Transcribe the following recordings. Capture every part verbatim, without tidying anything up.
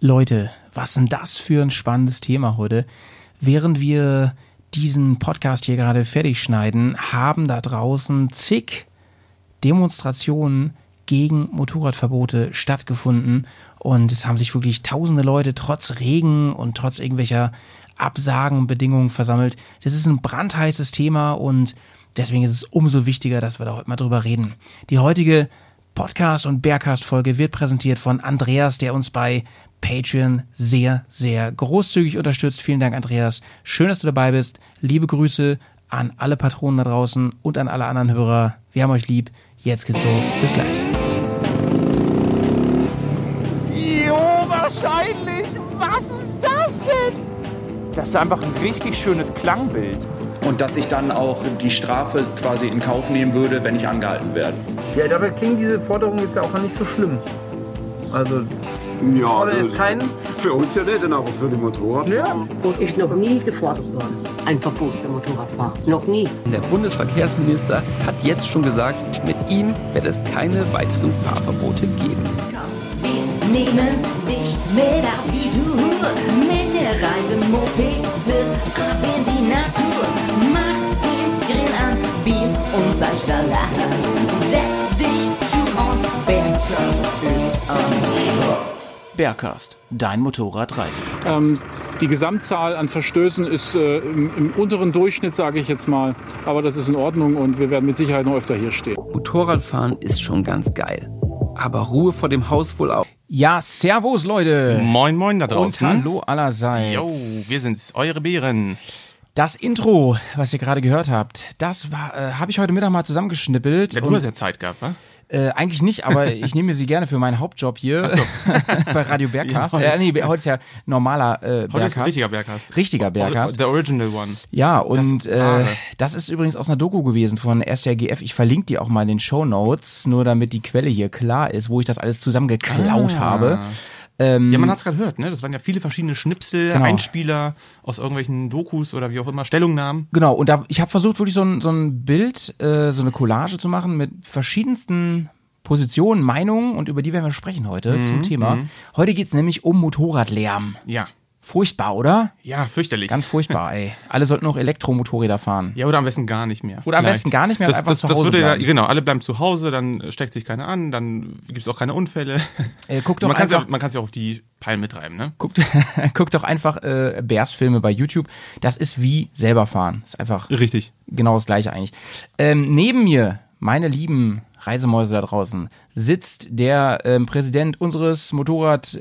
Leute, was ist denn das für ein spannendes Thema heute? Während wir diesen Podcast hier gerade fertig schneiden, haben da draußen zig Demonstrationen gegen Motorradverbote stattgefunden und es haben sich wirklich tausende Leute trotz Regen und trotz irgendwelcher Absagenbedingungen versammelt. Das ist ein brandheißes Thema und deswegen ist es umso wichtiger, dass wir da heute mal drüber reden. Die heutige Podcast- und Bearcast-Folge wird präsentiert von Andreas, der uns bei Patreon sehr, sehr großzügig unterstützt. Vielen Dank, Andreas. Schön, dass du dabei bist. Liebe Grüße an alle Patronen da draußen und an alle anderen Hörer. Wir haben euch lieb. Jetzt geht's los. Bis gleich. Jo, wahrscheinlich. Was ist das denn? Das ist einfach ein richtig schönes Klangbild. Und dass ich dann auch die Strafe quasi in Kauf nehmen würde, wenn ich angehalten werde. Ja, dabei klingt diese Forderung jetzt auch nicht so schlimm. Also, ja, das jetzt kein... für uns ja nicht, aber für die Motorradfahrer. Ja. Ist noch nie gefordert worden. Ein Verbot für Motorradfahrer. Noch nie. Der Bundesverkehrsminister hat jetzt schon gesagt, mit ihm wird es keine weiteren Fahrverbote geben. Wir nehmen dich mit auf die Tour, mit der Reisemopete ab in die Natur. Mach den Grill an, Bier und Fleischsalat. Setz dich zu uns, Bearcast ist am Start. Bearcast, dein Motorradreise. Ähm, die Gesamtzahl an Verstößen ist äh, im, im unteren Durchschnitt, sage ich jetzt mal. Aber das ist in Ordnung und wir werden mit Sicherheit noch öfter hier stehen. Motorradfahren ist schon ganz geil. Aber Ruhe vor dem Haus wohl auch. Ja, servus Leute. Moin, moin da draußen. Und hallo allerseits. Jo, wir sind's, eure Bären. Das Intro, was ihr gerade gehört habt, das war, äh, habe ich heute Mittag mal zusammengeschnippelt. Ja, du hast ja Zeit gehabt, wa? Äh, eigentlich nicht, aber ich nehme mir sie gerne für meinen Hauptjob hier. Ach so. Bei Radio Bearcast. Ja, äh, nee, heute ist ja normaler äh, Bearcast. Heute ist ein richtiger Bearcast. Richtiger Bearcast. The original one. Ja, und das, äh, das ist übrigens aus einer Doku gewesen von S D R G F. Ich verlinke die auch mal in den Shownotes, nur damit die Quelle hier klar ist, wo ich das alles zusammengeklaut ah. habe. Ähm, ja, man hat es gerade gehört, ne? Das waren ja viele verschiedene Schnipsel, genau. Einspieler aus irgendwelchen Dokus oder wie auch immer, Stellungnahmen. Genau, und da, ich habe versucht, wirklich so ein, so ein Bild, äh, so eine Collage zu machen mit verschiedensten Positionen, Meinungen und über die werden wir sprechen heute mhm, zum Thema. Mhm. Heute geht's nämlich um Motorradlärm. Ja. Furchtbar, oder? Ja, fürchterlich. Ganz furchtbar, ey. Alle sollten noch Elektromotorräder fahren. Ja, oder am besten gar nicht mehr. Oder am besten gar nicht mehr, das, einfach das, zu das Hause würde bleiben. Ja, genau, alle bleiben zu Hause, dann steckt sich keiner an, dann gibt's auch keine Unfälle. Äh, guck doch man einfach, kann es ja auch auf die Palme mitreiben, ne? Guckt, guckt doch einfach äh, Bears-Filme bei YouTube. Das ist wie selber fahren. Das ist einfach richtig genau das Gleiche eigentlich. Ähm, neben mir, meine lieben Reisemäuse da draußen, sitzt der ähm, Präsident unseres Motorrad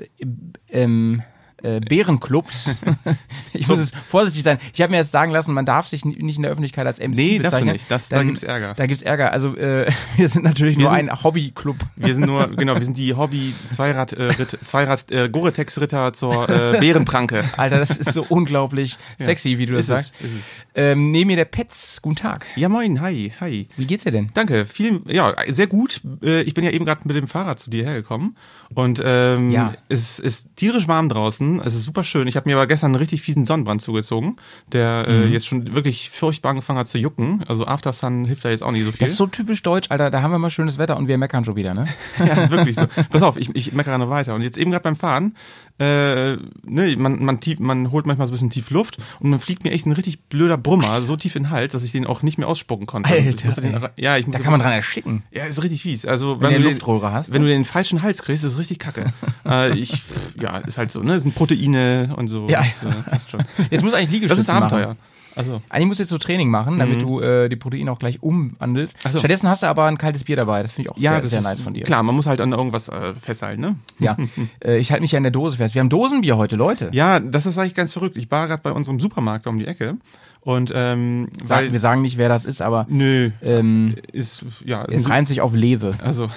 ähm, äh, Bärenclubs. Ich muss jetzt vorsichtig sein. Ich habe mir jetzt sagen lassen, man darf sich nicht in der Öffentlichkeit als M C nee, bezeichnen. Nee, darfst du nicht. Das, Dann, da gibt's Ärger. Da gibt's Ärger. Also äh, wir sind natürlich wir nur sind, ein Hobbyclub. Wir sind nur, genau, wir sind die Hobby-Zweirad, äh, Zweirad äh, Gore-Tex-Ritter zur äh, Bärenpranke. Alter, das ist so unglaublich ja. sexy, wie du das ist sagst. Es, ist es. Ähm, neben mir der Petz. Guten Tag. Ja, moin, hi, hi. Wie geht's dir denn? Danke, viel, ja, sehr gut. Ich bin ja eben gerade mit dem Fahrrad zu dir hergekommen und ähm, ja. es ist tierisch warm draußen. Es ist super schön. Ich habe mir aber gestern einen richtig fiesen Sonnenbrand zugezogen, der mhm. äh, jetzt schon wirklich furchtbar angefangen hat zu jucken. Also After Sun hilft da jetzt auch nicht so viel. Das ist so typisch deutsch, Alter. Da haben wir mal schönes Wetter und wir meckern schon wieder, ne? Ja, ist wirklich so. Pass auf, ich, ich meckere noch weiter. Und jetzt eben gerade beim Fahren, äh, ne, man, man, tief, man holt manchmal so ein bisschen tief Luft und dann fliegt mir echt ein richtig blöder Brummer so tief in den Hals, dass ich den auch nicht mehr ausspucken konnte. Alter, den, ja, ich muss da kann man dran ersticken. Ja, ist richtig fies. Also wenn, wenn du eine Luftröhre hast. Wenn du den falschen Hals kriegst, ist es richtig kacke. äh, ich, ja, ist halt so, ne? Das sind Proteine und so. Ja, das, äh, passt schon. Jetzt muss eigentlich Liegestütze machen. Das ist Abenteuer. Machen. Also. Eigentlich musst du jetzt so Training machen, damit mhm. du äh, die Proteine auch gleich umwandelst. So. Stattdessen hast du aber ein kaltes Bier dabei. Das finde ich auch ja, sehr, sehr nice von dir. Klar, man muss halt an irgendwas äh, festhalten, ne? Ja, äh, ich halte mich ja in der Dose fest. Wir haben Dosenbier heute, Leute. Ja, das ist eigentlich ganz verrückt. Ich war gerade bei unserem Supermarkt um die Ecke und ähm, Sag, weil, wir sagen nicht, wer das ist, aber nö, ähm, ist ja ist es reimt sich auf Lewe. Also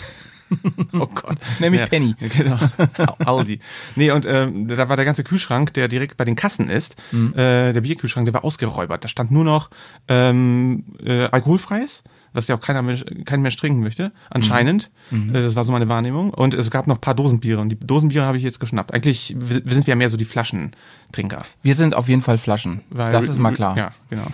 oh Gott. Nämlich ja, Penny. Genau. Aldi. Nee, und ähm, da war der ganze Kühlschrank, der direkt bei den Kassen ist, mhm. äh, der Bierkühlschrank, der war ausgeräubert. Da stand nur noch ähm, äh, alkoholfreies. was ja auch keiner mehr, keiner mehr trinken möchte, anscheinend. Mhm. Das war so meine Wahrnehmung. Und es gab noch ein paar Dosenbiere und die Dosenbiere habe ich jetzt geschnappt. Eigentlich sind wir ja mehr so die Flaschentrinker. Wir sind auf jeden Fall Flaschen, Weil, das ist mal klar. Ja, genau.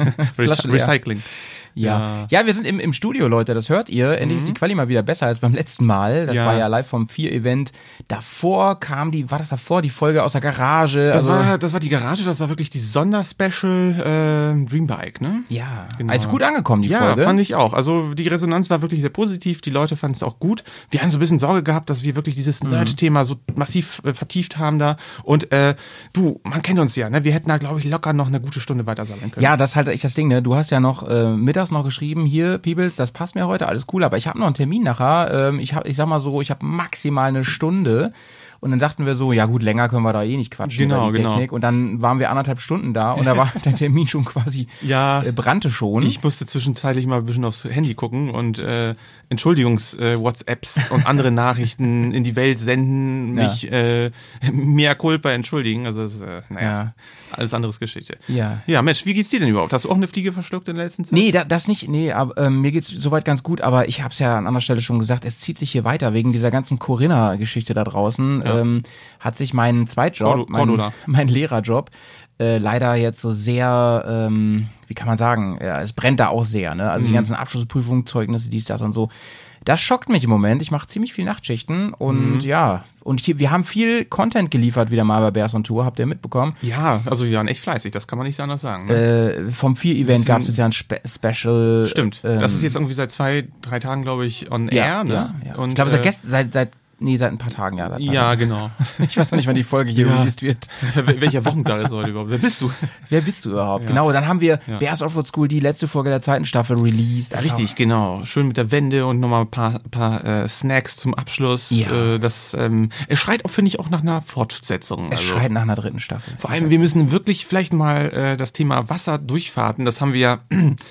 Recycling. Ja. ja, wir sind im, im Studio, Leute, das hört ihr. Endlich mhm. ist die Quali mal wieder besser als beim letzten Mal. Das ja. war ja live vom vier-Event. Davor kam die, war das davor, die Folge aus der Garage? Das, also, war, das war die Garage, das war wirklich die Sonderspecial äh, Dreambike, ne? Ja, genau. Also gut angekommen, die ja, Folge. Ja, fand ich auch. Also die Resonanz war wirklich sehr positiv, die Leute fanden es auch gut. Wir haben so ein bisschen Sorge gehabt, dass wir wirklich dieses mhm. Nerd-Thema so massiv äh, vertieft haben da. Und äh, du, man kennt uns ja, ne? Wir hätten da, glaube ich, locker noch eine gute Stunde weiter sammeln können. Ja, das ist halt echt das Ding, ne? Du hast ja noch äh, mittags noch geschrieben, hier, Peebles, das passt mir heute, alles cool, aber ich habe noch einen Termin nachher. Ähm, ich, hab, ich sag mal so, ich habe maximal eine Stunde. Und dann dachten wir so, ja gut, länger können wir da eh nicht quatschen genau, über die genau. Technik. Und dann waren wir anderthalb Stunden da und da war der Termin schon quasi, ja, äh, brannte schon. Ich musste zwischenzeitlich mal ein bisschen aufs Handy gucken und äh, Entschuldigungs-WhatsApps äh, und andere Nachrichten in die Welt senden, mich ja. äh, mea culpa entschuldigen. Also das ist, äh, naja, ja. alles anderes Geschichte. Ja. Ja, Mensch, wie geht's dir denn überhaupt? Hast du auch eine Fliege verschluckt in der letzten Zeit? Nee, da, das nicht, nee, aber ähm, mir geht's soweit ganz gut, aber ich hab's ja an anderer Stelle schon gesagt, es zieht sich hier weiter wegen dieser ganzen Corinna-Geschichte da draußen. Ja. Ähm, hat sich mein Zweitjob, mein, mein Lehrerjob, äh, leider jetzt so sehr, ähm, wie kann man sagen, ja, es brennt da auch sehr, ne? Also mhm. die ganzen Abschlussprüfungen, Zeugnisse, dies, das und so. Das schockt mich im Moment. Ich mache ziemlich viel Nachtschichten und mhm. ja, und hier, wir haben viel Content geliefert wieder mal bei Bears on Tour, habt ihr mitbekommen? Ja, also wir waren echt fleißig, das kann man nicht anders sagen. Ne? Äh, vom vier-Event gab es jetzt ja ein Spe- Special. Stimmt, ähm, das ist jetzt irgendwie seit zwei, drei Tagen, glaube ich, on ja, air. Ne? Ja, ja. Und, ich glaube, seit, äh, gest- seit, seit Nee, seit ein paar Tagen, ja. Ja, genau. Ich weiß noch nicht, wann die Folge hier ja. released wird. Welcher Wochentag ist heute überhaupt? Wer bist du? Wer bist du überhaupt? Ja. Genau, dann haben wir ja. Bears Offroad School, die letzte Folge der zweiten Staffel, released. Ach, richtig, genau. Schön mit der Wende und nochmal ein paar, paar äh, Snacks zum Abschluss. Ja. Äh, das, ähm, es schreit auch, finde ich, auch nach einer Fortsetzung. Es also, schreit nach einer dritten Staffel. Vor allem, wir müssen wirklich vielleicht mal äh, das Thema Wasserdurchfahrten, das haben wir ja...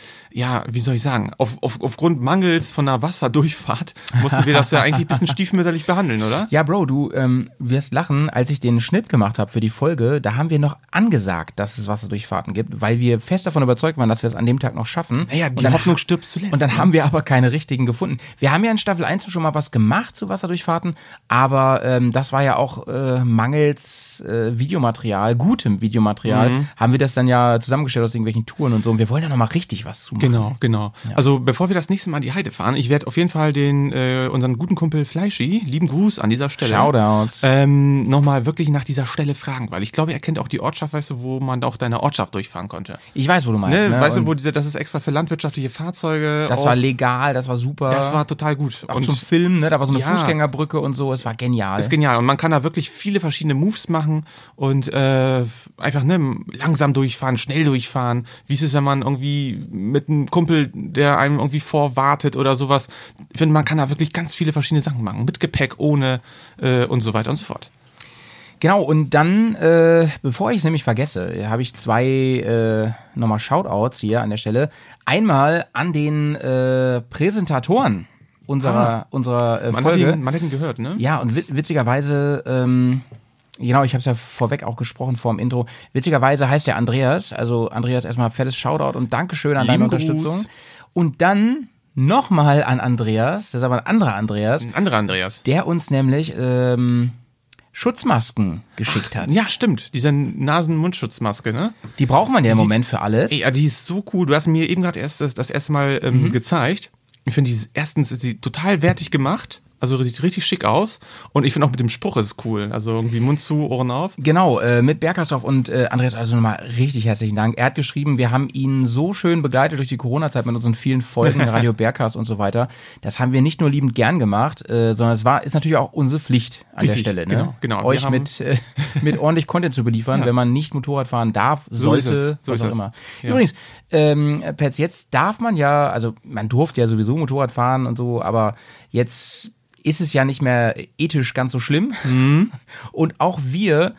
Ja, wie soll ich sagen, auf, auf, aufgrund Mangels von einer Wasserdurchfahrt mussten wir das ja eigentlich ein bisschen stiefmütterlich behandeln, oder? Ja, Bro, du ähm, wirst lachen, als ich den Schnitt gemacht habe für die Folge, da haben wir noch angesagt, dass es Wasserdurchfahrten gibt, weil wir fest davon überzeugt waren, dass wir es an dem Tag noch schaffen. Naja, die und dann, Hoffnung stirbt zuletzt. Und dann ne? haben wir aber keine richtigen gefunden. Wir haben ja in Staffel eins schon mal was gemacht zu Wasserdurchfahrten, aber ähm, das war ja auch äh, mangels äh, Videomaterial, gutem Videomaterial, mhm. haben wir das dann ja zusammengestellt aus irgendwelchen Touren und so und wir wollen ja noch mal richtig was zu machen. Genau, genau. Ja. Also bevor wir das nächste Mal an die Heide fahren, ich werde auf jeden Fall den äh, unseren guten Kumpel Fleischi, lieben Gruß an dieser Stelle. Shoutouts. Ähm, nochmal wirklich nach dieser Stelle fragen, weil ich glaube, er kennt auch die Ortschaft, weißt du, wo man auch deine Ortschaft durchfahren konnte. Ich weiß, wo du meinst. Ne? Ne? Weißt und du, wo diese, das ist extra für landwirtschaftliche Fahrzeuge. Das auch, war legal, das war super. Das war total gut. Auch und zum Film, ne? Da war so eine ja, Fußgängerbrücke und so, es war genial. Ist genial und man kann da wirklich viele verschiedene Moves machen und äh, einfach ne, langsam durchfahren, schnell durchfahren. Wie ist es, wenn man irgendwie mit einem Kumpel, der einem irgendwie vorwartet oder sowas. Ich finde, man kann da wirklich ganz viele verschiedene Sachen machen. Mit Gepäck, ohne äh, und so weiter und so fort. Genau, und dann, äh, bevor ich es nämlich vergesse, habe ich zwei äh, nochmal Shoutouts hier an der Stelle. Einmal an den äh, Präsentatoren unserer, ah, unserer äh, man Folge. Hat ihn, man hat ihn gehört, ne? Ja, und witzigerweise, ähm, genau, ich habe es ja vorweg auch gesprochen vor dem Intro. Witzigerweise heißt der Andreas, also Andreas erstmal fettes Shoutout und Dankeschön an deine Lieben Unterstützung. Gruß. Und dann nochmal an Andreas, das ist aber ein anderer Andreas. Ein anderer Andreas. Der uns nämlich ähm, Schutzmasken geschickt Ach, hat. Ja, stimmt. Diese Nasen-Mundschutzmaske, ne? Die braucht man ja die im sieht, Moment für alles. Ey, die ist so cool. Du hast mir eben gerade erst das, das erste Mal ähm, mhm. gezeigt. Ich finde, erstens ist sie total wertig gemacht. Also sieht richtig schick aus und ich finde auch mit dem Spruch ist es cool. Also irgendwie Mund zu, Ohren auf. Genau, äh, mit Berkersdorf und äh, Andreas, also nochmal richtig herzlichen Dank. Er hat geschrieben, wir haben ihn so schön begleitet durch die Corona-Zeit mit unseren vielen Folgen Radio Berkers und so weiter. Das haben wir nicht nur liebend gern gemacht, äh, sondern es war ist natürlich auch unsere Pflicht an richtig, der Stelle, ne? Genau, genau. Euch haben, mit äh, mit ordentlich Content zu beliefern, ja. wenn man nicht Motorrad fahren darf, sollte, so ist es, so was ist auch es. immer. Ja. Übrigens, ähm, Pets, jetzt darf man ja, also man durfte ja sowieso Motorrad fahren und so, aber jetzt ist es ja nicht mehr ethisch ganz so schlimm. Mhm. Und auch wir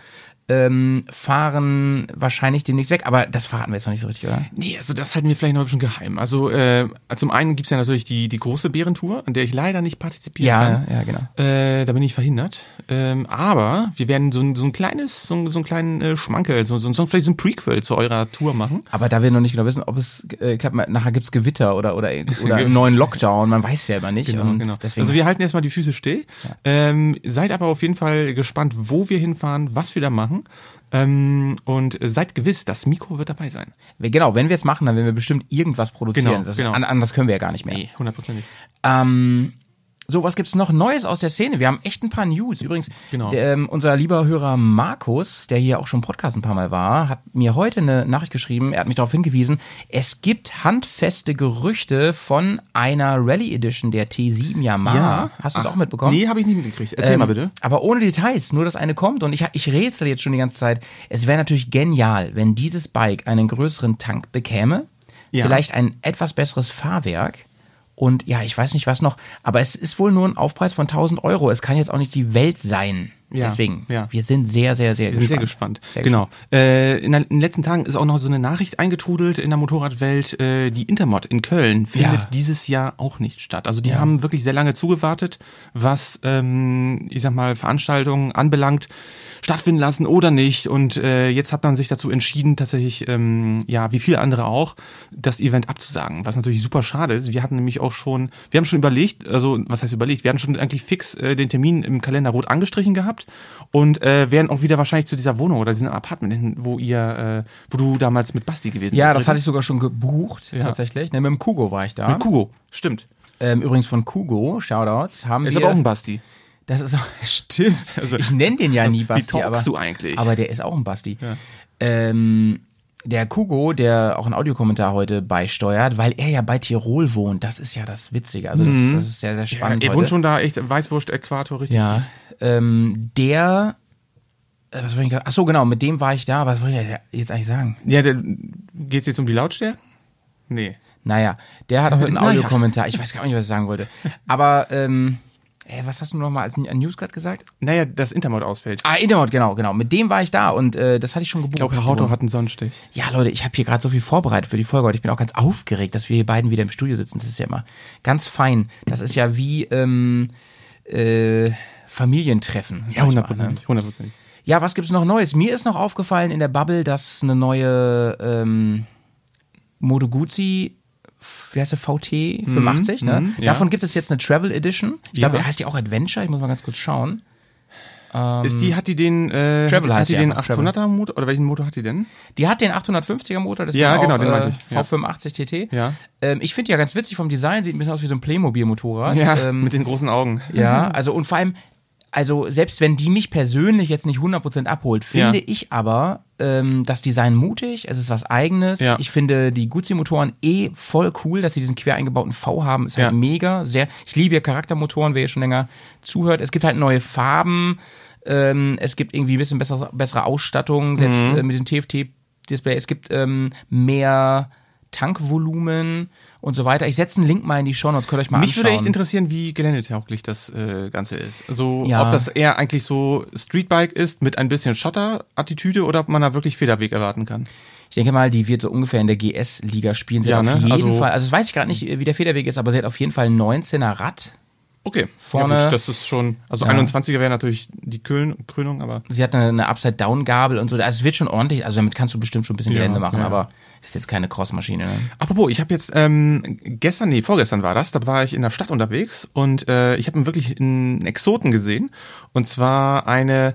ähm, fahren wahrscheinlich demnächst weg. Aber das verraten wir jetzt noch nicht so richtig, oder? Nee, also das halten wir vielleicht noch ein bisschen geheim. Also äh, zum einen gibt's ja natürlich die, die große Bärentour, an der ich leider nicht partizipieren ja, kann. Ja, ja, genau. Äh, da bin ich verhindert. Ähm, aber wir werden so ein, so ein kleines, so, so einen kleinen äh, Schmankerl, so, so, so vielleicht so ein Prequel zu eurer Tour machen. Aber da wir noch nicht genau wissen, ob es äh, klappt, nachher gibt's Gewitter oder oder oder einen neuen Lockdown, man weiß ja immer nicht. Genau, und genau. Deswegen also wir halten erstmal die Füße still. Ja. Ähm, seid aber auf jeden Fall gespannt, wo wir hinfahren, was wir da machen. Ähm, und seid gewiss, das Mikro wird dabei sein. Genau, wenn wir es machen, dann werden wir bestimmt irgendwas produzieren. Genau, das, genau. Anders können wir ja gar nicht mehr. Nee, hundertprozentig. Ähm, so, was gibt's noch Neues aus der Szene? Wir haben echt ein paar News. Übrigens, genau. der, ähm, unser lieber Hörer Markus, der hier auch schon im Podcast ein paar Mal war, hat mir heute eine Nachricht geschrieben. Er hat mich darauf hingewiesen, es gibt handfeste Gerüchte von einer Rally Edition der T sieben Yamaha. Ja. Hast du es auch mitbekommen? Nee, habe ich nie mitgekriegt. Erzähl ähm, mal bitte. Aber ohne Details, nur dass eine kommt. Und ich, ich rätsel jetzt schon die ganze Zeit. Es wäre natürlich genial, wenn dieses Bike einen größeren Tank bekäme, ja. vielleicht ein etwas besseres Fahrwerk. Und ja, ich weiß nicht was noch, aber es ist wohl nur ein Aufpreis von tausend Euro. Es kann jetzt auch nicht die Welt sein. Ja, Deswegen, ja. wir sind sehr, sehr, sehr wir gespannt. Sind sehr gespannt. Sehr genau. gespannt. Äh, in, in den letzten Tagen ist auch noch so eine Nachricht eingetrudelt in der Motorradwelt. Äh, die Intermod in Köln findet Ja. dieses Jahr auch nicht statt. Also die Ja. haben wirklich sehr lange zugewartet, was, ähm, ich sag mal, Veranstaltungen anbelangt, stattfinden lassen oder nicht. Und äh, jetzt hat man sich dazu entschieden, tatsächlich, ähm, ja, wie viele andere auch, das Event abzusagen, was natürlich super schade ist. Wir hatten nämlich auch schon, wir haben schon überlegt, also was heißt überlegt, wir hatten schon eigentlich fix äh, den Termin im Kalender rot angestrichen gehabt und äh, werden auch wieder wahrscheinlich zu dieser Wohnung oder diesem Apartment hin, wo ihr, äh, wo du damals mit Basti gewesen Ja, bist. das hatte ich sogar schon gebucht, Ja. tatsächlich. Ne, mit dem Kugo war ich da. Mit Kugo, stimmt. Ähm, übrigens von Kugo, Shoutouts, haben Ist wir... aber auch ein Basti. Das ist auch, stimmt. Also, ich nenne den ja nie Basti. Wie talkst aber, du eigentlich? Aber der ist auch ein Basti. Ja. Ähm, der Kugo, der auch einen Audiokommentar heute beisteuert, weil er ja bei Tirol wohnt. Das ist ja das Witzige. Also das, Mhm. das ist sehr, sehr spannend. Ja, er heute. wohnt schon da echt Weißwurst-Äquator richtig Ja, tief. ähm, der, äh, was wollte ich gerade, ach so, genau, mit dem war ich da, was wollte ich jetzt eigentlich sagen? Ja, der, geht's jetzt um die Lautstärke? Nee. Naja, der hat auch einen Naja. Audiokommentar, ich weiß gar nicht, was ich sagen wollte, aber, ähm, ey, was hast du noch mal als an News gerade gesagt? Naja, das Intermod ausfällt. Ah, Intermod, genau, genau, mit dem war ich da und äh, das hatte ich schon gebucht. Ich glaube, Herr Hauto hat einen Sonnenstich. Ja, Leute, ich habe hier gerade so viel vorbereitet für die Folge heute. Ich bin auch ganz aufgeregt, dass wir hier beiden wieder im Studio sitzen. Das ist ja immer ganz fein. Das ist ja wie ähm, äh, Familientreffen. sag Ja, ich hundertprozentig, mal, ne? hundertprozentig. Ja, was gibt's noch Neues? Mir ist noch aufgefallen in der Bubble, dass eine neue ähm, Moto Guzzi, wie heißt der, V T fünfundachtzig, Mhm, ne? mhm, ja. Davon gibt es jetzt eine Travel Edition. Ich Ja. glaube, heißt die auch Adventure? Ich muss mal ganz kurz schauen. Ähm, Ist die, hat die den, äh, Travel hat heißt die die den einfach, achthunderter Motor, oder welchen Motor hat die denn? Die hat den achthundertfünfziger Motor, deswegen Ja, genau, auch, den meinte äh, ich, ja. V fünfundachtzig T T. Ja. Ähm, ich finde die ja ganz witzig vom Design, sieht ein bisschen aus wie so ein Playmobil-Motorrad. Ja, ähm, mit den großen Augen. Ja, also und vor allem, also selbst wenn die mich persönlich jetzt nicht hundert Prozent abholt, finde Ja. ich aber ähm, das Design mutig, es ist was Eigenes. Ja. Ich finde die Guzzi-Motoren eh voll cool, dass sie diesen quer eingebauten V haben, ist halt Ja. mega. Sehr, ich liebe ja Charaktermotoren, wer hier schon länger zuhört. Es gibt halt neue Farben, ähm, es gibt irgendwie ein bisschen bessere, bessere Ausstattung, selbst Mhm. äh, mit dem T F T-Display. Es gibt ähm, mehr Tankvolumen und so weiter. Ich setze einen Link mal in die Shownotes, könnt ihr euch mal Mich anschauen. würde echt interessieren, wie geländetauglich das äh, Ganze ist. Also Ja. ob das eher eigentlich so Streetbike ist mit ein bisschen Schotter-Attitüde oder ob man da wirklich Federweg erwarten kann. Ich denke mal, die wird so ungefähr in der G S-Liga spielen. Sie Ja, hat auf ne? jeden Also- Fall, also das weiß ich gerade nicht, wie der Federweg ist, aber sie hat auf jeden Fall ein neunzehner Rad. Okay, Vorne- ja gut, das ist schon, also Ja. einundzwanziger wäre natürlich die Krön Krönung, aber Sie hat eine, eine Upside-Down-Gabel und so. Also es wird schon ordentlich, also damit kannst du bestimmt schon ein bisschen Ja, Gelände machen, ja. aber ist jetzt keine Crossmaschine. Ne? apropos, ich habe jetzt ähm, gestern, nee, vorgestern war das, da war ich in der Stadt unterwegs und äh, ich habe wirklich einen Exoten gesehen und zwar eine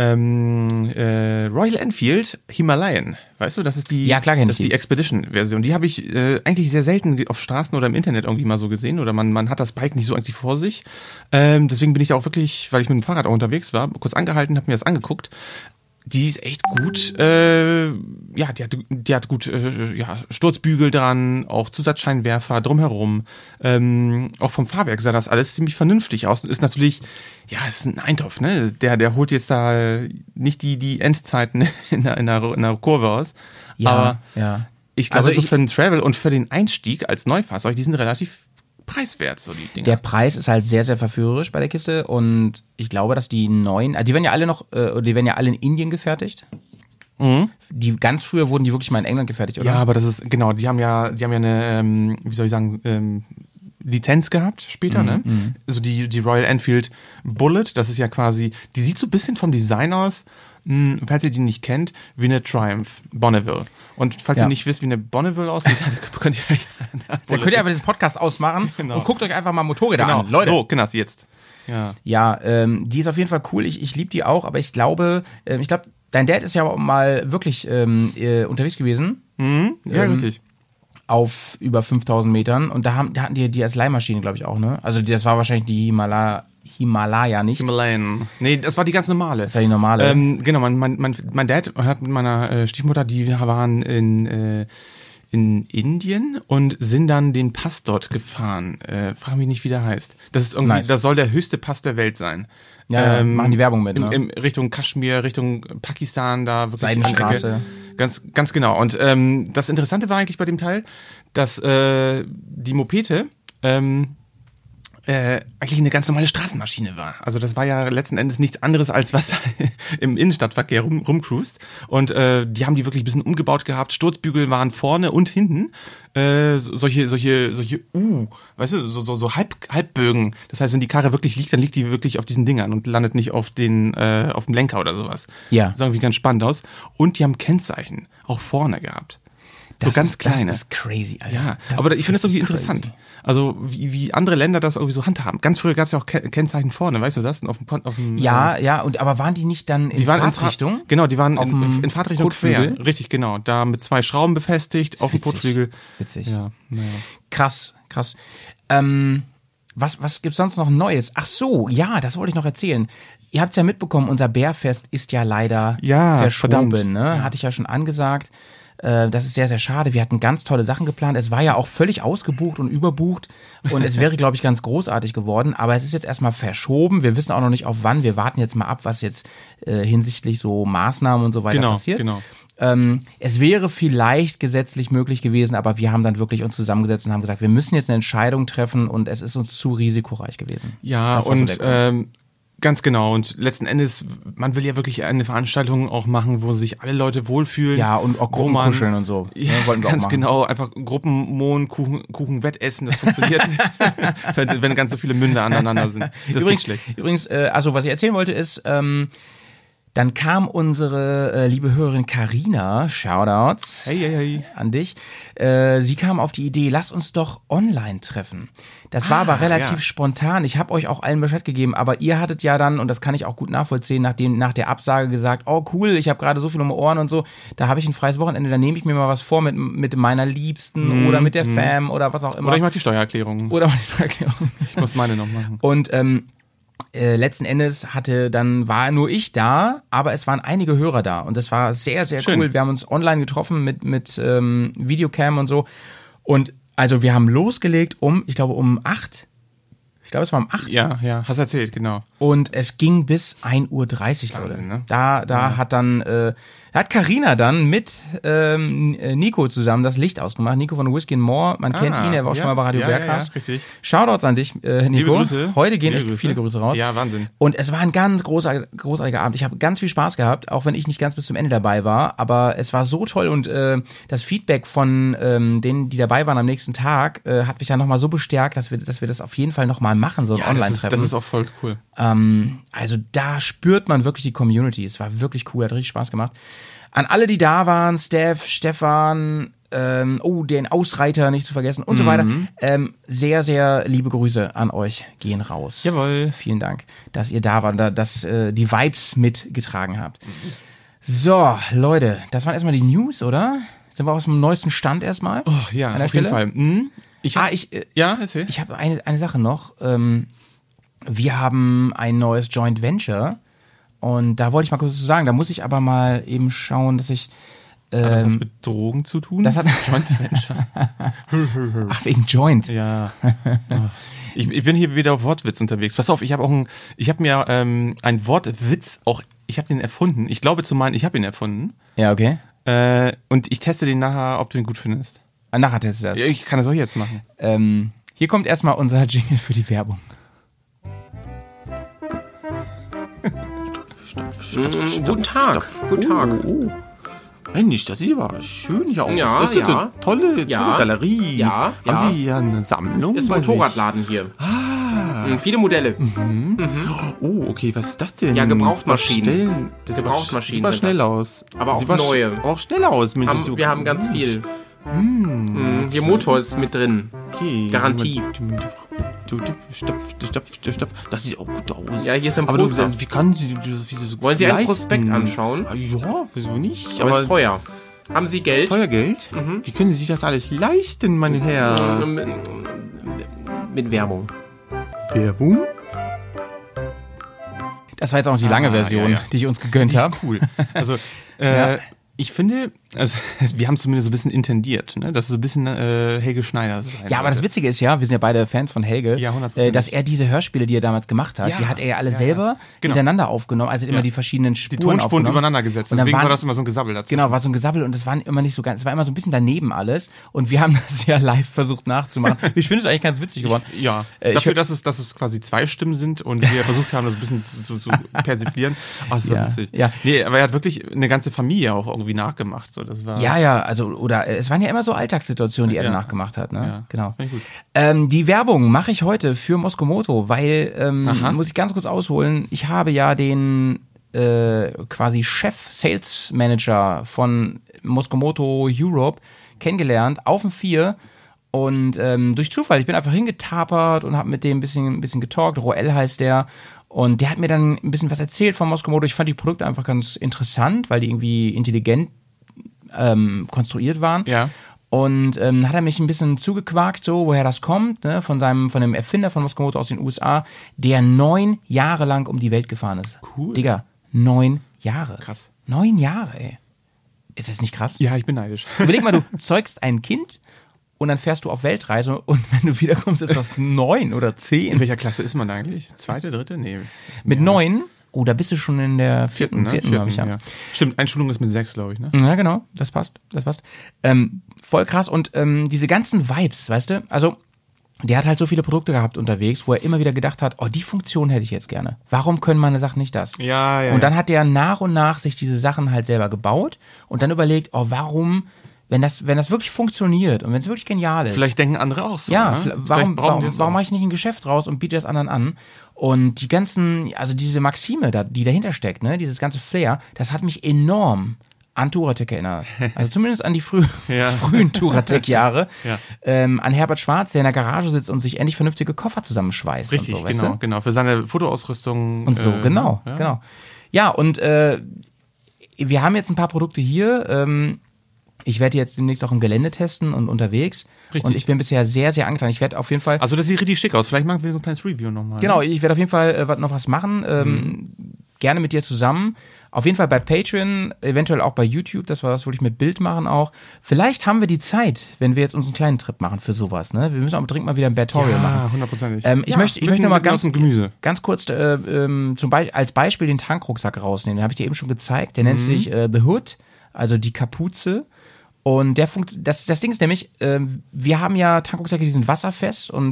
ähm, äh, Royal Enfield Himalayan, weißt du, das ist die, Ja, klar kenn ich das ist die die. Expedition-Version. Die habe ich äh, eigentlich sehr selten auf Straßen oder im Internet irgendwie mal so gesehen oder man man hat das Bike nicht so eigentlich vor sich. Ähm, deswegen bin ich auch wirklich, weil ich mit dem Fahrrad auch unterwegs war, kurz angehalten, habe mir das angeguckt. Die ist echt gut, äh, ja, die hat, die hat gut, äh, ja, Sturzbügel dran, auch Zusatzscheinwerfer drumherum. Ähm, auch vom Fahrwerk sah das alles ziemlich vernünftig aus. Ist natürlich, ja, ist ein Eintopf, ne? Der, der holt jetzt da nicht die, die Endzeiten in der, in der, in der Kurve aus. Ja, Aber ja. ich glaube, Also so ich- für den Travel und für den Einstieg als Neufahrzeug, die sind relativ preiswert, so die Dinger. Der Preis ist halt sehr, sehr verführerisch bei der Kiste und ich glaube, dass die neuen, also die werden ja alle noch, äh, die werden ja alle in Indien gefertigt. Mhm. Die ganz früher wurden die wirklich mal in England gefertigt, oder? Ja, aber das ist, genau, die haben ja, die haben ja eine, ähm, wie soll ich sagen, ähm, Lizenz gehabt später, Mhm, ne? mhm. Also die, die Royal Enfield Bullet, das ist ja quasi, die sieht so ein bisschen vom Design aus, mh, falls ihr die nicht kennt, wie eine Triumph Bonneville. Und falls Ja. ihr nicht wisst, wie eine Bonneville aussieht, dann könnt ihr euch Dann könnt ihr einfach diesen Podcast ausmachen Genau. und guckt euch einfach mal Motorräder genau. an. Leute. So, genau, jetzt. Ja. Ja, ähm, die ist auf jeden Fall cool. Ich, ich liebe die auch, aber ich glaube, ähm, ich glaube, dein Dad ist ja mal wirklich ähm, äh, unterwegs gewesen. Mhm. Ja, Ähm, richtig. Auf über fünftausend Metern. Und da, haben, da hatten die die als Leihmaschine, glaube ich, auch, ne? Also die, das war wahrscheinlich die Himalaya, Himalaya nicht. Himalayan. Nee, das war die ganz normale. Das war die normale. Ähm, genau, mein, mein, mein, mein Dad hat mit meiner äh, Stiefmutter, die waren in, äh, in Indien und sind dann den Pass dort gefahren. Äh, frag mich nicht, wie der heißt. Das ist irgendwie, Nice. das soll der höchste Pass der Welt sein. Ja, ja, machen die Werbung mit, ne? In, in Richtung Kaschmir, Richtung Pakistan, da wirklich an der Seidenstraße. Ecke. Ganz, ganz genau. Und ähm, das Interessante war eigentlich bei dem Teil, dass äh, die Mopete ähm, äh, eigentlich eine ganz normale Straßenmaschine war. Also das war ja letzten Endes nichts anderes, als was im Innenstadtverkehr rum, rumcruist. Und äh, die haben die wirklich ein bisschen umgebaut gehabt. Sturzbügel waren vorne und hinten. Äh, solche, solche, solche U, weißt du, so, so, so Halb, Halbbögen. Das heißt, wenn die Karre wirklich liegt, dann liegt die wirklich auf diesen Dingern und landet nicht auf den, äh, auf dem Lenker oder sowas. Ja. Das sah irgendwie ganz spannend aus. Und die haben Kennzeichen auch vorne gehabt. So Das ganz ist, kleine. Das ist crazy, Alter. Ja, das aber ist ich finde das irgendwie richtig interessant. crazy. Also wie, wie andere Länder das irgendwie so handhaben. Ganz früher gab es ja auch Ke- Kennzeichen vorne, weißt du das? Auf dem, Kon- auf dem, Ja, ja, und aber waren die nicht dann in die waren Fahrtrichtung? In Fahr- genau, die waren Auf in, dem in Fahrtrichtung Kotflügel? quer. Richtig, genau. Da mit zwei Schrauben befestigt, auf dem Witzig. Kotflügel. Witzig. Ja, naja. Krass, krass. Ähm, was, was gibt's sonst noch Neues? Ach so, ja, das wollte ich noch erzählen. Ihr habt's ja mitbekommen, unser Bärfest ist ja leider Ja, verschoben, verdammt. ne? Ja. Hatte ich ja schon angesagt. Äh, das ist sehr, sehr schade. Wir hatten ganz tolle Sachen geplant. Es war ja auch völlig ausgebucht und überbucht. Und es wäre, glaube ich, ganz großartig geworden. Aber es ist jetzt erstmal verschoben. Wir wissen auch noch nicht, auf wann. Wir warten jetzt mal ab, was jetzt äh, hinsichtlich so Maßnahmen und so weiter Genau, passiert. genau. Ähm, es wäre vielleicht gesetzlich möglich gewesen, aber wir haben dann wirklich uns zusammengesetzt und haben gesagt, wir müssen jetzt eine Entscheidung treffen und es ist uns zu risikoreich gewesen. Ja, Das war so und der Grund. ähm, ganz genau. Und letzten Endes, man will ja wirklich eine Veranstaltung auch machen, wo sich alle Leute wohlfühlen. Ja, und auch wo man- Gruppenkuscheln und so. Ja, Ne, wollten wir auch ganz machen. genau. Einfach Gruppenmohn, Kuchen, Kuchen-Wettessen, das funktioniert nicht. wenn, wenn ganz so viele Münder aneinander sind. Das übrigens, geht schlecht. übrigens äh, also was ich erzählen wollte ist, ähm, dann kam unsere äh, liebe Hörerin Carina, Shoutouts Hey, hey, hey. an dich, äh, sie kam auf die Idee, lass uns doch online treffen. Das war Ah, aber relativ ja. spontan. Ich habe euch auch allen Bescheid gegeben, aber ihr hattet ja dann, und das kann ich auch gut nachvollziehen, nachdem nach der Absage gesagt, oh cool, ich habe gerade so viel um die Ohren und so, da habe ich ein freies Wochenende, da nehme ich mir mal was vor mit, mit meiner Liebsten Mhm, oder mit der mhm. Fam oder was auch immer. Oder ich mach die Steuererklärung. Oder mal die Steuererklärung. Ich muss meine noch machen. Und ähm, äh, letzten Endes hatte dann war nur ich da, aber es waren einige Hörer da und das war sehr sehr Schön. cool. Wir haben uns online getroffen mit mit ähm, Videocam und so und also wir haben losgelegt um, ich glaube um acht. Ich glaube es war um acht. Ja, ja, hast erzählt, genau. Und es ging bis ein Uhr dreißig, Leute. Wahnsinn, ne? Da, da Ja. hat dann, äh, hat Carina dann mit ähm, Nico zusammen das Licht ausgemacht. Nico von Whiskey and More, man Ah, kennt ihn, er war auch ja, schon mal bei Radio ja, ja, Bergcast. ja, richtig. Shoutouts an dich, äh, Nico. Liebe Grüße. Heute gehen Liebe echt Grüße. viele Grüße raus. Ja, Wahnsinn. Und es war ein ganz großartiger, großartiger Abend. Ich habe ganz viel Spaß gehabt, auch wenn ich nicht ganz bis zum Ende dabei war. Aber es war so toll und äh, das Feedback von ähm, denen, die dabei waren am nächsten Tag, äh, hat mich dann nochmal so bestärkt, dass wir, dass wir das auf jeden Fall nochmal machen, so ein Ja, das ist, Online-Treffen. das ist auch voll cool. Ähm, also da spürt man wirklich die Community. Es war wirklich cool, hat richtig Spaß gemacht. An alle, die da waren, Steph, Stefan, ähm, oh, den Ausreiter nicht zu vergessen und so weiter. Ähm, sehr, sehr liebe Grüße an euch gehen raus. Jawohl. Vielen Dank, dass ihr da wart und da- dass äh, die Vibes mitgetragen habt. So, Leute, das waren erstmal die News, oder? Sind wir aus dem neuesten Stand erstmal? Oh, ja, An der auf jeden Stelle? Fall. Mhm. Ich hab, Ah, ich, äh, ja, erzähl. Ich habe eine, eine Sache noch. Ähm, wir haben ein neues Joint Venture und da wollte ich mal kurz zu sagen, da muss ich aber mal eben schauen, dass ich Hat das was ähm, mit Drogen zu tun? das hat Joint Venture. ach wegen Joint. Ja. Ich, ich bin hier wieder auf Wortwitz unterwegs. Pass auf, ich habe auch ein, ich habe mir ähm, ein Wortwitz auch, ich habe den erfunden. Ich glaube zu meinen, ich habe ihn erfunden. Ja, okay. Äh, und ich teste den nachher, ob du ihn gut findest. Ah, nachher testest du das. Ja, ich kann das auch jetzt machen. Ähm, Hier kommt erstmal unser Jingle für die Werbung. Mm, guten Tag. Guten Tag. Oh, oh. Mensch, das sieht aber schön hier aus. Ja, das ist ja. eine tolle, tolle Ja. Galerie. Ja, ja. Haben Sie ja eine Sammlung? Ist ein bei Motorradladen hier. Ah. Mm, viele Modelle. Mhm. Mhm. Oh, okay, was ist das denn? Ja, Gebrauchtmaschinen. Das Gebrauchtmaschinen sieht aber sind schnell das. aus. Aber auch Sieht aber neue. sch- Auch schnell aus. Mensch, Haben, ist so wir haben ganz gut. viel. Hm. Mm, hier Motor ist mit drin. Okay. Garantie. Stopf, stopf, stopf. Das sieht auch gut aus. Ja, hier ist ein Aber Poster. du, wie kann sie wie sie so Wollen Sie einen leisten? Prospekt anschauen? Ah, ja, wieso nicht? Aber ist teuer. Haben Sie Geld? Teuer Geld? Mhm. Wie können Sie sich das alles leisten, meine Herren? Mit, mit Werbung. Werbung? Das war jetzt auch noch die lange Ah, Version, ja, ja. die ich uns gegönnt Die habe. ist cool. Also, äh, Ja. ich finde, also, wir haben zumindest so ein bisschen intendiert, ne? Das ist so ein bisschen äh, Helge Schneider. Ja, aber das Witzige ist ja, wir sind ja beide Fans von Helge, Ja, hundertprozentig. äh, dass er diese Hörspiele, die er damals gemacht hat, Ja, die hat er ja alle ja, selber ja. Genau. miteinander aufgenommen, also immer Ja. die verschiedenen Die Spuren Tonspuren aufgenommen. übereinander gesetzt. Und dann Deswegen waren- war das immer so ein Gesabbel dazu. Genau, war so ein Gesabbel und das war immer nicht so ganz, es war immer so ein bisschen daneben alles und wir haben das ja live versucht nachzumachen. Ich finde es eigentlich ganz witzig geworden. Ja, Äh, ich dafür, hab- dass es, dass es quasi zwei Stimmen sind und wir versucht haben, das ein bisschen zu, zu, zu persiflieren. Oh, das war Ja, witzig. ja. Nee, aber er hat wirklich eine ganze Familie auch irgendwie nachgemacht. So, das war Ja, ja, also, oder äh, es waren ja immer so Alltagssituationen, die er Ja. danach gemacht hat, ne? Ja, Genau. fand ich gut. Ähm, die Werbung mache ich heute für Moskomoto, weil, ähm, Aha. muss ich ganz kurz ausholen, ich habe ja den äh, quasi Chef-Sales Manager von Moskomoto Europe kennengelernt auf dem Vier und ähm, durch Zufall, ich bin einfach hingetapert und habe mit dem ein bisschen, ein bisschen getalkt, Roel heißt der. Und der hat mir dann ein bisschen was erzählt von Moskomoto. Ich fand die Produkte einfach ganz interessant, weil die irgendwie intelligent ähm, konstruiert waren. Ja. Und ähm, hat er mich ein bisschen zugequakt, so woher das kommt, ne, von seinem, von dem Erfinder von Moskomoto aus den U S A, der neun Jahre lang um die Welt gefahren ist. Cool. Digga, neun Jahre. Krass. Neun Jahre, ey. Ist das nicht krass? Ja, ich bin neidisch. Überleg mal, du zeugst ein Kind und dann fährst du auf Weltreise und wenn du wiederkommst, ist das neun oder In zehn. welcher Klasse ist man eigentlich? Zweite, dritte? Nee. Mit neun? Oh, da bist du schon in der vierten, ne? vierten, glaube ich, ja. ja. Stimmt, Einschulung ist mit sechs, glaube ich, ne? Ja, genau, das passt, das passt. Ähm, voll krass und ähm, diese ganzen Vibes, weißt du, also der hat halt so viele Produkte gehabt unterwegs, wo er immer wieder gedacht hat, oh, die Funktion hätte ich jetzt gerne. Warum können meine Sachen nicht das? Ja, ja. Und dann hat er nach und nach sich diese Sachen halt selber gebaut und dann überlegt, oh, warum, wenn das, wenn das wirklich funktioniert und wenn es wirklich genial ist. Vielleicht denken andere auch so. Ja, ne? vielleicht- Vielleicht warum, brauchen die warum, das warum auch. mache ich nicht ein Geschäft raus und biete das anderen an? Und die ganzen, also diese Maxime, da, die dahinter steckt, ne, dieses ganze Flair, das hat mich enorm an Touratec erinnert. Also zumindest an die früh, Ja. frühen Touratec-Jahre. Ja. Ähm, an Herbert Schwarz, der in der Garage sitzt und sich endlich vernünftige Koffer zusammenschweißt. Richtig, und so, weißt genau, du? genau. Für seine Fotoausrüstung. Und so, äh, genau, ja. genau. Ja, und äh, wir haben jetzt ein paar Produkte hier. Ähm, ich werde jetzt demnächst auch im Gelände testen und unterwegs. Richtig. Und ich bin bisher sehr, sehr angetan. Ich werde auf jeden Fall. Also das sieht richtig schick aus. Vielleicht machen wir so ein kleines Review nochmal. Genau, ich werde auf jeden Fall äh, noch was machen. Ähm, Mhm. Gerne mit dir zusammen. Auf jeden Fall bei Patreon, eventuell auch bei YouTube. Das war das, wollte ich mit Bild machen auch. Vielleicht haben wir die Zeit, wenn wir jetzt uns einen kleinen Trip machen für sowas. Ne? Wir müssen aber dringend mal wieder ein Bertorial Ja, machen. hundertprozentig. Ähm, ich Ja, möchte, ich mit möchte einem- noch mal mit ganz, einem Gemüse. ganz kurz äh, ähm, zum Be- als Beispiel den Tankrucksack rausnehmen. Den habe ich dir eben schon gezeigt. Der nennt Mhm. sich äh, The Hood, also die Kapuze. Und der funkt, das, das Ding ist nämlich, ähm, wir haben ja Tankrucksäcke, die sind wasserfest und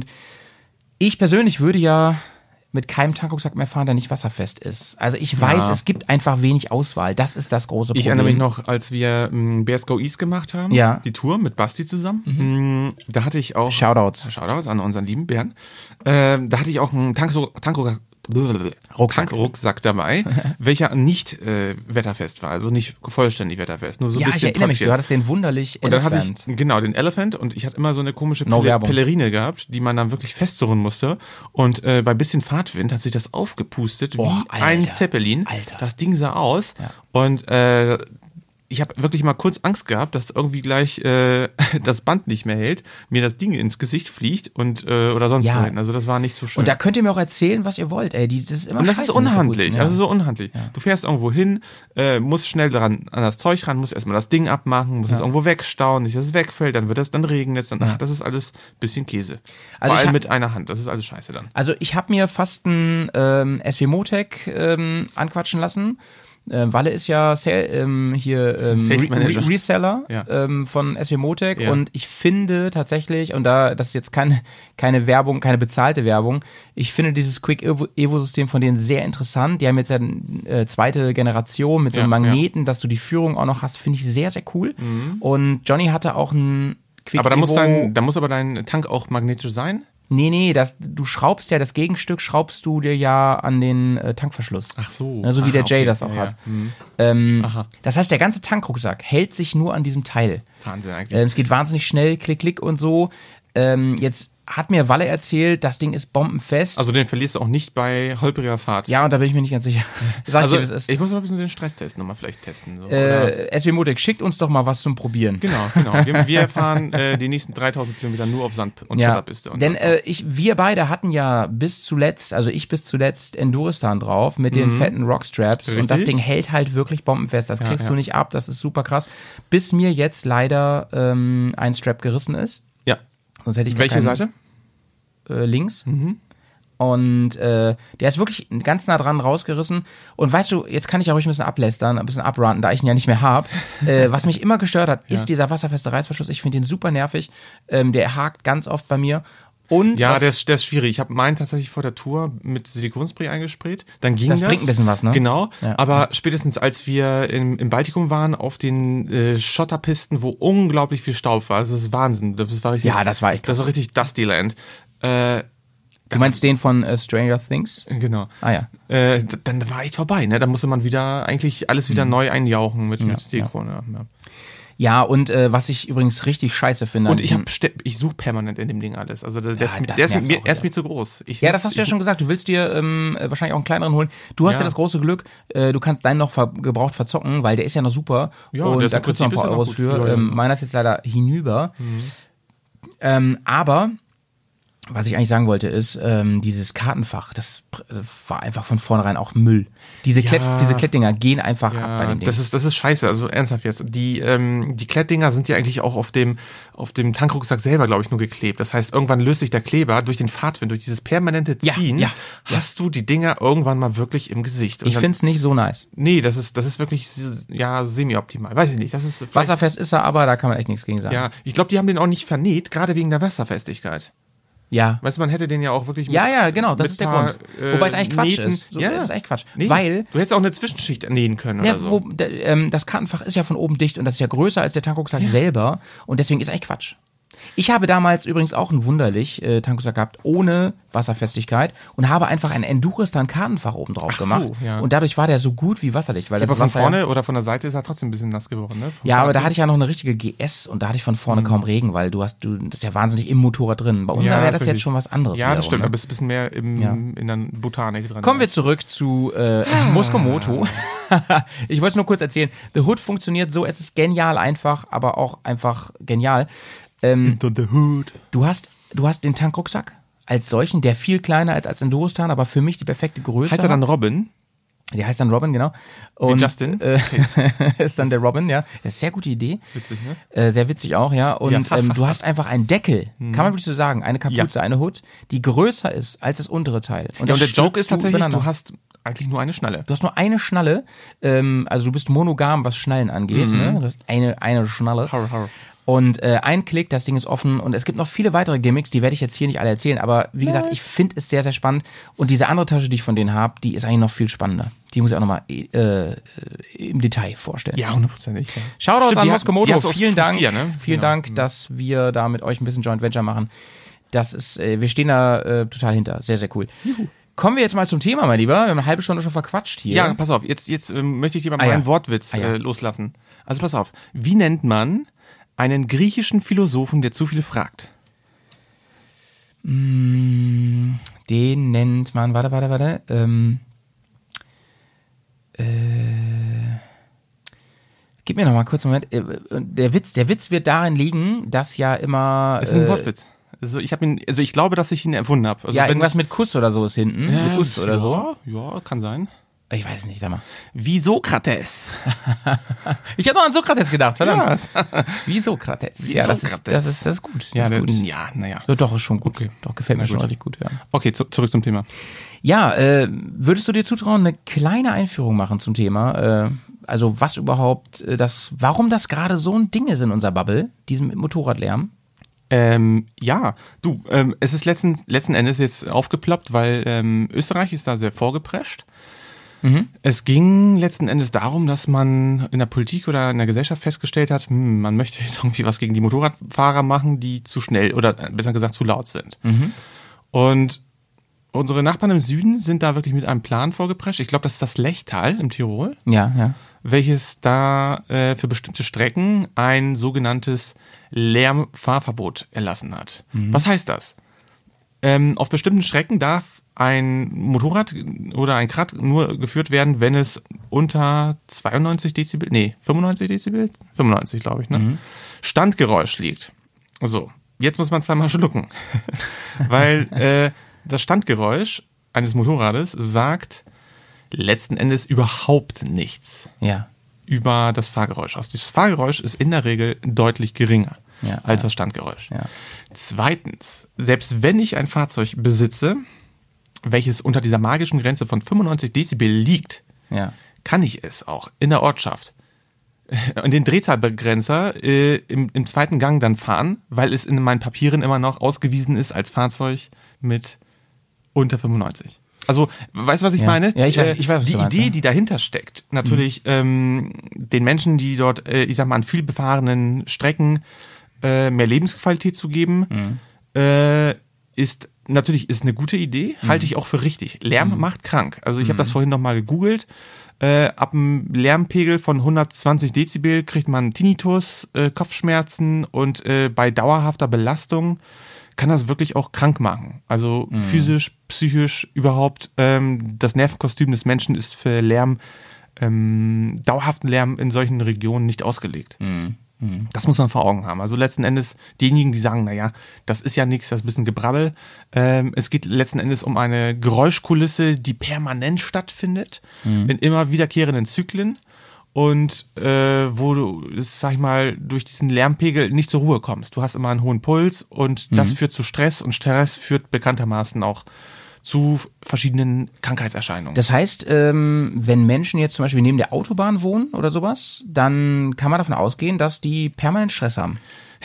ich persönlich würde ja mit keinem Tankrucksack mehr fahren, der nicht wasserfest ist. Also ich weiß, Ja. es gibt einfach wenig Auswahl. Das ist das große Problem. Ich erinnere mich noch, als wir m, B S Go East gemacht haben, Ja. die Tour mit Basti zusammen, m, da hatte ich auch Shoutouts. Shoutouts an unseren lieben Bernd. Ähm, da hatte ich auch einen Tankso- Tankrucksack Rucksack. Tankrucksack dabei, welcher nicht äh, wetterfest war, also nicht vollständig wetterfest, nur so ein ja, ich bisschen erinnere mich, Tröpfchen. du hattest den wunderlich Und dann hatte Elephant. ich, genau, den Elephant und ich hatte immer so eine komische No Pelle, Werbung. Pellerine gehabt, die man dann wirklich festzurren musste. Und äh, bei bisschen Fahrtwind hat sich das aufgepustet Oh, wie Alter. ein Zeppelin. Alter. Das Ding sah aus. Ja. Und äh, ich habe wirklich mal kurz Angst gehabt, dass irgendwie gleich äh, das Band nicht mehr hält, mir das Ding ins Gesicht fliegt und äh, oder sonst Ja. wohin. Also das war nicht so schön. Und da könnt ihr mir auch erzählen, was ihr wollt. Ey, die, das ist immer Und das scheiße ist mit unhandlich, Kapuzen, ja. also so unhandlich. Du fährst irgendwo hin, äh, musst schnell dran an das Zeug ran, musst erstmal das Ding abmachen, musst es irgendwo wegstauen, nicht, dass es wegfällt, dann wird das, dann regnet es, dann, ach, das ist alles bisschen Käse. Also Vor ich allem hab- mit einer Hand, das ist alles scheiße dann. Also ich habe mir fast ein ähm, S W Motec ähm, anquatschen lassen. Äh, Walle ist ja Sale, ähm, hier ähm, Sales Manager. Re Reseller Ja. ähm, von S W Motec Ja. und ich finde tatsächlich, und da, das ist jetzt keine, keine Werbung, keine bezahlte Werbung, ich finde dieses Quick-Evo-System von denen sehr interessant. Die haben jetzt ja eine äh, zweite Generation mit so einem Ja, Magneten, dass du die Führung auch noch hast, finde ich sehr, sehr cool. Mhm. Und Johnny hatte auch ein Quick Aber da muss, Evo- dein, da muss aber dein Tank auch magnetisch sein? Nee, nee, das, du schraubst ja, das Gegenstück schraubst du dir ja an den äh, Tankverschluss. Ach so. Ja, so wie Ah, der Jay okay. das auch Ja, hat. ja. Mhm. Ähm, Aha. das heißt, der ganze Tankrucksack hält sich nur an diesem Teil. Wahnsinn eigentlich. Ähm, es geht wahnsinnig schnell, klick, klick und so. Ähm, jetzt hat mir Walle erzählt, das Ding ist bombenfest. Also den verlierst du auch nicht bei holpriger Fahrt. Ja, und da bin ich mir nicht ganz sicher. Sag also ich dir, wie es ist. ich muss mal ein bisschen den Stresstest nochmal vielleicht testen. So. Oder- Äh, S W Motec, schickt uns doch mal was zum Probieren. Genau, genau. Wir, wir fahren äh, die nächsten dreitausend Kilometer nur auf Sand- und Ja, Schotterpiste. Und denn so. äh, ich, wir beide hatten ja bis zuletzt, also ich bis zuletzt Enduristan drauf mit den Mhm. fetten Rockstraps Richtig. und das Ding hält halt wirklich bombenfest. Das Ja, kriegst ja. du nicht ab, das ist super krass. Bis mir jetzt leider ähm, ein Strap gerissen ist. Ja. Sonst hätte ich gar Welche keinen- Seite? Äh, links. Mhm. Und äh, der ist wirklich ganz nah dran rausgerissen. Und weißt du, jetzt kann ich ja ruhig ein bisschen ablästern, ein bisschen abranten, da ich ihn ja nicht mehr habe. äh, was mich immer gestört hat, ist Ja. dieser wasserfeste Reißverschluss. Ich finde den super nervig. Ähm, der hakt ganz oft bei mir. Und Ja, was, der ist, der ist schwierig. Ich habe meinen tatsächlich vor der Tour mit Silikonspray eingesprayt. Dann ging Das das. bringt ein bisschen was, ne? Genau. Ja. Aber spätestens als wir im, im Baltikum waren, auf den äh, Schotterpisten, wo unglaublich viel Staub war, also das ist Wahnsinn. Das war richtig. Ja, das war echt Das war richtig Dusty Land. Äh, du meinst den von äh, Stranger Things? Genau. Ah ja. Äh, d- dann war echt vorbei, ne? Da musste man wieder eigentlich alles wieder Mhm. neu einjauchen mit, Ja, mit Silikon. Ja. Ja. Ja, und äh, was ich übrigens richtig scheiße finde. Und an ich diesem- hab, ich suche permanent in dem Ding alles. Also der, der, Ja, ist, mit- das der, ist, mit nervt mir, auch, er ist ja. mir zu groß. Ich Ja, das hast du ja ich- schon gesagt. Du willst dir ähm, wahrscheinlich auch einen kleineren holen. Du hast ja, Ja. das große Glück, äh, du kannst deinen noch ver gebraucht verzocken, weil der ist ja noch super. Ja, und der ist da im kriegst du noch ein Prinzip paar ist er noch Euros gut. für. Ja, ja, ähm, ja. meiner ist jetzt leider hinüber. Mhm. Ähm, aber was ich eigentlich sagen wollte, ist, ähm, dieses Kartenfach, das pr- war einfach von vornherein auch Müll. Diese, Ja. Klett, diese Klettdinger gehen einfach Ja, ab bei dem Ding. das ist, das ist scheiße, also ernsthaft jetzt. Die, ähm, die Klettdinger sind ja eigentlich auch auf dem, auf dem Tankrucksack selber, glaube ich, nur geklebt. Das heißt, irgendwann löst sich der Kleber durch den Fahrtwind, durch dieses permanente Ja, Ziehen, ja, hast du die Dinger irgendwann mal wirklich im Gesicht. Und ich dann- finde es nicht so nice. Nee, das ist, das ist wirklich, ja, semi-optimal. Weiß ich nicht, das ist vielleicht- Wasserfest ist er, aber da kann man echt nichts gegen sagen. Ja, ich glaube, die haben den auch nicht vernäht, gerade wegen der Wasserfestigkeit. Ja. Weißt du, man hätte den ja auch wirklich mit, Ja, ja, genau, das mit ist der paar, Grund. Wobei es eigentlich Quatsch Nähten- ist. So, ja, das ist echt Quatsch. Nee, Weil du hättest auch eine Zwischenschicht nähen können Ja, oder so. wo, da, ähm, das Kartenfach ist ja von oben dicht und das ist ja größer als der Tankrucksack selber und deswegen ist eigentlich Quatsch. Ich habe damals übrigens auch einen Wunderlich äh, Tankrucksack gehabt, ohne Wasserfestigkeit und habe einfach ein Enduristan Kartenfach oben drauf Ach so, gemacht ja. und dadurch war der so gut wie wasserdicht. Weil Ja, das aber von Wasser vorne ja, oder von der Seite ist er trotzdem ein bisschen nass geworden, ne? Vom ja, aber da Fahrrad. hatte ich ja noch eine richtige G S und da hatte ich von vorne kaum Regen, weil du hast, du, das ist ja wahnsinnig im Motorrad drin. Bei uns Ja, wäre ist das jetzt richtig. schon was anderes. Ja, das wiederum, stimmt, ne? aber bist ein bisschen mehr im, Ja. in der Botanik dran. Kommen wir zurück zu äh, Moskomoto. Ich wollte es nur kurz erzählen. The Hood funktioniert so, es ist genial einfach, aber auch einfach genial. Ähm, the Hood. du hast, du hast den Tankrucksack als solchen, der viel kleiner ist als Enduristan, aber für mich die perfekte Größe. Heißt er dann hat. Robin? Der heißt dann Robin, genau. Und, Justin? Äh, ist dann der Robin, ja. Das ist eine sehr gute Idee. Witzig, ne? Äh, sehr witzig auch, ja. Und Ja. ähm, du hast einfach einen Deckel, kann man wirklich so sagen, eine Kapuze, Ja. eine Hood, die größer ist als das untere Teil. Ja, und das der Joke stülpst ist tatsächlich, übereinander. du hast eigentlich nur eine Schnalle. Du hast nur eine Schnalle, ähm, also du bist monogam, was Schnallen angeht. Mhm. Ne? Du hast eine, eine Schnalle. Hau, hau. Und äh, ein Klick, das Ding ist offen und es gibt noch viele weitere Gimmicks, die werde ich jetzt hier nicht alle erzählen, aber wie gesagt, ich finde es sehr, sehr spannend und diese andere Tasche, die ich von denen habe, die ist eigentlich noch viel spannender. Die muss ich auch nochmal äh, im Detail vorstellen. Ja, hundertprozentig. Ja. Shoutouts Stimmt, an die hat- Moskomoto, die hast du aus vielen Dank, vier, ne? vielen Genau. Dank, dass wir da mit euch ein bisschen Joint Venture machen. Das ist, äh, wir stehen da äh, total hinter, sehr, sehr cool. Juhu. Kommen wir jetzt mal zum Thema, mein Lieber. Wir haben eine halbe Stunde schon verquatscht hier. Ja, pass auf, jetzt, jetzt ähm, möchte ich dir mal Ah, meinen ja. Wortwitz Ah, ja. äh, loslassen. Also pass auf, wie nennt man einen griechischen Philosophen, der zu viele fragt? Mm, den nennt man, warte, warte, warte, ähm, äh, gib mir noch mal kurz einen Moment. Äh, Der Witz, der Witz wird darin liegen, dass ja immer... Das ist ein äh, Wortwitz. Also ich habe ihn, also ich glaube, dass ich ihn erfunden habe. Also ja, wenn irgendwas ich, mit Kuss oder so ist hinten. Ja, mit Kuss oder ja, so. Ja, kann sein. Ich weiß nicht, sag mal. Wie Sokrates. Ich habe noch an Sokrates gedacht, verdammt. Ja. Wie Sokrates. Wie ja, das ist, Sokrates. das ist, das ist gut. Das Ja, ist der, gut. ja, naja. Ja, doch, ist schon gut. Okay. Doch, gefällt Na mir schon gut. richtig gut, ja. Okay, zu, zurück zum Thema. Ja, äh, würdest du dir zutrauen, eine kleine Einführung machen zum Thema? Äh, also was überhaupt äh, das, warum das gerade so ein Ding ist in unserer Bubble, diesem Motorradlärm? Ähm, ja, du, ähm, es ist letzten, letzten Endes jetzt aufgeploppt, weil ähm, Österreich ist da sehr vorgeprescht. Mhm. Es ging letzten Endes darum, dass man in der Politik oder in der Gesellschaft festgestellt hat, hm, man möchte jetzt irgendwie was gegen die Motorradfahrer machen, die zu schnell oder besser gesagt zu laut sind. Mhm. Und unsere Nachbarn im Süden sind da wirklich mit einem Plan vorgeprescht. Ich glaube, das ist das Lechtal im Tirol. Ja, ja. Welches da äh, für bestimmte Strecken ein sogenanntes Lärmfahrverbot erlassen hat. Mhm. Was heißt das? Ähm, auf bestimmten Strecken darf ein Motorrad oder ein Quad nur geführt werden, wenn es unter zweiundneunzig Dezibel, nee, fünfundneunzig Dezibel? fünfundneunzig, glaube ich, ne? Mhm. Standgeräusch liegt. So, jetzt muss man zweimal schlucken. Weil äh, das Standgeräusch eines Motorrades sagt letzten Endes überhaupt nichts ja. über das Fahrgeräusch aus. Das Fahrgeräusch ist in der Regel deutlich geringer ja, als ja. das Standgeräusch. Ja. Zweitens, selbst wenn ich ein Fahrzeug besitze, welches unter dieser magischen Grenze von fünfundneunzig Dezibel liegt, ja. kann ich es auch in der Ortschaft in den Drehzahlbegrenzer äh, im, im zweiten Gang dann fahren, weil es in meinen Papieren immer noch ausgewiesen ist als Fahrzeug mit unter fünfundneunzig. Also, weißt du, was ich ja. meine? Ja, ich weiß, ich weiß, was die du meinst, Idee, ja. die dahinter steckt, natürlich mhm. ähm, den Menschen, die dort, äh, ich sag mal, an viel befahrenen Strecken äh, mehr Lebensqualität zu geben, mhm. äh, ist natürlich ist eine gute Idee, mhm. halte ich auch für richtig. Lärm mhm. macht krank. Also ich habe mhm. das vorhin nochmal gegoogelt. Äh, ab einem Lärmpegel von hundertzwanzig Dezibel kriegt man Tinnitus, äh, Kopfschmerzen und äh, bei dauerhafter Belastung kann das wirklich auch krank machen. Also mhm. physisch, psychisch überhaupt. Ähm, das Nervenkostüm des Menschen ist für Lärm, ähm, dauerhaften Lärm in solchen Regionen nicht ausgelegt. Mhm. Mhm. Das muss man vor Augen haben. Also letzten Endes diejenigen, die sagen, naja, das ist ja nichts, das ist ein bisschen Gebrabbel. Ähm, es geht letzten Endes um eine Geräuschkulisse, die permanent stattfindet, mhm. in immer wiederkehrenden Zyklen und äh, wo du, sag ich mal, durch diesen Lärmpegel nicht zur Ruhe kommst. Du hast immer einen hohen Puls und das mhm. führt zu Stress und Stress führt bekanntermaßen auch zu verschiedenen Krankheitserscheinungen. Das heißt, ähm, wenn Menschen jetzt zum Beispiel neben der Autobahn wohnen oder sowas, dann kann man davon ausgehen, dass die permanent Stress haben.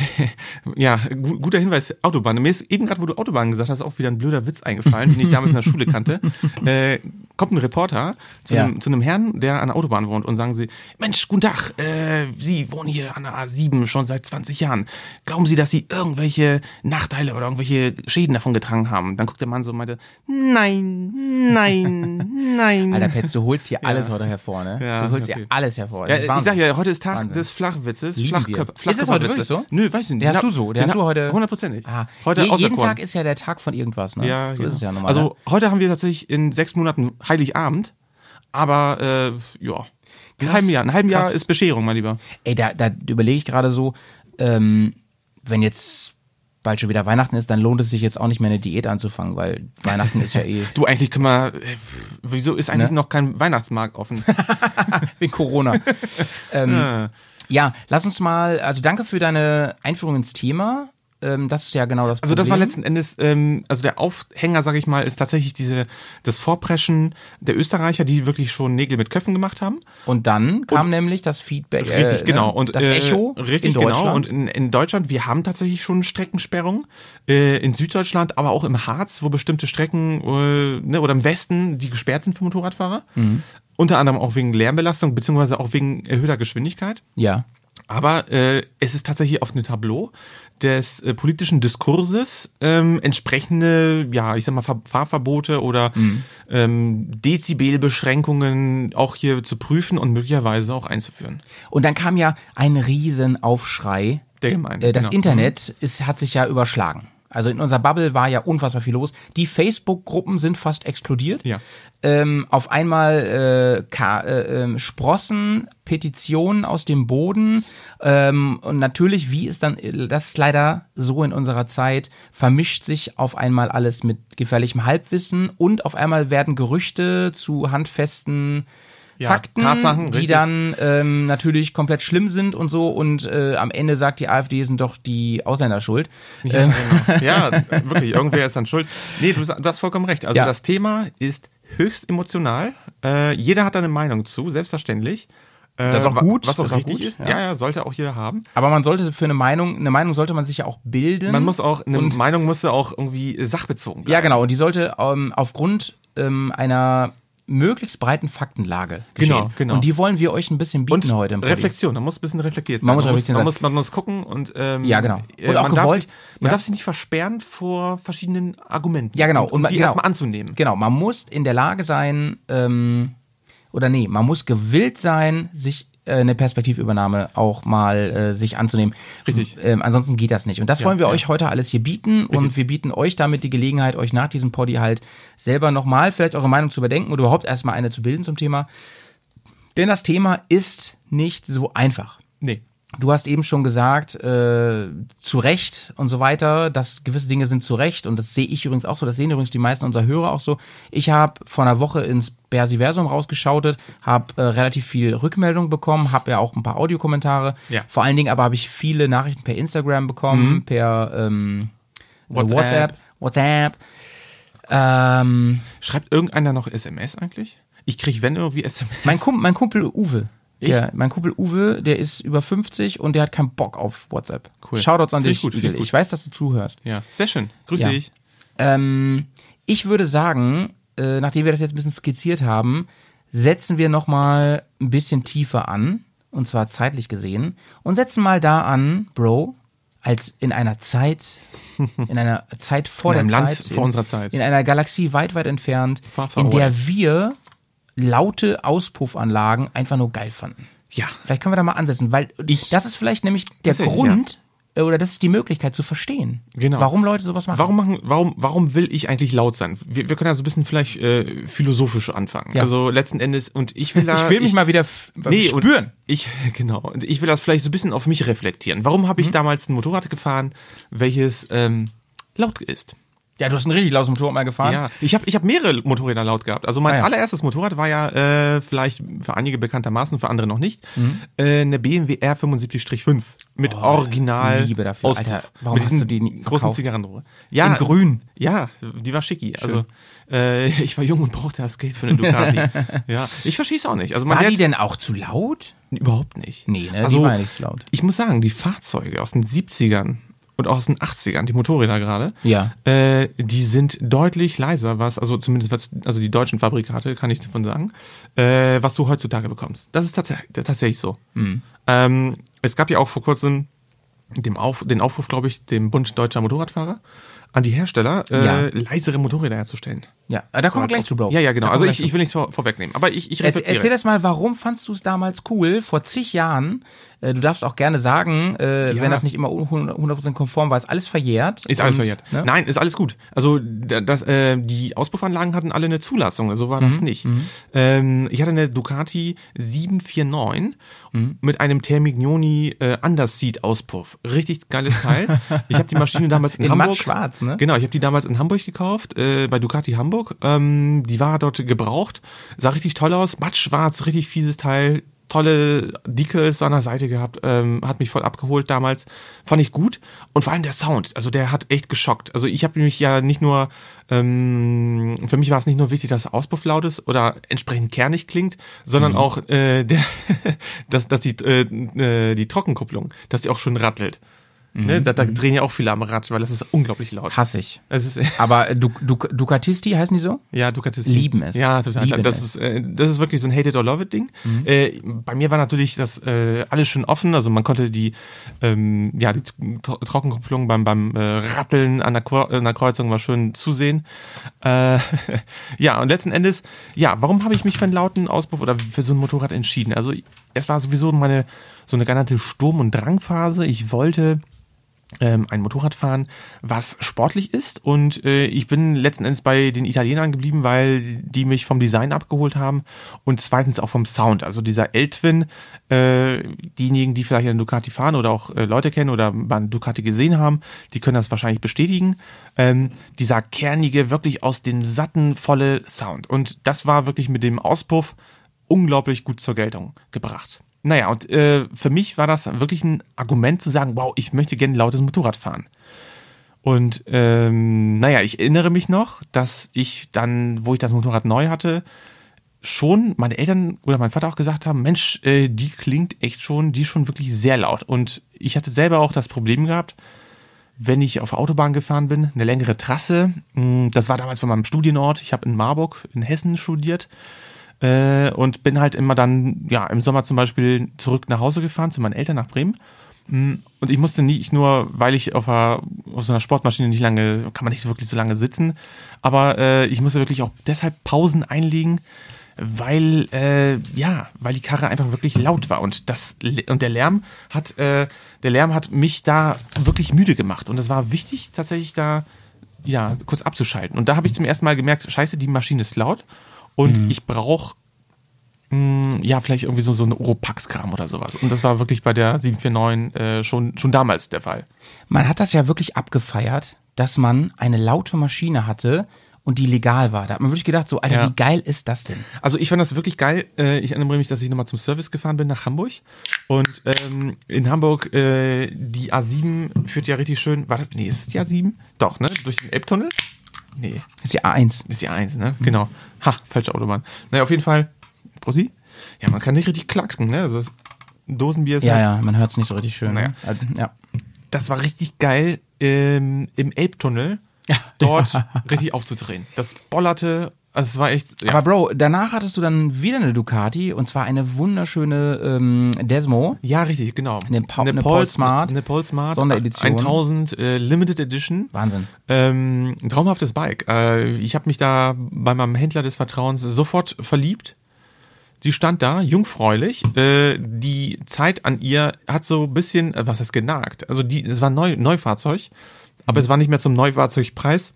Ja, gu- guter Hinweis, Autobahn. Mir ist eben gerade, wo du Autobahn gesagt hast, auch wieder ein blöder Witz eingefallen, den ich damals in der Schule kannte. Äh, kommt ein Reporter zu, Ja. einem, zu einem Herrn, der an der Autobahn wohnt und sagen sie, Mensch, guten Tag, äh, Sie wohnen hier an der A sieben schon seit zwanzig Jahren. Glauben Sie, dass Sie irgendwelche Nachteile oder irgendwelche Schäden davon getragen haben? Dann guckt der Mann so und meinte, nein, nein, nein. Alter Petz, du holst hier Ja. alles heute hervor, ne? Ja, du holst okay. hier alles hervor. Ja, Das ist ich Wahnsinn. sag ja, heute ist Tag Wahnsinn. des Flachwitzes. Lieben Flachkörper, wir. Ist das heute wirklich so? Nö, weiß ich nicht. Den hast hab- du so, den hast hab- du heute- Hundertprozentig. Ah, Heute je, jeden auserkoren. Tag ist ja der Tag von irgendwas, ne? Ja, so genau. ist es ja normal. Also ne? heute haben wir tatsächlich in sechs Monaten Heiligabend, aber äh, ja, ein halben Jahr, ein halben Jahr krass. ist Bescherung, mein Lieber. Ey, da, da überlege ich gerade so, ähm, wenn jetzt bald schon wieder Weihnachten ist, dann lohnt es sich jetzt auch nicht mehr eine Diät anzufangen, weil Weihnachten ist ja eh Du, eigentlich können wir, äh, wieso ist eigentlich Ne? noch kein Weihnachtsmarkt offen? wegen Corona. ähm, Ja. ja, lass uns mal, also danke für deine Einführung ins Thema. Ähm, das ist ja genau das Also Problem. das war letzten Endes, ähm, also der Aufhänger, sage ich mal, ist tatsächlich diese das Vorpreschen der Österreicher, die wirklich schon Nägel mit Köpfen gemacht haben. Und dann kam Und- nämlich das Feedback. Richtig, äh, genau. Ne? Und das äh, Echo richtig, in Deutschland. genau. Und in, in Deutschland, wir haben tatsächlich schon Streckensperrung. Äh, in Süddeutschland, aber auch im Harz, wo bestimmte Strecken äh, ne, oder im Westen, die gesperrt sind für Motorradfahrer. Mhm. Unter anderem auch wegen Lärmbelastung, beziehungsweise auch wegen erhöhter Geschwindigkeit. Ja. Aber äh, es ist tatsächlich auf dem Tableau des äh, politischen Diskurses ähm, entsprechende, ja, ich sag mal, Fahr- Fahrverbote oder Mhm. ähm, Dezibelbeschränkungen auch hier zu prüfen und möglicherweise auch einzuführen. Und dann kam ja ein Riesenaufschrei. Der Gemeinde. Äh, das genau. Internet ist, hat sich ja überschlagen. Also in unserer Bubble war ja unfassbar viel los. Die Facebook-Gruppen sind fast explodiert. Ja. Ähm, auf einmal äh, Ka äh, äh, Sprossen, Petitionen aus dem Boden. Ähm, und natürlich, wie ist dann, das ist leider so in unserer Zeit, vermischt sich auf einmal alles mit gefährlichem Halbwissen und auf einmal werden Gerüchte zu handfesten Ja, Fakten, Tatsachen, die richtig. dann ähm, natürlich komplett schlimm sind und so und äh, am Ende sagt die AfD, sind doch die Ausländer schuld. Ja, Ähm. genau. Ja, wirklich, irgendwer ist dann schuld. Nee, du, du hast vollkommen recht. Also Ja. das Thema ist höchst emotional. Äh, jeder hat da eine Meinung zu, selbstverständlich. Äh, Das ist auch gut. Was auch Das ist auch richtig gut, ist. ja. Ja. ja, sollte auch jeder haben. Aber man sollte für eine Meinung, eine Meinung sollte man sich ja auch bilden. Man muss auch, eine und, Meinung muss ja auch irgendwie sachbezogen bleiben. Ja, genau. Und die sollte ähm, aufgrund ähm, einer möglichst breiten Faktenlage geschehen. Genau, genau. Und die wollen wir euch ein bisschen bieten Und heute im Poddy. Reflexion, da muss ein bisschen reflektiert sein. Man muss man, muss, reflektiert man, sein. muss, man muss gucken und ähm, Ja, genau. äh, Und auch man, darf gewollt. sich, man Ja. darf sich nicht versperren vor verschiedenen Argumenten. Ja, genau. Und, um man- die genau. erstmal anzunehmen. Genau, man muss in der Lage sein, ähm, oder nee, man muss gewillt sein, sich äh, eine Perspektivübernahme auch mal äh, sich anzunehmen. Richtig. Ähm, ansonsten geht das nicht. Und das Ja, wollen wir ja. euch heute alles hier bieten. Und Richtig. wir bieten euch damit die Gelegenheit, euch nach diesem Poddy halt selber nochmal vielleicht eure Meinung zu überdenken oder überhaupt erstmal eine zu bilden zum Thema. Denn das Thema ist nicht so einfach. Nee. Du hast eben schon gesagt, äh, zu Recht und so weiter, dass gewisse Dinge sind zu Recht und das sehe ich übrigens auch so, das sehen übrigens die meisten unserer Hörer auch so. Ich habe vor einer Woche ins Bersiversum rausgeschautet, habe äh, relativ viel Rückmeldung bekommen, habe ja auch ein paar Audiokommentare. Ja. Vor allen Dingen aber habe ich viele Nachrichten per Instagram bekommen, Mhm. per ähm, WhatsApp. WhatsApp. WhatsApp. Ähm, Schreibt irgendeiner noch S M S eigentlich? Ich kriege, wenn irgendwie S M S. mein, Kumpel, mein Kumpel Uwe. Ich? Der, mein Kumpel Uwe, der ist über fünfzig und der hat keinen Bock auf WhatsApp. Cool. Shoutouts an Finde ich dich, gut, finde Igel. ich gut. Ich weiß, dass du zuhörst. Ja, sehr schön. Grüße Ja. dich. Ähm, ich würde sagen, äh, nachdem wir das jetzt ein bisschen skizziert haben, setzen wir nochmal ein bisschen tiefer an, und zwar zeitlich gesehen, und setzen mal da an, Bro, als in einer Zeit, in einer Zeit vor In der einem Land Zeit, vor in, unserer Zeit. in einer Galaxie weit, weit entfernt, Far, far in der away. wir laute Auspuffanlagen einfach nur geil fanden. Ja. Vielleicht können wir da mal ansetzen, weil Ich- das ist vielleicht nämlich der Tatsächlich, Grund, äh, oder das ist die Möglichkeit zu verstehen, Genau. warum Leute sowas machen. Warum machen, warum, warum will ich eigentlich laut sein? Wir, wir können ja so ein bisschen vielleicht äh, philosophisch anfangen. Ja. Also letzten Endes, und ich will da. Ich will mich mal wieder f- nee, und spüren. Ich, genau. Und ich will das vielleicht so ein bisschen auf mich reflektieren. Warum habe ich Mhm. damals ein Motorrad gefahren, welches ähm, laut ist? Ja, du hast ein richtig lautes Motorrad mal gefahren. Ja, ich habe ich hab mehrere Motorräder laut gehabt. Also mein Ah, ja. allererstes Motorrad war ja äh, vielleicht für einige bekanntermaßen, für andere noch nicht, Mhm. äh, eine B M W R fünfundsiebzig fünf mit Original Liebe dafür. Auspuff. Alter, warum mit hast diesen du die nie großen verkauft? Zigarrenrohre. Ja, In grün. Ja, die war schicki. Also äh, ich war jung und brauchte das Geld für eine Ducati. Ja, ich verstehe es auch nicht. Also man War hat die denn auch zu laut? überhaupt nicht. Nee, ne? Also die war ja nicht zu laut. ich muss sagen, die Fahrzeuge aus den siebzigern und auch aus den achtzigern, die Motorräder gerade, Ja. äh, die sind deutlich leiser, was, also zumindest was, also die deutschen Fabrikate, kann ich davon sagen, äh, was du heutzutage bekommst. Das ist tatsächlich, tatsächlich so. Mhm. Ähm, es gab ja auch vor kurzem dem Auf, den Aufruf, glaube ich, dem Bund Deutscher Motorradfahrer an die Hersteller, äh, Ja. leisere Motorräder herzustellen. Ja, da kommen wir gleich zu, Bro. Ja, ja, genau. Da Also kommen wir ich, gleich ich will nichts vor, vorwegnehmen. Aber ich, ich zu. Erzähl, reflektiere. erzähl das mal, warum fandst du es damals cool, vor zig Jahren? Äh, du darfst auch gerne sagen, äh, Ja. wenn das nicht immer hundert Prozent konform war, ist alles verjährt. Ist alles Und, verjährt. Ne? Nein, ist alles gut. Also da- das, äh, die Auspuffanlagen hatten alle eine Zulassung, so war das Mhm, nicht. Ähm, ich hatte eine Ducati sieben vier neun Mhm. mit einem Termignoni äh, Underseat Auspuff. Richtig geiles Teil. Ich habe die Maschine damals in, In Hamburg. matt schwarz, ne? Genau, ich habe die damals in Hamburg gekauft, äh, bei Ducati Hamburg. Ähm, die war dort gebraucht, sah richtig toll aus, matt schwarz, richtig fieses Teil. Tolle Decals an der Seite gehabt, ähm, hat mich voll abgeholt damals, fand ich gut und vor allem der Sound, also der hat echt geschockt. Also ich habe mich ja nicht nur, ähm, für mich war es nicht nur wichtig, dass der Auspuff laut ist oder entsprechend kernig klingt, sondern Mhm. auch, äh, der, dass, dass die, äh, äh, die Trockenkupplung, dass die auch schön rattelt. Ne, da, da drehen ja auch viele am Rad, weil das ist unglaublich laut. Hasse ich. Es ist, Aber du, du, Ducatisti heißen die so? ja, Ducatis Lieben es. Ja, total. Lieben das es. ist äh, das ist wirklich so ein Hate it or love it Ding. Mhm. Äh, bei mir war natürlich das äh, alles schön offen, also man konnte die ähm, ja die Tro- Trockenkupplung beim beim äh, Ratteln an der, Ko- an der Kreuzung war schön zusehen. Äh, ja, und letzten Endes, ja, warum habe ich mich für einen lauten Auspuff oder für so ein Motorrad entschieden? Also es war sowieso meine so eine genannte Sturm- und Drangphase. Ich wollte ähm, ein Motorrad fahren, was sportlich ist und äh, ich bin letzten Endes bei den Italienern geblieben, weil die mich vom Design abgeholt haben und zweitens auch vom Sound. Also dieser L-Twin, äh, diejenigen, die vielleicht einen Ducati fahren oder auch äh, Leute kennen oder mal einen Ducati gesehen haben, die können das wahrscheinlich bestätigen. Ähm, dieser kernige, wirklich aus dem satten, volle Sound. Und das war wirklich mit dem Auspuff unglaublich gut zur Geltung gebracht. Naja, und äh, für mich war das wirklich ein Argument zu sagen, wow, ich möchte gerne ein lautes Motorrad fahren. Und ähm, naja, ich erinnere mich noch, dass ich dann, wo ich das Motorrad neu hatte, schon meine Eltern oder mein Vater auch gesagt haben, Mensch, äh, die klingt echt schon, die ist schon wirklich sehr laut. Und ich hatte selber auch das Problem gehabt, wenn ich auf der Autobahn gefahren bin, eine längere Trasse, mh, das war damals von meinem Studienort, ich habe in Marburg in Hessen studiert äh, und bin halt immer dann, ja, im Sommer zum Beispiel zurück nach Hause gefahren, zu meinen Eltern nach Bremen. Und ich musste nicht nur, weil ich auf, einer, auf so einer Sportmaschine nicht lange, kann man nicht so wirklich so lange sitzen, aber äh, ich musste wirklich auch deshalb Pausen einlegen, weil äh, ja, weil die Karre einfach wirklich laut war und das und der Lärm hat äh, der Lärm hat mich da wirklich müde gemacht und es war wichtig tatsächlich da ja kurz abzuschalten und da habe ich zum ersten Mal gemerkt, scheiße, die Maschine ist laut und mhm. ich brauche ja, vielleicht irgendwie so, so eine Oropax-Kram oder sowas. Und das war wirklich bei der sieben vier neun äh, schon, schon damals der Fall. Man hat das ja wirklich abgefeiert, dass man eine laute Maschine hatte und die legal war. Da hat man wirklich gedacht, so, Alter, ja. wie geil ist das denn? Also ich fand das wirklich geil. Äh, ich erinnere mich, dass ich nochmal zum Service gefahren bin nach Hamburg. Und ähm, in Hamburg, äh, die A sieben führt ja richtig schön, war das, nee, ist es die A sieben? Doch, ne? Durch den Elbtunnel? Nee. Das ist die A eins. Das ist die A eins, ne? Mhm. Genau. Ha, falsche Autobahn. Naja, auf jeden Fall. Prosi? Ja, man kann nicht richtig klacken, ne? Also das Dosenbier ist ja, halt... Ja, man hört es nicht so richtig schön. Naja. Ne? Also, ja. Das war richtig geil, ähm, im Elbtunnel ja. dort richtig aufzudrehen. Das bollerte, also es war echt... Ja. Aber Bro, danach hattest du dann wieder eine Ducati und zwar eine wunderschöne ähm, Desmo. Ja, richtig, genau. Eine, pa- eine, eine Paul Smart. Eine Paul Smart. Sonderedition. tausend äh, Limited Edition. Wahnsinn. Ähm, ein traumhaftes Bike. Äh, ich habe mich da bei meinem Händler des Vertrauens sofort verliebt. Sie stand da, jungfräulich. Äh, die Zeit an ihr hat so ein bisschen, äh, was heißt genagt? Also die, es war ein Neu, Neufahrzeug, aber mhm. es war nicht mehr zum Neufahrzeugpreis,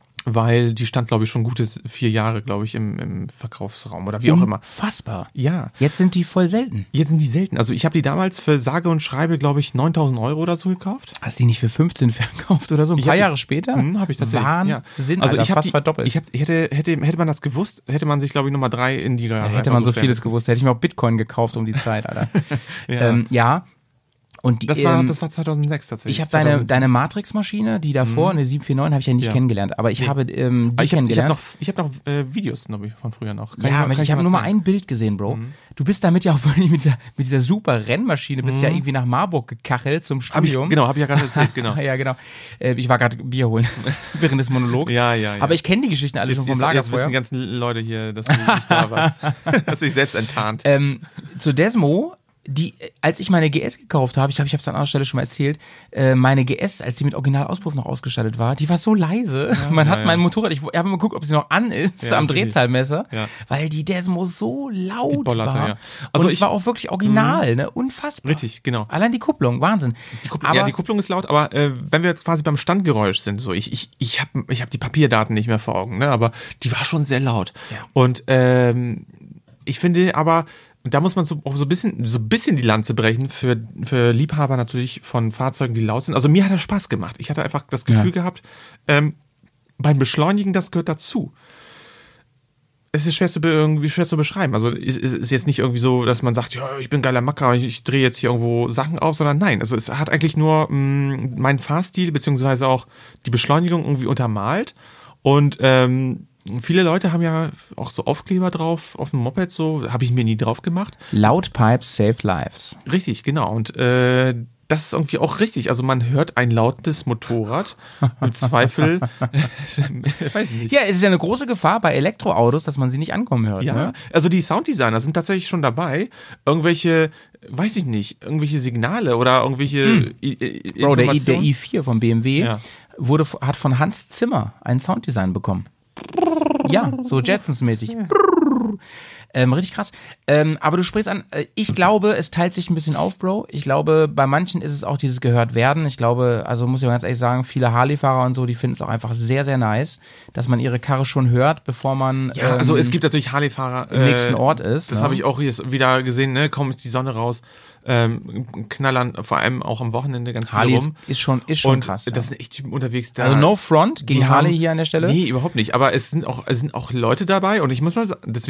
weil die stand, glaube ich, schon gute vier Jahre, glaube ich, im, im Verkaufsraum oder wie auch immer. Unfassbar. Ja. Jetzt sind die voll selten. Jetzt sind die selten. Also ich habe die damals für sage und schreibe, glaube ich, neuntausend Euro dazu gekauft. Hast du die nicht für fünfzehn verkauft oder so? Ein ich paar hab, Jahre später? Hm, habe ich tatsächlich. Wahnsinn, ja. Also Alter, ich hab fast die, verdoppelt. Ich hab, hätte, hätte, hätte man das gewusst, hätte man sich, glaube ich, Nummer drei in die Garage. Ja, hätte man so vieles gewusst. Hätte ich mir auch Bitcoin gekauft um die Zeit, Alter. ja. Ähm, ja. Und die, das, war, ähm, das war zweitausendsechs tatsächlich. Ich habe deine, deine Matrix-Maschine, die davor, mhm. eine sieben vier neun, habe ich ja nicht ja. kennengelernt. Aber ich nee. habe ähm, die ich hab, kennengelernt. Ich habe noch, ich hab noch äh, Videos noch von früher noch. Kann ja, ich, ich, ich habe nur mal ein Bild gesehen, Bro. Mhm. Du bist damit ja auch wirklich mit dieser, mit dieser super Rennmaschine, bist mhm. ja irgendwie nach Marburg gekachelt zum Studium. Hab ich, genau, habe ich ja gerade erzählt, genau. ja, genau. Äh, ich war gerade Bier holen während des Monologs. Ja, ja, ja. Aber ich kenne die Geschichten alle jetzt, schon vom jetzt, Lagerfeuer. Jetzt wissen die ganzen Leute hier, dass du nicht da warst. Dass du dich selbst enttarnt. Ähm, zur Desmo, die, als ich meine G S gekauft habe, ich glaube, ich habe es an anderer Stelle schon mal erzählt, äh, meine G S, als die mit Originalauspuff noch ausgestattet war, die war so leise. Ja, Man ja, hat ja. mein Motorrad, ich habe mal geguckt, ob sie noch an ist, ja, am Drehzahlmesser, ja. weil die Desmo so laut bollerte, war. Ja. Also und ich, es war auch wirklich original, ne? Unfassbar. Richtig, genau. Allein die Kupplung, Wahnsinn. Die Kupplung, ja, die Kupplung ist laut, aber äh, wenn wir quasi beim Standgeräusch sind, so ich ich ich habe ich hab die Papierdaten nicht mehr vor Augen, ne? Aber die war schon sehr laut. Ja. Und ähm, ich finde aber, und da muss man so auch so ein bisschen, so ein bisschen die Lanze brechen für, für Liebhaber natürlich von Fahrzeugen, die laut sind. Also mir hat das Spaß gemacht. Ich hatte einfach das Gefühl ja. gehabt, ähm, beim Beschleunigen, das gehört dazu. Es ist schwer zu, irgendwie schwer zu beschreiben. Also es ist jetzt nicht irgendwie so, dass man sagt, ja, ich bin geiler Macker, ich, ich drehe jetzt hier irgendwo Sachen auf, sondern nein. Also es hat eigentlich nur mh, meinen Fahrstil beziehungsweise auch die Beschleunigung irgendwie untermalt. Und ähm, viele Leute haben ja auch so Aufkleber drauf auf dem Moped, so habe ich mir nie drauf gemacht. Loud Pipes Save Lives. Richtig, genau. Und äh, das ist irgendwie auch richtig. Also man hört ein lautes Motorrad. Im Zweifel, weiß ich nicht. Ja, es ist ja eine große Gefahr bei Elektroautos, dass man sie nicht ankommen hört. Ja, ne? Also die Sounddesigner sind tatsächlich schon dabei, irgendwelche, weiß ich nicht, irgendwelche Signale oder irgendwelche hm. I- I- Bro, der, I, der i vier vom B M W ja. wurde, hat von Hans Zimmer ein Sounddesign bekommen. Ja, so Jetsons-mäßig. Ähm, richtig krass. Ähm, aber du sprichst an, äh, ich glaube, es teilt sich ein bisschen auf, Bro. Ich glaube, bei manchen ist es auch dieses gehört werden. Ich glaube, also muss ich ganz ehrlich sagen, viele Harley-Fahrer und so, die finden es auch einfach sehr, sehr nice, dass man ihre Karre schon hört, bevor man Ja, ähm, also es gibt natürlich Harley-Fahrer im nächsten äh, Ort ist. Das ne? habe ich auch jetzt wieder gesehen, ne? Kaum ist die Sonne raus. Ähm, knallern, vor allem auch am Wochenende ganz viel Harley rum. Ist, ist schon, ist schon und krass. Ja. Das sind echt Typen unterwegs da. Also no front gegen die Harley haben, hier an der Stelle? Nee, überhaupt nicht. Aber es sind auch, es sind auch Leute dabei und ich muss mal sagen, deswegen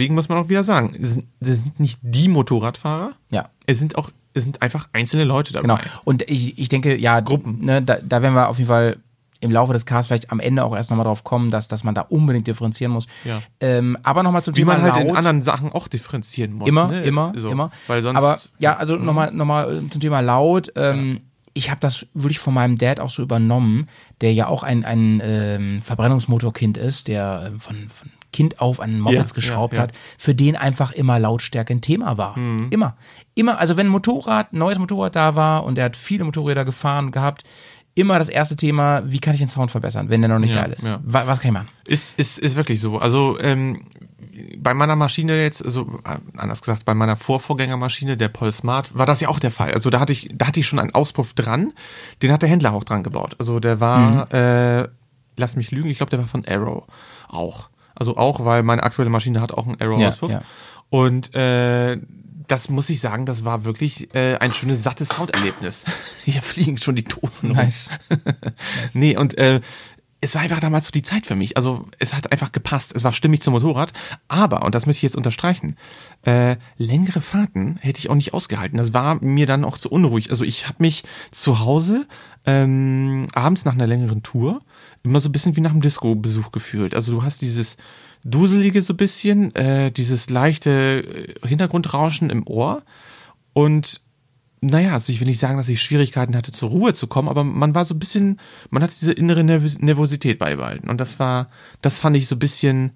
deswegen muss man auch wieder sagen, es sind, es sind nicht die Motorradfahrer. Ja. Es sind auch, es sind einfach einzelne Leute dabei. Genau. Und ich, ich denke, ja, Gruppen. Ne, da, da werden wir auf jeden Fall im Laufe des Casts vielleicht am Ende auch erst nochmal drauf kommen, dass, dass man da unbedingt differenzieren muss. Ja. Ähm, aber nochmal zum Wie Thema man halt laut. in anderen Sachen auch differenzieren muss. Immer, ne? immer, so. immer. Weil sonst, aber ja, also nochmal noch mal zum Thema laut. Ähm, ja. Ich habe das wirklich von meinem Dad auch so übernommen, der ja auch ein, ein ähm, Verbrennungsmotorkind ist, der äh, von, von Kind auf an Mopeds ja, geschraubt ja, ja. hat, für den einfach immer Lautstärke ein Thema war. Mhm. Immer. Immer. Also wenn ein Motorrad, ein neues Motorrad da war und er hat viele Motorräder gefahren gehabt, immer das erste Thema, wie kann ich den Sound verbessern, wenn der noch nicht ja, geil ist? Ja. Was, was kann ich machen? Ist, ist, ist wirklich so. Also ähm, bei meiner Maschine jetzt, also anders gesagt, bei meiner Vorvorgängermaschine, der Pol Smart, war das ja auch der Fall. Also da hatte ich, da hatte ich schon einen Auspuff dran, den hat der Händler auch dran gebaut. Also der war, mhm. äh, lass mich lügen, ich glaube, der war von Arrow auch. Also auch, weil meine aktuelle Maschine hat auch einen Arrow-Auspuff. Ja, ja. Und äh, das muss ich sagen, das war wirklich äh, ein schönes, sattes Sounderlebnis. Hier fliegen schon die Dosen. Nice. nice. Nee, und äh, es war einfach damals so die Zeit für mich. Also es hat einfach gepasst. Es war stimmig zum Motorrad. Aber, und das möchte ich jetzt unterstreichen, äh, längere Fahrten hätte ich auch nicht ausgehalten. Das war mir dann auch zu unruhig. Also ich habe mich zu Hause ähm, abends nach einer längeren Tour immer so ein bisschen wie nach einem Disco-Besuch gefühlt. Also du hast dieses Duselige so ein bisschen, äh, dieses leichte Hintergrundrauschen im Ohr und naja, also ich will nicht sagen, dass ich Schwierigkeiten hatte, zur Ruhe zu kommen, aber man war so ein bisschen, man hat diese innere Nerv- Nervosität beibehalten und das war, das fand ich so ein bisschen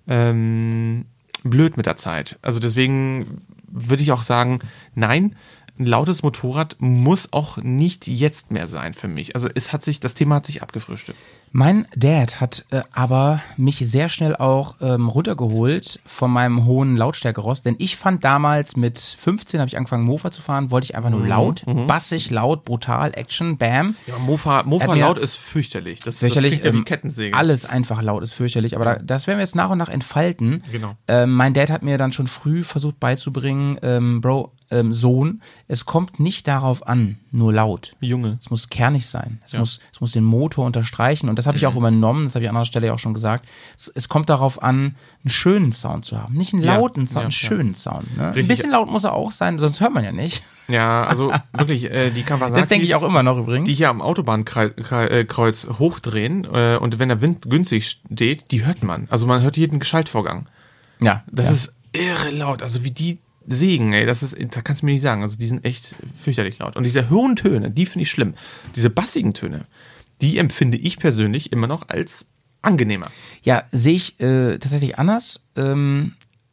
ähm, blöd mit der Zeit. Also deswegen würde ich auch sagen, nein, ein lautes Motorrad muss auch nicht jetzt mehr sein für mich. Also es hat sich, das Thema hat sich abgefrühstückt. Mein Dad hat äh, aber mich sehr schnell auch ähm, runtergeholt von meinem hohen Lautstärkerost, denn ich fand damals mit fünfzehn habe ich angefangen Mofa zu fahren, wollte ich einfach nur mhm, laut, mhm. bassig, laut, brutal, Action, Bam. Ja, Mofa, Mofa laut ist fürchterlich. Das, fürchterlich, das klingt ja wie ähm, Kettensäge. Alles einfach laut ist fürchterlich, aber da, das werden wir jetzt nach und nach entfalten. Genau. Ähm, mein Dad hat mir dann schon früh versucht beizubringen, ähm, Bro, ähm, Sohn, es kommt nicht darauf an, nur laut. Junge. Es muss kernig sein. Es, ja. muss, es muss den Motor unterstreichen. Und das habe ich auch übernommen, das habe ich an anderer Stelle auch schon gesagt. Es, es kommt darauf an, einen schönen Sound zu haben. Nicht einen lauten ja, Sound, ja, einen schönen ja. Sound. Ne? Ein bisschen laut muss er auch sein, sonst hört man ja nicht. Ja, also wirklich, äh, die Kawasaki. Das denke ich auch immer noch übrigens. Die hier am Autobahnkreuz hochdrehen äh, und wenn der Wind günstig steht, die hört man. Also man hört jeden Schaltvorgang. Ja. Das ja. ist irre laut. Also wie die sägen, ey, das ist, da kannst du mir nicht sagen. Also die sind echt fürchterlich laut. Und diese hohen Töne, die finde ich schlimm. Diese bassigen Töne, die empfinde ich persönlich immer noch als angenehmer. Ja, sehe ich äh, tatsächlich anders. Ähm,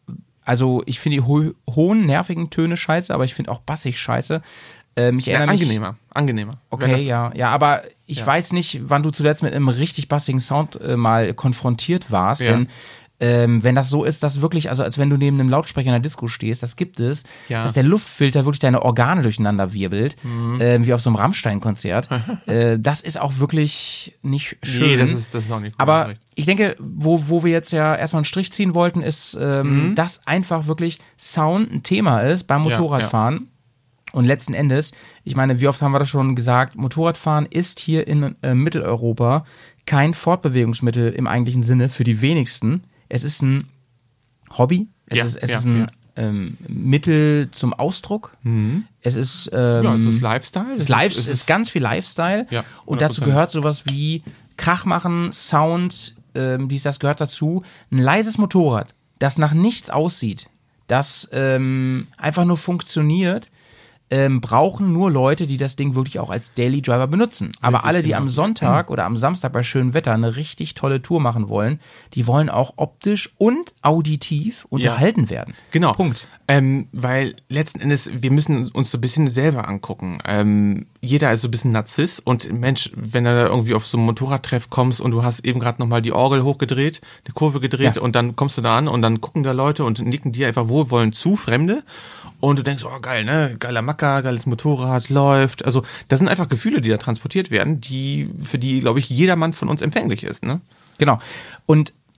also ich finde die ho- hohen, nervigen Töne scheiße, aber ich finde auch bassig scheiße. Ähm, ich erinnere ja, angenehmer, mich, angenehmer. Okay, ja, ja, aber ich ja. weiß nicht, wann du zuletzt mit einem richtig bassigen Sound äh, mal konfrontiert warst, ja. denn Ähm, wenn das so ist, dass wirklich, also als wenn du neben einem Lautsprecher in der Disco stehst, das gibt es, ja. dass der Luftfilter wirklich deine Organe durcheinander wirbelt, mhm. äh, wie auf so einem Rammstein-Konzert. äh, das ist auch wirklich nicht schön. Nee, das ist, das ist auch nicht gut. Aber ich denke, wo, wo wir jetzt ja erstmal einen Strich ziehen wollten, ist, ähm, mhm. dass einfach wirklich Sound ein Thema ist beim Motorradfahren. Ja, ja. Und letzten Endes, ich meine, wie oft haben wir das schon gesagt, Motorradfahren ist hier in äh, Mitteleuropa kein Fortbewegungsmittel im eigentlichen Sinne für die wenigsten. Es ist ein Hobby, es ja, ist, es ja, ist ein ja. ähm, Mittel zum Ausdruck. Mhm. Es ist, ähm, ja, es ist Lifestyle. Es ist, Live, es ist ganz viel Lifestyle. Ja, und dazu gehört sowas wie Krach machen, Sound, ähm, dies, das gehört dazu. Ein leises Motorrad, das nach nichts aussieht, das ähm, einfach nur funktioniert, Ähm, brauchen nur Leute, die das Ding wirklich auch als Daily Driver benutzen. Aber richtig, alle, die genau. am Sonntag oder am Samstag bei schönem Wetter eine richtig tolle Tour machen wollen, die wollen auch optisch und auditiv unterhalten ja. werden. Genau. Punkt. Ähm, weil letzten Endes, wir müssen uns so ein bisschen selber angucken. Ähm, jeder ist so ein bisschen Narziss und Mensch, wenn du da irgendwie auf so einen Motorradtreff kommst und du hast eben gerade nochmal die Orgel hochgedreht, die Kurve gedreht Ja. und dann kommst du da an und dann gucken da Leute und nicken dir einfach wohlwollend zu, Fremde. Und du denkst, oh geil, ne, geiler Macker, geiles Motorrad, läuft. Also das sind einfach Gefühle, die da transportiert werden, die für die, glaube ich, jedermann von uns empfänglich ist, ne? Genau. Und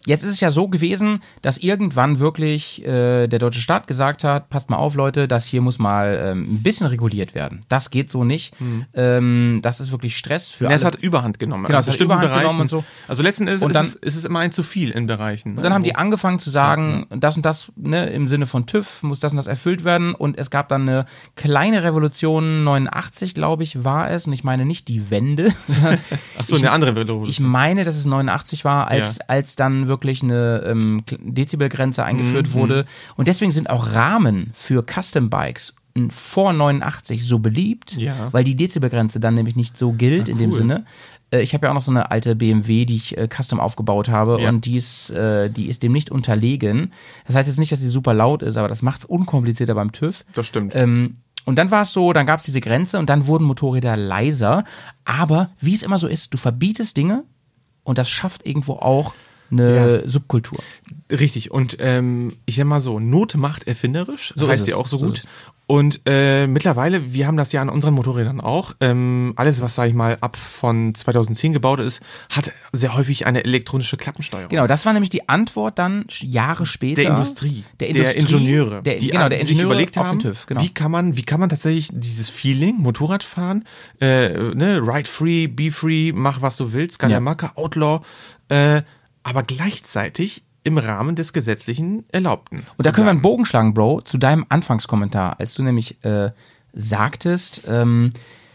jetzt ist es ja so gewesen, dass irgendwann wirklich äh, der deutsche Staat gesagt hat, passt mal auf Leute, das hier muss mal ähm, ein bisschen reguliert werden. Das geht so nicht. Mhm. Ähm, das ist wirklich Stress für ja, alle. Es hat Überhand genommen. Genau, es hat Überhand Bereichen. genommen und so. Also letzten Endes und dann, ist, es, ist es immer ein zu viel in Bereichen. Ne? Und dann haben die angefangen zu sagen, ja, das und das, ne, im Sinne von TÜV muss das und das erfüllt werden. Und es gab dann eine kleine Revolution, neunundachtzig, glaube ich, war es. Und ich meine nicht die Wende. Ach so, ich, eine andere Revolution. Ich meine, dass es neunundachtzig war, als, ja. als dann wirklich eine ähm, Dezibelgrenze eingeführt mhm. wurde. Und deswegen sind auch Rahmen für Custom-Bikes vor neunundachtzig so beliebt, ja. weil die Dezibelgrenze dann nämlich nicht so gilt. Ach, in cool. dem Sinne. Äh, ich habe ja auch noch so eine alte B M W, die ich äh, custom aufgebaut habe ja. und die ist, äh, die ist dem nicht unterlegen. Das heißt jetzt nicht, dass sie super laut ist, aber das macht es unkomplizierter beim TÜV. Das stimmt. Ähm, Und dann war es so, dann gab es diese Grenze und dann wurden Motorräder leiser. Aber wie es immer so ist, du verbietest Dinge und das schafft irgendwo auch eine ja. Subkultur. Richtig. Und ähm, ich sag mal so, Not macht erfinderisch. So heißt ja auch so, so gut. Und äh, mittlerweile, wir haben das ja an unseren Motorrädern auch, ähm, alles, was, sag ich mal, ab von zweitausendzehn gebaut ist, hat sehr häufig eine elektronische Klappensteuerung. Genau, das war nämlich die Antwort dann Jahre später. Der Industrie, der, Industrie, der Ingenieure, der, die genau, der sich Ingenieure überlegt haben, TÜV, genau. wie kann man, wie kann man tatsächlich dieses Feeling, Motorradfahren, äh, ne, ride free, be free, mach was du willst, Ganamaka, ja. Outlaw, äh, aber gleichzeitig im Rahmen des Gesetzlichen Erlaubten. Und da können wir einen Bogen schlagen, Bro, zu deinem Anfangskommentar, als du nämlich äh, sagtest, ähm,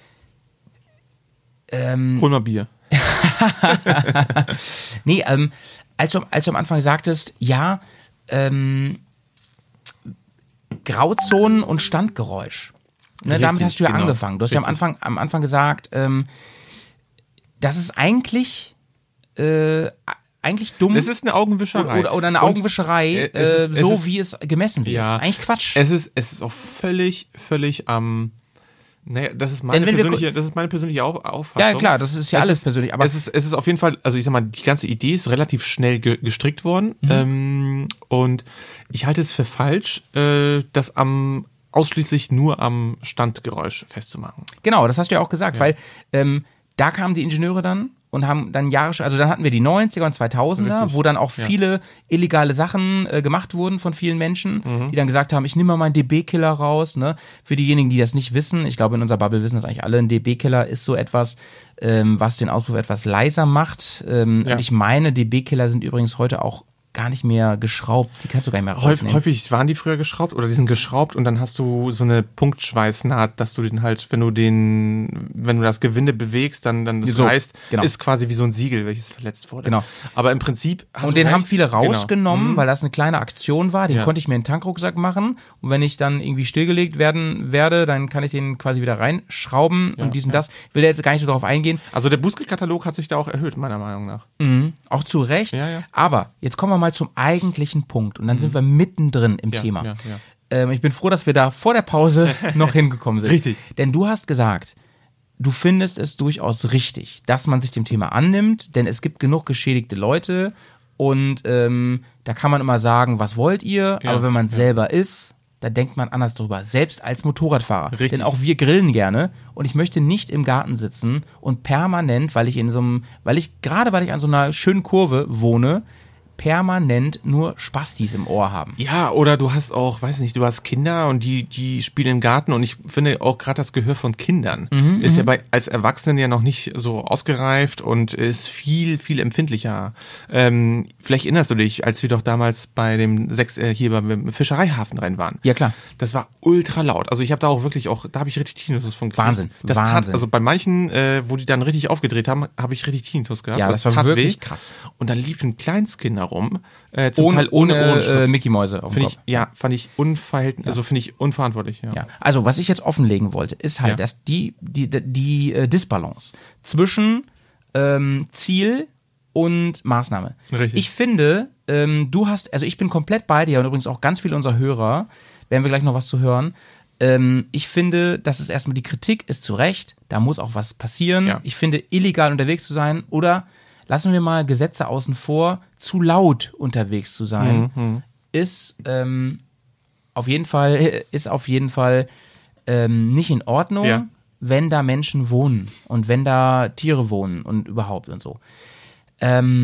ähm, hol mal Bier. nee, ähm, als du, als du am Anfang sagtest, ja, ähm, Grauzonen und Standgeräusch. Ne, Richtig, damit hast du ja genau. angefangen. Du hast Richtig. ja am Anfang, am Anfang gesagt, ähm, das ist eigentlich äh, eigentlich dumm. Es ist eine Augenwischerei. Oder, oder eine Augenwischerei, äh, es ist, äh, so es ist, wie es gemessen wird. Ja, das ist eigentlich Quatsch. Es ist, es ist auch völlig, völlig am... Ähm, naja, das ist meine persönliche, wir, das ist meine persönliche Auffassung. Ja, klar, das ist ja es alles ist, persönlich. Aber es ist, es ist auf jeden Fall, also ich sag mal, die ganze Idee ist relativ schnell ge- gestrickt worden. Mhm. Ähm, und ich halte es für falsch, äh, das am ausschließlich nur am Standgeräusch festzumachen. Genau, das hast du ja auch gesagt, ja. weil ähm, da kamen die Ingenieure dann und haben dann Jahre, also dann hatten wir die neunziger und zweitausender, Richtig. wo dann auch viele ja. illegale Sachen äh, gemacht wurden von vielen Menschen, mhm. die dann gesagt haben, ich nehme mal meinen D B-Killer raus. Ne? Für diejenigen, die das nicht wissen, ich glaube in unserer Bubble wissen das eigentlich alle, ein D B-Killer ist so etwas, ähm, was den Auspuff etwas leiser macht. Ähm, ja. Und ich meine, D B-Killer sind übrigens heute auch gar nicht mehr geschraubt, die kannst du gar nicht mehr rausnehmen. Häufig waren die früher geschraubt oder die sind geschraubt und dann hast du so eine Punktschweißnaht, dass du den halt, wenn du den, wenn du das Gewinde bewegst, dann, dann das so, reißt, genau. ist quasi wie so ein Siegel, welches verletzt wurde. Genau. Aber im Prinzip hast Und du den recht. haben viele rausgenommen, genau. weil das eine kleine Aktion war, den ja. konnte ich mir in den Tankrucksack machen und wenn ich dann irgendwie stillgelegt werden werde, dann kann ich den quasi wieder reinschrauben ja, und dies und ja. das. Will da jetzt gar nicht so darauf eingehen. Also der Bußgeldkatalog hat sich da auch erhöht, meiner Meinung nach. Mhm. Auch zu Recht. Ja, ja. Aber jetzt kommen wir mal zum eigentlichen Punkt und dann mhm. sind wir mittendrin im ja, Thema. Ja, ja. Ähm, ich bin froh, dass wir da vor der Pause noch hingekommen sind. Richtig. Denn du hast gesagt, du findest es durchaus richtig, dass man sich dem Thema annimmt, denn es gibt genug geschädigte Leute und ähm, da kann man immer sagen, was wollt ihr? Ja, aber wenn man ja. selber ist, da denkt man anders drüber, selbst als Motorradfahrer. Richtig. Denn auch wir grillen gerne und ich möchte nicht im Garten sitzen und permanent, weil ich in so einem, weil ich, gerade weil ich an so einer schönen Kurve wohne, permanent nur Spastis im Ohr haben. Ja, oder du hast auch, weiß nicht, du hast Kinder und die die spielen im Garten und ich finde auch gerade das Gehör von Kindern Mhm, ist mhm. ja bei als Erwachsenen ja noch nicht so ausgereift und ist viel, viel empfindlicher. Ähm, vielleicht erinnerst du dich, als wir doch damals bei dem sechs, äh, hier beim Fischereihafenrennen waren. Ja, klar. Das war ultra laut. Also ich habe da auch wirklich auch, da habe ich richtig Tinnitus von gekriegt. Wahnsinn, das Wahnsinn. Tat, also bei manchen, äh, wo die dann richtig aufgedreht haben, habe ich richtig Tinnitus gehabt. Ja, das, das war wirklich weh. krass. Und da liefen Kleinstkinder rum, äh, zum ohne, Teil ohne, ohne Ohrenschutz. Äh, Mickey Mäuse auf dem Finde ich, ja, fand ich unverhältnismäßig, Ja. also finde ich unverantwortlich. Ja. Ja, also was ich jetzt offenlegen wollte, ist halt, Ja. dass die die die, die äh, Disbalance zwischen ähm, Ziel und Maßnahme. Richtig. Ich finde, ähm, du hast, also ich bin komplett bei dir und übrigens auch ganz viele unserer Hörer, werden wir gleich noch was zu hören. Ähm, ich finde, das ist erstmal die Kritik, ist zu Recht, da muss auch was passieren. Ja. Ich finde, illegal unterwegs zu sein oder lassen wir mal Gesetze außen vor, zu laut unterwegs zu sein, Mhm. ist ähm, auf jeden Fall, ist auf jeden Fall ähm, nicht in Ordnung, Ja. wenn da Menschen wohnen und wenn da Tiere wohnen und überhaupt und so. Ähm,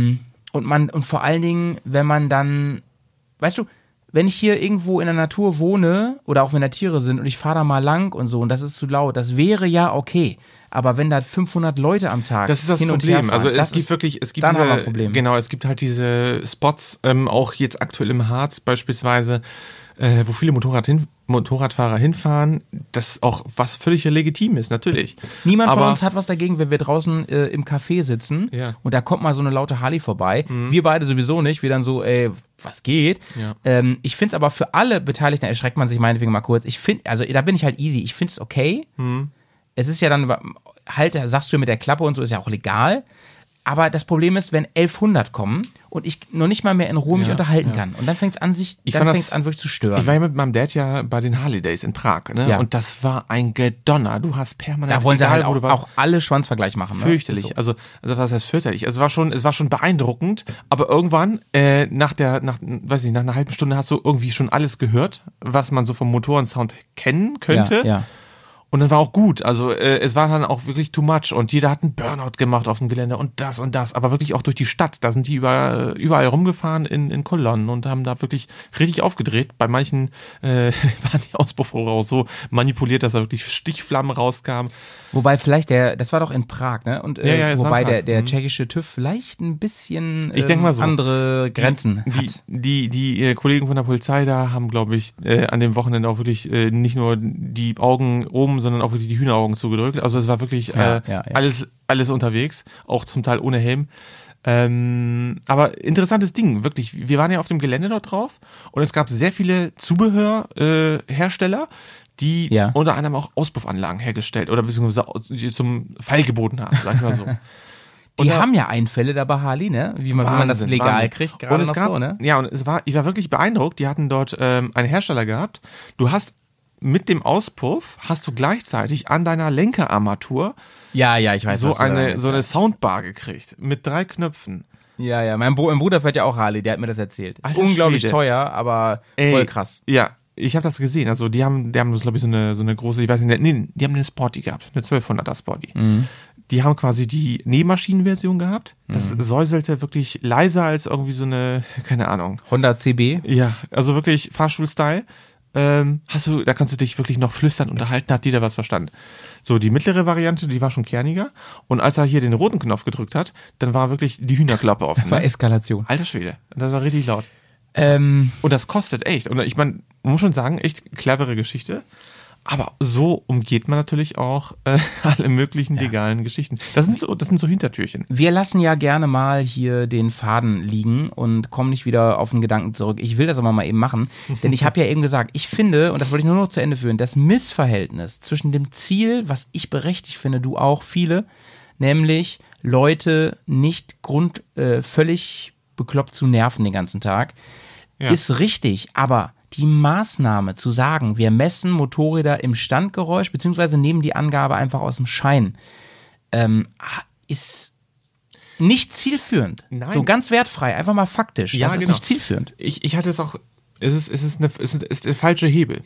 und man, und vor allen Dingen, wenn man dann, weißt du, wenn ich hier irgendwo in der Natur wohne oder auch wenn da Tiere sind und ich fahre da mal lang und so und das ist zu laut, das wäre ja okay. Aber wenn da fünfhundert Leute am Tag das ist das hin und Problem. her fahren, also es das gibt ist, wirklich, es gibt dann diese, haben wir ein Problem. Genau, es gibt halt diese Spots, ähm, auch jetzt aktuell im Harz beispielsweise, äh, wo viele Motorrad hin, Motorradfahrer hinfahren, das auch was völlig legitim ist, natürlich. Niemand Aber von uns hat was dagegen, wenn wir draußen äh, im Café sitzen Ja. und da kommt mal so eine laute Harley vorbei. Mhm. Wir beide sowieso nicht. Wir dann so, ey, was geht? Ja. Ähm, ich finde es aber für alle Beteiligten, da erschreckt man sich meinetwegen mal kurz. Ich finde, also da bin ich halt easy. Ich finde es okay. Mhm. Es ist ja dann, über- halt, sagst du mit der Klappe und so, ist ja auch legal. Aber das Problem ist, wenn elfhundert kommen und ich noch nicht mal mehr in Ruhe mich Ja, unterhalten ja. kann. Und dann fängt es an, sich, Ich dann fand fängt es das- an, wirklich zu stören. Ich war ja mit meinem Dad ja bei den Harley Days in Prag, ne? Ja. Und das war ein Gedonner. Du hast permanent, Da wollen sie egal, halt wo auch, du warst, auch alle Schwanzvergleich machen. Ne? fürchterlich. Ist so. Also, also was heißt fürchterlich? Also, es war schon, es war schon beeindruckend. Aber irgendwann, äh, nach der, nach, weiß ich, nach einer halben Stunde hast du irgendwie schon alles gehört, was man so vom Motorensound kennen könnte. Ja, ja. Und dann war auch gut. Also äh, es war dann auch wirklich too much und jeder hat einen Burnout gemacht auf dem Gelände und das und das. Aber wirklich auch durch die Stadt. Da sind die überall, überall rumgefahren in, in Kolonnen und haben da wirklich richtig aufgedreht. Bei manchen äh, waren die Auspuffrohre auch so manipuliert, dass da wirklich Stichflammen rauskamen. Wobei vielleicht der, das war doch in Prag, ne? Und äh, Ja, ja, es war wobei in Prag. der, der Mhm. tschechische TÜV vielleicht ein bisschen Ich denk mal so. andere Grenzen die, hat. Die, die, die äh, Kollegen von der Polizei da haben, glaube ich, äh, an dem Wochenende auch wirklich äh, nicht nur die Augen oben, sondern auch wirklich die Hühneraugen zugedrückt. Also es war wirklich äh, Ja, ja, ja. alles alles unterwegs, auch zum Teil ohne Helm. Ähm, aber interessantes Ding, wirklich. Wir waren ja auf dem Gelände dort drauf und es gab sehr viele Zubehörhersteller, äh, Hersteller, die Ja. unter anderem auch Auspuffanlagen hergestellt oder beziehungsweise aus- die zum Fall geboten haben, sag ich mal so. Die Und da- haben ja Einfälle da bei Harley, ne? Wie man, wie man das Wahnsinn, legal Wahnsinn. kriegt, gerade und es noch gab, so, ne? Ja, und es war, ich war wirklich beeindruckt. Die hatten dort ähm, einen Hersteller gehabt. Du hast mit dem Auspuff hast du gleichzeitig an deiner Lenkerarmatur Ja, ja, ich weiß so was du da eine meinst, so ja. eine Soundbar gekriegt mit drei Knöpfen. Ja, ja, mein, Bro, mein Bruder fährt ja auch Harley, der hat mir das erzählt. Ist Alter unglaublich Schwede. teuer, aber Ey, voll krass. Ja, ich habe das gesehen. Also die haben, die haben das glaube ich so eine so eine große, ich weiß nicht, nee, die haben eine Sporty gehabt, eine zwölfhunderter Sporty. Mhm. Die haben quasi die Nähmaschinenversion gehabt. Das Mhm. säuselte wirklich leiser als irgendwie so eine, keine Ahnung. Honda C B. Ja, also wirklich Fahrstuhl-Style. Ähm, hast du, da kannst du dich wirklich noch flüstern unterhalten, hat jeder was verstanden. So, die mittlere Variante, die war schon kerniger. Und als er hier den roten Knopf gedrückt hat, dann war wirklich die Hühnerklappe offen. War Ne? Eskalation. Alter Schwede, das war richtig laut. Ähm, Und das kostet echt. Und ich meine, man muss schon sagen, echt clevere Geschichte. Aber so umgeht man natürlich auch äh, alle möglichen legalen Geschichten. Das sind so, das sind so Hintertürchen. Wir lassen ja gerne mal hier den Faden liegen und kommen nicht wieder auf den Gedanken zurück. Ich will das aber mal eben machen, denn ich habe ja eben gesagt, ich finde, und das wollte ich nur noch zu Ende führen, das Missverhältnis zwischen dem Ziel, was ich berechtigt finde, du auch, viele, nämlich Leute nicht grund äh, völlig bekloppt zu nerven den ganzen Tag, Ja. ist richtig, aber die Maßnahme zu sagen, wir messen Motorräder im Standgeräusch, beziehungsweise nehmen die Angabe einfach aus dem Schein, ähm, ist nicht zielführend. Nein. So ganz wertfrei, einfach mal faktisch. Ja, das ist genau. nicht zielführend. Ich, ich hatte es auch, es ist, es ist, eine, es ist, es ist der falsche Hebel.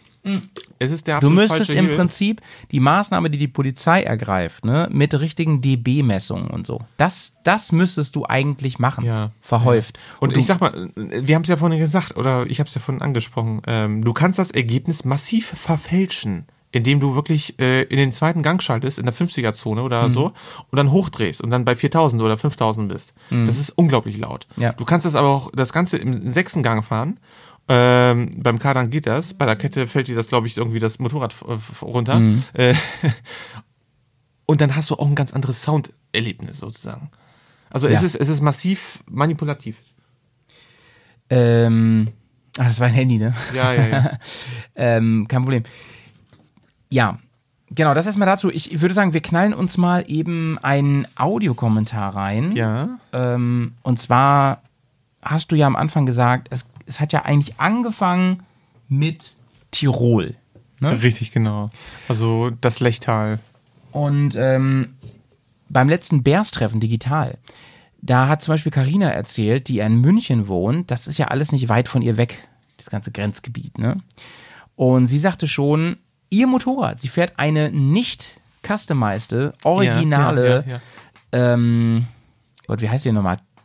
Es ist der Du absolut müsstest falsche im Hebel. Prinzip die Maßnahme, die die Polizei ergreift, ne, mit richtigen D B-Messungen und so, das, das müsstest du eigentlich machen, Ja. verhäuft. Und du, ich sag mal, wir haben es ja vorhin gesagt, oder ich habe es ja vorhin angesprochen, ähm, du kannst das Ergebnis massiv verfälschen, indem du wirklich äh, in den zweiten Gang schaltest, in der fünfziger-Zone oder Mhm. so, und dann hochdrehst und dann bei viertausend oder fünftausend bist. Mhm. Das ist unglaublich laut. Ja. Du kannst das aber auch, das Ganze im sechsten Gang fahren. Ähm, beim Kardan geht das, bei der Kette fällt dir das, glaube ich, irgendwie das Motorrad äh, runter. Mhm. Äh, und dann hast du auch ein ganz anderes Sounderlebnis sozusagen. Also es Ja. ist, es ist massiv manipulativ. ähm, ach, das war ein Handy, ne? Ja, ja, ja. ähm, kein Problem. Ja, genau, das erstmal dazu. Ich würde sagen, wir knallen uns mal eben einen Audiokommentar rein. Ja. Ähm, und zwar hast du ja am Anfang gesagt, es, es hat ja eigentlich angefangen mit Tirol. Ne? Richtig, genau. Also das Lechtal. Und ähm, beim letzten Bears-Treffen digital, da hat zum Beispiel Carina erzählt, die in München wohnt, das ist ja alles nicht weit von ihr weg, das ganze Grenzgebiet, ne? Und sie sagte schon, ihr Motorrad, sie fährt eine nicht customized, originale, Ja, ja, ja, ja. ähm, Gott, wie heißt die nochmal?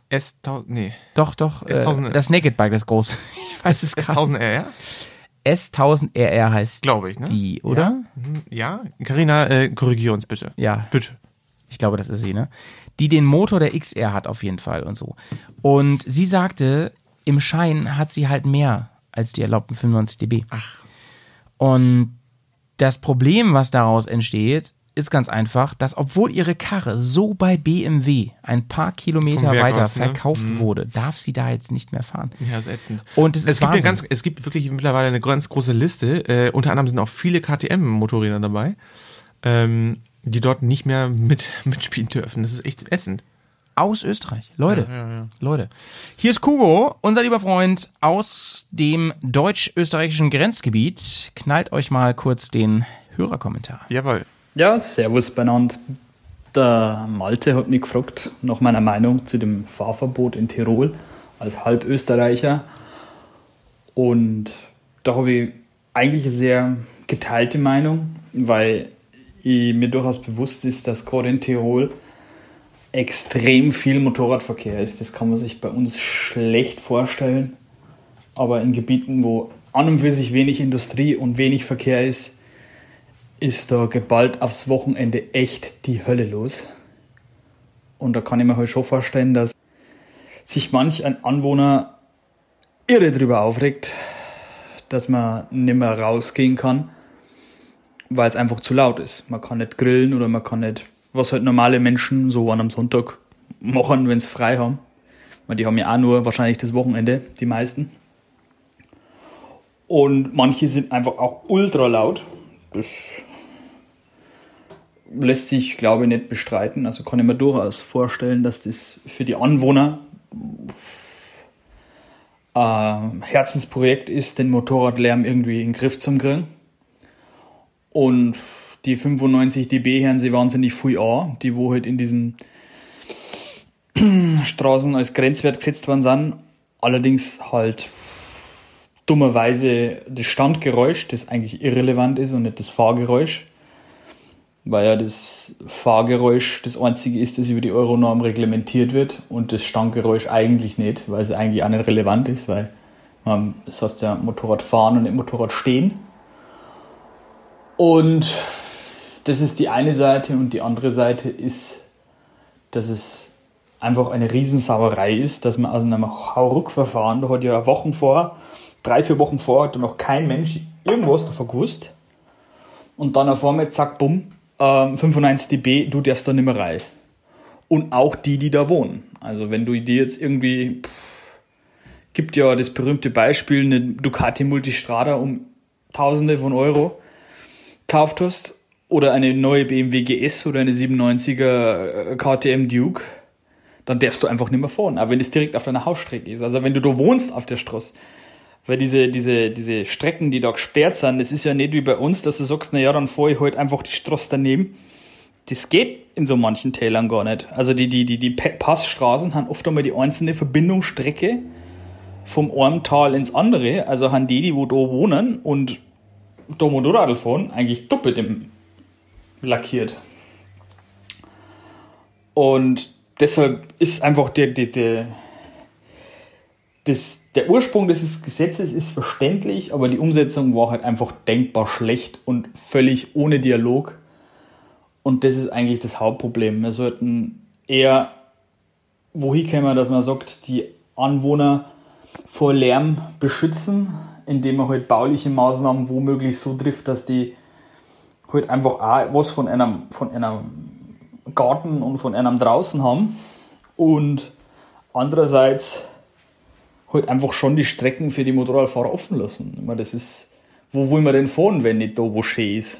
S tausend, nee. Doch, doch, S tausend, äh, das Naked Bike, das große. Ich weiß es S tausend R R? S tausend R R heißt glaube ich, ne? die, oder? Ja, Carina, äh, korrigiere uns bitte. Ja. Bitte. Ich glaube, das ist sie, ne? Die den Motor der X R hat auf jeden Fall und so. Und sie sagte, im Schein hat sie halt mehr als die erlaubten fünfundneunzig dB. Ach. Und das Problem, was daraus entsteht, ist ganz einfach, dass obwohl ihre Karre so bei B M W ein paar Kilometer weiter aus, ne? verkauft mhm. wurde, darf sie da jetzt nicht mehr fahren. Ja, ist ätzend. Und es, es ist gibt eine Wahnsinn. ganz, es gibt wirklich mittlerweile eine ganz große Liste. Äh, unter anderem sind auch viele K T M-Motorräder dabei, ähm, die dort nicht mehr mit mitspielen dürfen. Das ist echt ätzend. Aus Österreich. Leute, Ja, ja, ja. Leute. Hier ist Kugo, unser lieber Freund aus dem deutsch-österreichischen Grenzgebiet. Knallt euch mal kurz den Hörerkommentar. Jawohl. Ja, servus beieinander. Der Malte hat mich gefragt nach meiner Meinung zu dem Fahrverbot in Tirol als Halbösterreicher. Und da habe ich eigentlich eine sehr geteilte Meinung, weil ich mir durchaus bewusst ist, dass gerade in Tirol extrem viel Motorradverkehr ist. Das kann man sich bei uns schlecht vorstellen. Aber in Gebieten, wo an und für sich wenig Industrie und wenig Verkehr ist, ist da geballt aufs Wochenende echt die Hölle los. Und da kann ich mir halt schon vorstellen, dass sich manch ein Anwohner irre drüber aufregt, dass man nicht mehr rausgehen kann, weil es einfach zu laut ist. Man kann nicht grillen oder man kann nicht, was halt normale Menschen so an einem Sonntag machen, wenn sie frei haben. Weil die haben ja auch nur wahrscheinlich das Wochenende, die meisten. Und manche sind einfach auch ultra laut. Das lässt sich, glaube ich, nicht bestreiten. Also kann ich mir durchaus vorstellen, dass das für die Anwohner ein Herzensprojekt ist, den Motorradlärm irgendwie in den Griff zu kriegen. Und die fünfundneunzig dB hören sie wahnsinnig viel an, die wo halt in diesen Straßen als Grenzwert gesetzt worden sind. Allerdings halt dummerweise das Standgeräusch, das eigentlich irrelevant ist und nicht das Fahrgeräusch. Weil ja das Fahrgeräusch das einzige ist, das über die Euronorm reglementiert wird und das Standgeräusch eigentlich nicht, weil es eigentlich auch nicht relevant ist, weil man, das heißt ja Motorrad fahren und nicht Motorrad stehen. Und das ist die eine Seite und die andere Seite ist, dass es einfach eine Riesensauerei ist, dass man aus einem Hauruck-Verfahren, da hat ja Wochen vor, drei, vier Wochen vor, hat da noch kein Mensch irgendwas davon gewusst. Und dann auf einmal, zack, bumm, fünfundneunzig dB, du darfst da nicht mehr rein. Und auch die, die da wohnen. Also wenn du dir jetzt irgendwie, pff, gibt ja das berühmte Beispiel, eine Ducati Multistrada um Tausende von Euro gekauft hast oder eine neue B M W G S oder eine siebenundneunziger K T M Duke, dann darfst du einfach nicht mehr fahren, auch wenn das direkt auf deiner Hausstrecke ist. Also wenn du da wohnst auf der Straße. Weil diese, diese, diese Strecken, die da gesperrt sind, das ist ja nicht wie bei uns, dass du sagst, na ja, dann fahre ich halt einfach die Straße daneben. Das geht in so manchen Tälern gar nicht. Also die, die, die, die Passstraßen haben oft einmal die einzelne Verbindungsstrecke vom einen Tal ins andere. Also haben die, die wo da wohnen und da Motorradl fahren, eigentlich doppelt im lackiert. Und deshalb ist einfach der, der, der Das, der Ursprung dieses Gesetzes ist verständlich, aber die Umsetzung war halt einfach denkbar schlecht und völlig ohne Dialog. Und das ist eigentlich das Hauptproblem. Wir sollten eher wohin kommen, dass man sagt, die Anwohner vor Lärm beschützen, indem man halt bauliche Maßnahmen womöglich so trifft, dass die halt einfach auch was von einem, von einem Garten und von einem draußen haben. Und andererseits halt einfach schon die Strecken für die Motorradfahrer offen lassen. Ich meine, das ist, wo wollen wir denn fahren, wenn nicht da, wo schön ist?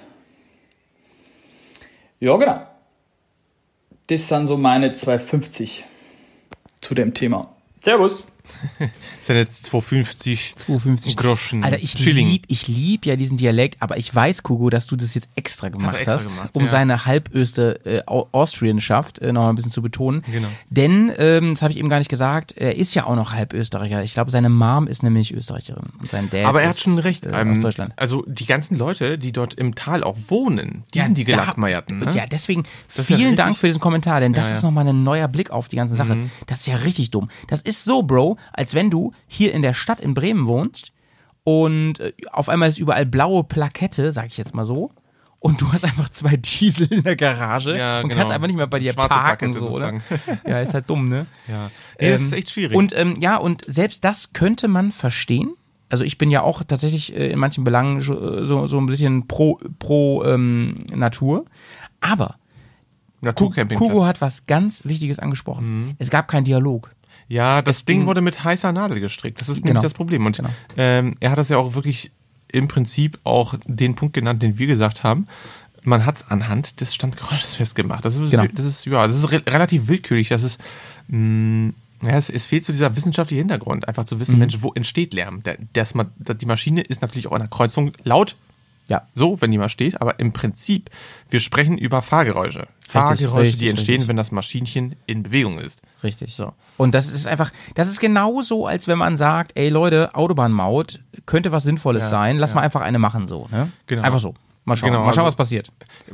Ja, genau. Das sind so meine zwei fünfzig zu dem Thema. Servus! Das sind jetzt zwei fünfzig zwei fünfzig Groschen. Alter, ich Schilling. lieb, ich lieb ja diesen Dialekt, aber ich weiß, Kugo, dass du das jetzt extra gemacht extra hast, gemacht, um ja. seine halböste äh, Austrianschaft äh, noch mal ein bisschen zu betonen. Genau. Denn, ähm, das habe ich eben gar nicht gesagt, er ist ja auch noch Halbösterreicher. Ich glaube, seine Mom ist nämlich Österreicherin und sein Dad Aber er ist, hat schon recht. Äh, ähm, aus Deutschland. Also die ganzen Leute, die dort im Tal auch wohnen, die Ja, sind die da- Gelackmeierten. Ne? Ja, deswegen Das ist ja vielen richtig- Dank für diesen Kommentar, denn das Ja, ja. ist nochmal ein neuer Blick auf die ganze Sache. Mhm. Das ist ja richtig dumm. Das ist so, Bro, als wenn du hier in der Stadt in Bremen wohnst und äh, auf einmal ist überall blaue Plakette, sag ich jetzt mal so, und du hast einfach zwei Diesel in der Garage Ja, und genau. kannst einfach nicht mehr bei dir Schwarze parken. Plakette So, oder? sozusagen. Ja, ist halt dumm, ne? Ja. Nee, das ist echt schwierig. Und ähm, ja, und selbst das könnte man verstehen. Also ich bin ja auch tatsächlich äh, in manchen Belangen so, so, so ein bisschen pro, pro ähm, Natur. Aber Naturcampingplatz. Kugo hat was ganz Wichtiges angesprochen. Es gab keinen Dialog. Ja, das Es Ding ging- wurde mit heißer Nadel gestrickt. Das ist Genau. nämlich das Problem. Und Genau. ähm, er hat das ja auch wirklich im Prinzip auch den Punkt genannt, den wir gesagt haben. Man hat es anhand des Standgeräusches festgemacht. Das ist, Genau. das ist, ja, das ist re relativ willkürlich. Das ist, mh, ja, es, es fehlt so dieser wissenschaftliche Hintergrund, einfach zu wissen, Mhm. Mensch, wo entsteht Lärm? Der, das, ma- die Maschine ist natürlich auch an der Kreuzung laut. Ja. So, wenn die mal steht, aber im Prinzip, wir sprechen über Fahrgeräusche. Fahrgeräusche, richtig, die entstehen, richtig. wenn das Maschinchen in Bewegung ist. Richtig. So. Und das ist einfach, das ist genauso, als wenn man sagt, ey Leute, Autobahnmaut könnte was Sinnvolles Ja, sein, lass ja. mal einfach eine machen so. Ne? Genau. Einfach so. Mal schauen, Genau, mal schauen, also- was passiert.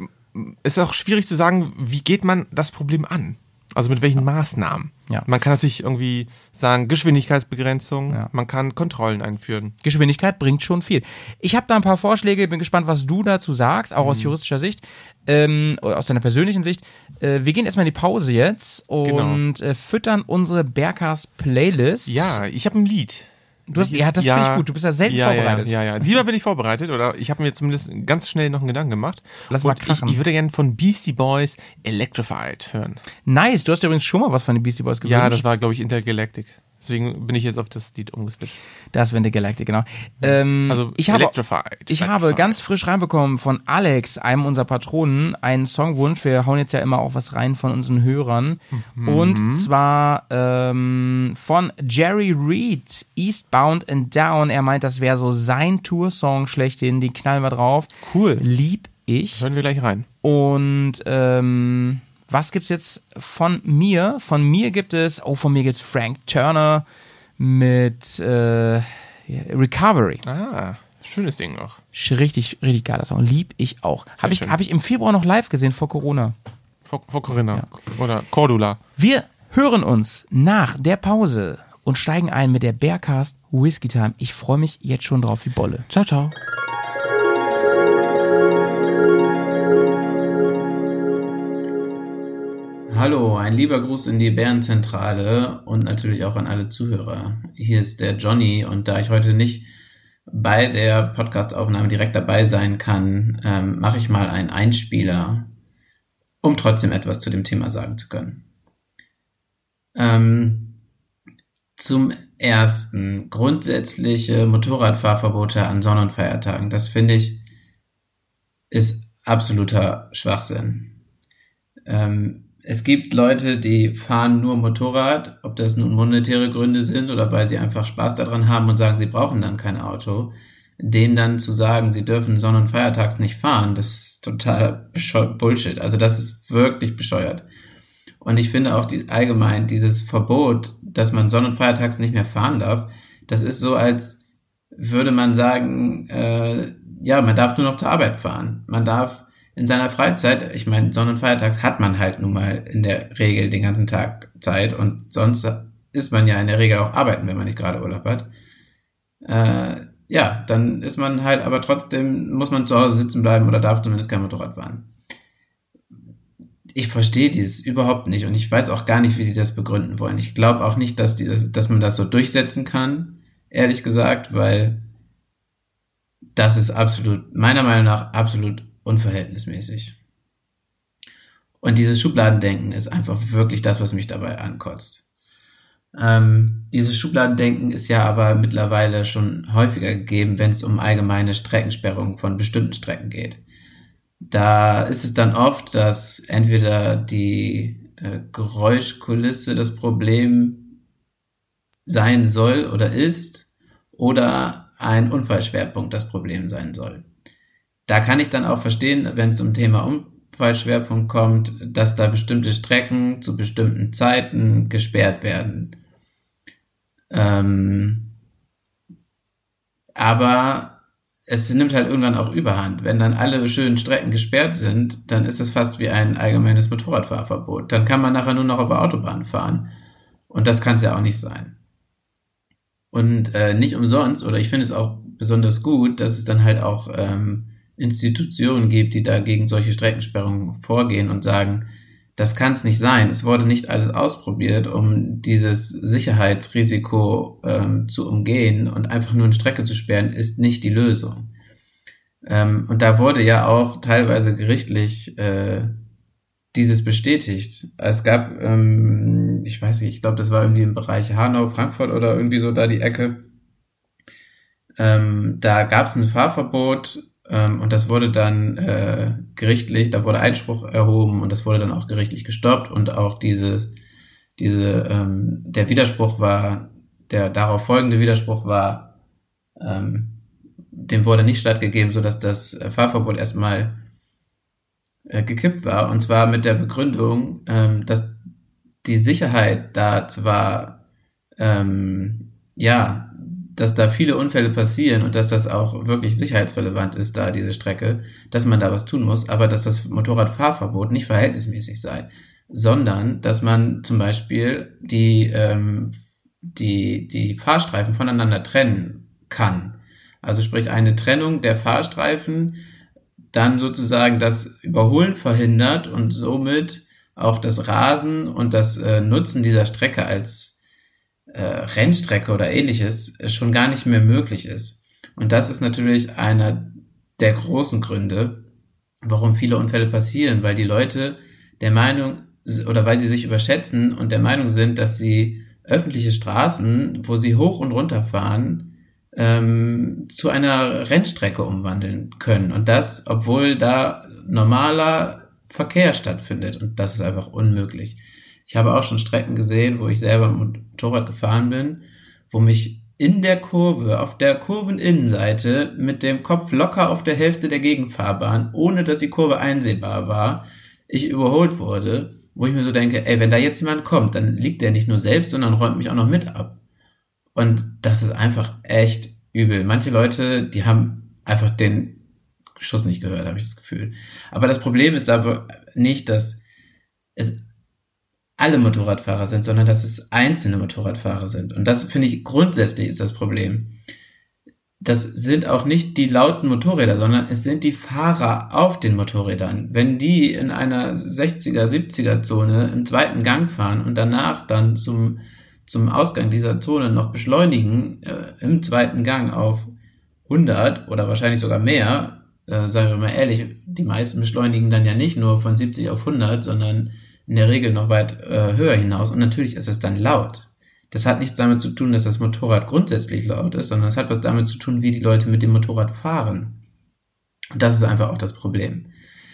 Es ist auch schwierig zu sagen, wie geht man das Problem an? Also mit welchen Maßnahmen? Ja. Man kann natürlich irgendwie sagen, Geschwindigkeitsbegrenzung, Ja. man kann Kontrollen einführen. Geschwindigkeit bringt schon viel. Ich habe da ein paar Vorschläge, bin gespannt, was du dazu sagst, auch aus Mhm. juristischer Sicht, ähm, oder aus deiner persönlichen Sicht. Äh, wir gehen erstmal in die Pause jetzt und äh, füttern unsere Berkas Playlist. Ja, ich habe ein Lied. Du hast, ja, das finde ich gut. Du bist ja selten ja, vorbereitet. Ja, ja, ja. Diesmal bin ich vorbereitet, oder ich habe mir zumindest ganz schnell noch einen Gedanken gemacht. Lass mal Und ich, krachen. ich würde gerne von Beastie Boys Electrified hören. Nice, du hast ja übrigens schon mal was von den Beastie Boys gewünscht. Ja, das war, glaube ich, Intergalactic. Deswegen bin ich jetzt auf das Lied umgeswitcht. Das wäre The Galactic, genau. Ähm, Also ich habe, Electrified. ich Electrified. habe ganz frisch reinbekommen von Alex, einem unserer Patronen, einen Songwunsch. Wir hauen jetzt ja immer auch was rein von unseren Hörern. Mhm. Und zwar ähm, von Jerry Reed, Eastbound and Down. Er meint, das wäre so sein Toursong schlechthin. Die knallen wir drauf. Cool. Lieb ich. Hören wir gleich rein. Und ähm, was gibt's jetzt von mir? Von mir gibt es, oh, von mir gibt's Frank Turner mit äh, Recovery. Ah, schönes Ding noch. Richtig, richtig geiler Song. Lieb ich auch. Habe ich, schön. hab ich im Februar noch live gesehen vor Corona. Vor, vor Corinna. Oder Cordula. Wir hören uns nach der Pause und steigen ein mit der Bearcast Whiskey Time. Ich freue mich jetzt schon drauf wie Bolle. Ciao, ciao. Hallo, ein lieber Gruß in die Bärenzentrale und natürlich auch an alle Zuhörer. Hier ist der Johnny und da ich heute nicht bei der Podcastaufnahme direkt dabei sein kann, ähm, mache ich mal einen Einspieler, um trotzdem etwas zu dem Thema sagen zu können. Ähm, zum ersten, grundsätzliche Motorradfahrverbote an Sonn- und Feiertagen. Das finde ich ist absoluter Schwachsinn. Ähm, Es gibt Leute, die fahren nur Motorrad, ob das nun monetäre Gründe sind oder weil sie einfach Spaß daran haben und sagen, sie brauchen dann kein Auto. Denen dann zu sagen, sie dürfen Sonn- und Feiertags nicht fahren, das ist total Bullshit. Also das ist wirklich bescheuert. Und ich finde auch die, allgemein dieses Verbot, dass man Sonn- und Feiertags nicht mehr fahren darf, das ist so, als würde man sagen, äh, ja, man darf nur noch zur Arbeit fahren. Man darf in seiner Freizeit, ich meine, Sonn- und Feiertags hat man halt nun mal in der Regel den ganzen Tag Zeit und sonst ist man ja in der Regel auch arbeiten, wenn man nicht gerade Urlaub hat. Äh, ja, dann ist man halt, aber trotzdem muss man zu Hause sitzen bleiben oder darf zumindest kein Motorrad fahren. Ich verstehe dieses überhaupt nicht und ich weiß auch gar nicht, wie die das begründen wollen. Ich glaube auch nicht, dass, die das, dass man das so durchsetzen kann, ehrlich gesagt, weil das ist absolut, meiner Meinung nach, absolut unverhältnismäßig. Und dieses Schubladendenken ist einfach wirklich das, was mich dabei ankotzt. Ähm, dieses Schubladendenken ist ja aber mittlerweile schon häufiger gegeben, wenn es um allgemeine Streckensperrungen von bestimmten Strecken geht. Da ist es dann oft, dass entweder die äh, Geräuschkulisse das Problem sein soll oder ist oder ein Unfallschwerpunkt das Problem sein soll. Da kann ich dann auch verstehen, wenn es zum Thema Unfallschwerpunkt kommt, dass da bestimmte Strecken zu bestimmten Zeiten gesperrt werden. Ähm, aber es nimmt halt irgendwann auch Überhand. Wenn dann alle schönen Strecken gesperrt sind, dann ist es fast wie ein allgemeines Motorradfahrverbot. Dann kann man nachher nur noch auf der Autobahn fahren. Und das kann es ja auch nicht sein. Und äh, nicht umsonst, oder ich finde es auch besonders gut, dass es dann halt auch ähm, Institutionen gibt, die da gegen solche Streckensperrungen vorgehen und sagen, das kann es nicht sein. Es wurde nicht alles ausprobiert, um dieses Sicherheitsrisiko ähm, zu umgehen, und einfach nur eine Strecke zu sperren, ist nicht die Lösung. Ähm, und da wurde ja auch teilweise gerichtlich äh, dieses bestätigt. Es gab, ähm, ich weiß nicht, ich glaube, das war irgendwie im Bereich Hanau, Frankfurt oder irgendwie so da die Ecke. Ähm, da gab es ein Fahrverbot, ähm, und das wurde dann äh, gerichtlich, da wurde Einspruch erhoben und das wurde dann auch gerichtlich gestoppt, und auch diese, diese, ähm, der Widerspruch war, der darauf folgende Widerspruch war, ähm, dem wurde nicht stattgegeben, sodass das Fahrverbot erstmal äh, gekippt war, und zwar mit der Begründung, ähm, dass die Sicherheit da zwar, ähm, ja, dass da viele Unfälle passieren und dass das auch wirklich sicherheitsrelevant ist, da diese Strecke, dass man da was tun muss, aber dass das Motorradfahrverbot nicht verhältnismäßig sei, sondern dass man zum Beispiel die, ähm, die, die Fahrstreifen voneinander trennen kann. Also sprich eine Trennung der Fahrstreifen dann sozusagen das Überholen verhindert und somit auch das Rasen und das äh, Nutzen dieser Strecke als Äh, Rennstrecke oder ähnliches schon gar nicht mehr möglich ist. Und das ist natürlich einer der großen Gründe, warum viele Unfälle passieren, weil die Leute der Meinung, oder weil sie sich überschätzen und der Meinung sind, dass sie öffentliche Straßen, wo sie hoch und runter fahren, ähm, zu einer Rennstrecke umwandeln können. Und das, obwohl da normaler Verkehr stattfindet. Und das ist einfach unmöglich. Ich habe auch schon Strecken gesehen, wo ich selber mit Motorrad gefahren bin, wo mich in der Kurve, auf der Kurveninnenseite, mit dem Kopf locker auf der Hälfte der Gegenfahrbahn, ohne dass die Kurve einsehbar war, ich überholt wurde, wo ich mir so denke, ey, wenn da jetzt jemand kommt, dann liegt der nicht nur selbst, sondern räumt mich auch noch mit ab. Und das ist einfach echt übel. Manche Leute, die haben einfach den Schuss nicht gehört, habe ich das Gefühl. Aber das Problem ist aber nicht, dass es alle Motorradfahrer sind, sondern dass es einzelne Motorradfahrer sind. Und das, finde ich, grundsätzlich ist das Problem. Das sind auch nicht die lauten Motorräder, sondern es sind die Fahrer auf den Motorrädern. Wenn die in einer sechziger, siebziger Zone im zweiten Gang fahren und danach dann zum, zum Ausgang dieser Zone noch beschleunigen, äh, im zweiten Gang auf hundert oder wahrscheinlich sogar mehr, äh, sagen wir mal ehrlich, die meisten beschleunigen dann ja nicht nur von siebzig auf hundert, sondern in der Regel noch weit äh, höher hinaus, und natürlich ist es dann laut. Das hat nichts damit zu tun, dass das Motorrad grundsätzlich laut ist, sondern es hat was damit zu tun, wie die Leute mit dem Motorrad fahren. Und das ist einfach auch das Problem.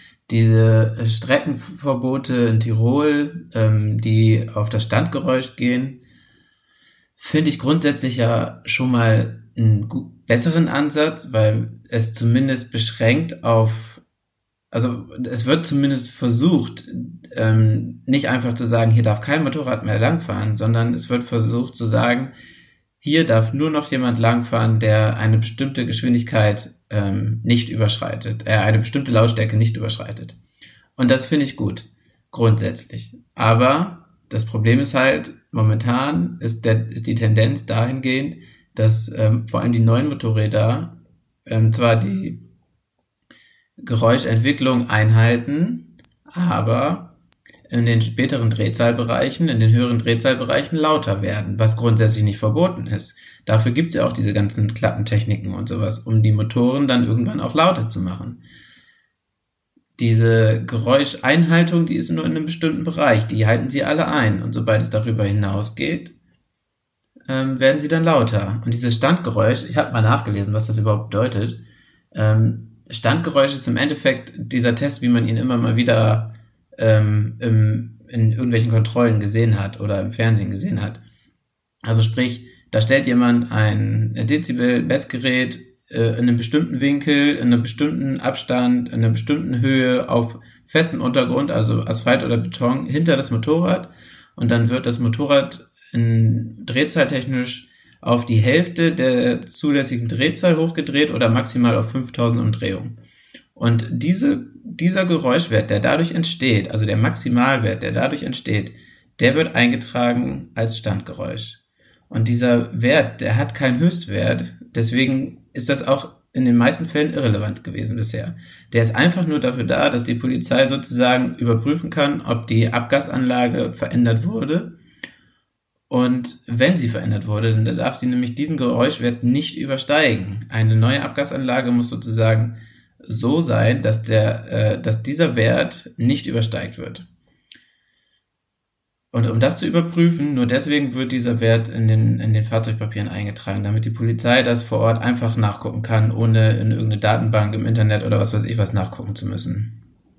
Diese Streckenverbote in Tirol, ähm, die auf das Standgeräusch gehen, finde ich grundsätzlich ja schon mal einen gut, besseren Ansatz, weil es zumindest beschränkt auf, also es wird zumindest versucht, ähm, nicht einfach zu sagen, hier darf kein Motorrad mehr langfahren, sondern es wird versucht zu sagen, hier darf nur noch jemand langfahren, der eine bestimmte Geschwindigkeit ähm, nicht überschreitet, äh, eine bestimmte Lautstärke nicht überschreitet. Und das finde ich gut, grundsätzlich. Aber das Problem ist halt, momentan ist, der, ist die Tendenz dahingehend, dass ähm, vor allem die neuen Motorräder ähm, zwar die Geräuschentwicklung einhalten, aber in den späteren Drehzahlbereichen, in den höheren Drehzahlbereichen lauter werden, was grundsätzlich nicht verboten ist. Dafür gibt es ja auch diese ganzen Klappentechniken und sowas, um die Motoren dann irgendwann auch lauter zu machen. Diese Geräuscheinhaltung, die ist nur in einem bestimmten Bereich, die halten sie alle ein, und sobald es darüber hinausgeht, ähm, werden sie dann lauter. Und dieses Standgeräusch, ich habe mal nachgelesen, was das überhaupt bedeutet. Ähm, Standgeräusch ist im Endeffekt dieser Test, wie man ihn immer mal wieder ähm, im, in irgendwelchen Kontrollen gesehen hat oder im Fernsehen gesehen hat. Also sprich, da stellt jemand ein Dezibel-Messgerät äh, in einem bestimmten Winkel, in einem bestimmten Abstand, in einer bestimmten Höhe auf festem Untergrund, also Asphalt oder Beton, hinter das Motorrad und dann wird das Motorrad in drehzahltechnisch auf die Hälfte der zulässigen Drehzahl hochgedreht oder maximal auf fünftausend Umdrehungen. Und diese, dieser Geräuschwert, der dadurch entsteht, also der Maximalwert, der dadurch entsteht, der wird eingetragen als Standgeräusch. Und dieser Wert, der hat keinen Höchstwert, deswegen ist das auch in den meisten Fällen irrelevant gewesen bisher. Der ist einfach nur dafür da, dass die Polizei sozusagen überprüfen kann, ob die Abgasanlage verändert wurde. Und wenn sie verändert wurde, dann darf sie nämlich diesen Geräuschwert nicht übersteigen. Eine neue Abgasanlage muss sozusagen so sein, dass der, äh, dass dieser Wert nicht übersteigt wird. Und um das zu überprüfen, nur deswegen wird dieser Wert in den, in den Fahrzeugpapieren eingetragen, damit die Polizei das vor Ort einfach nachgucken kann, ohne in irgendeine Datenbank im Internet oder was weiß ich was nachgucken zu müssen.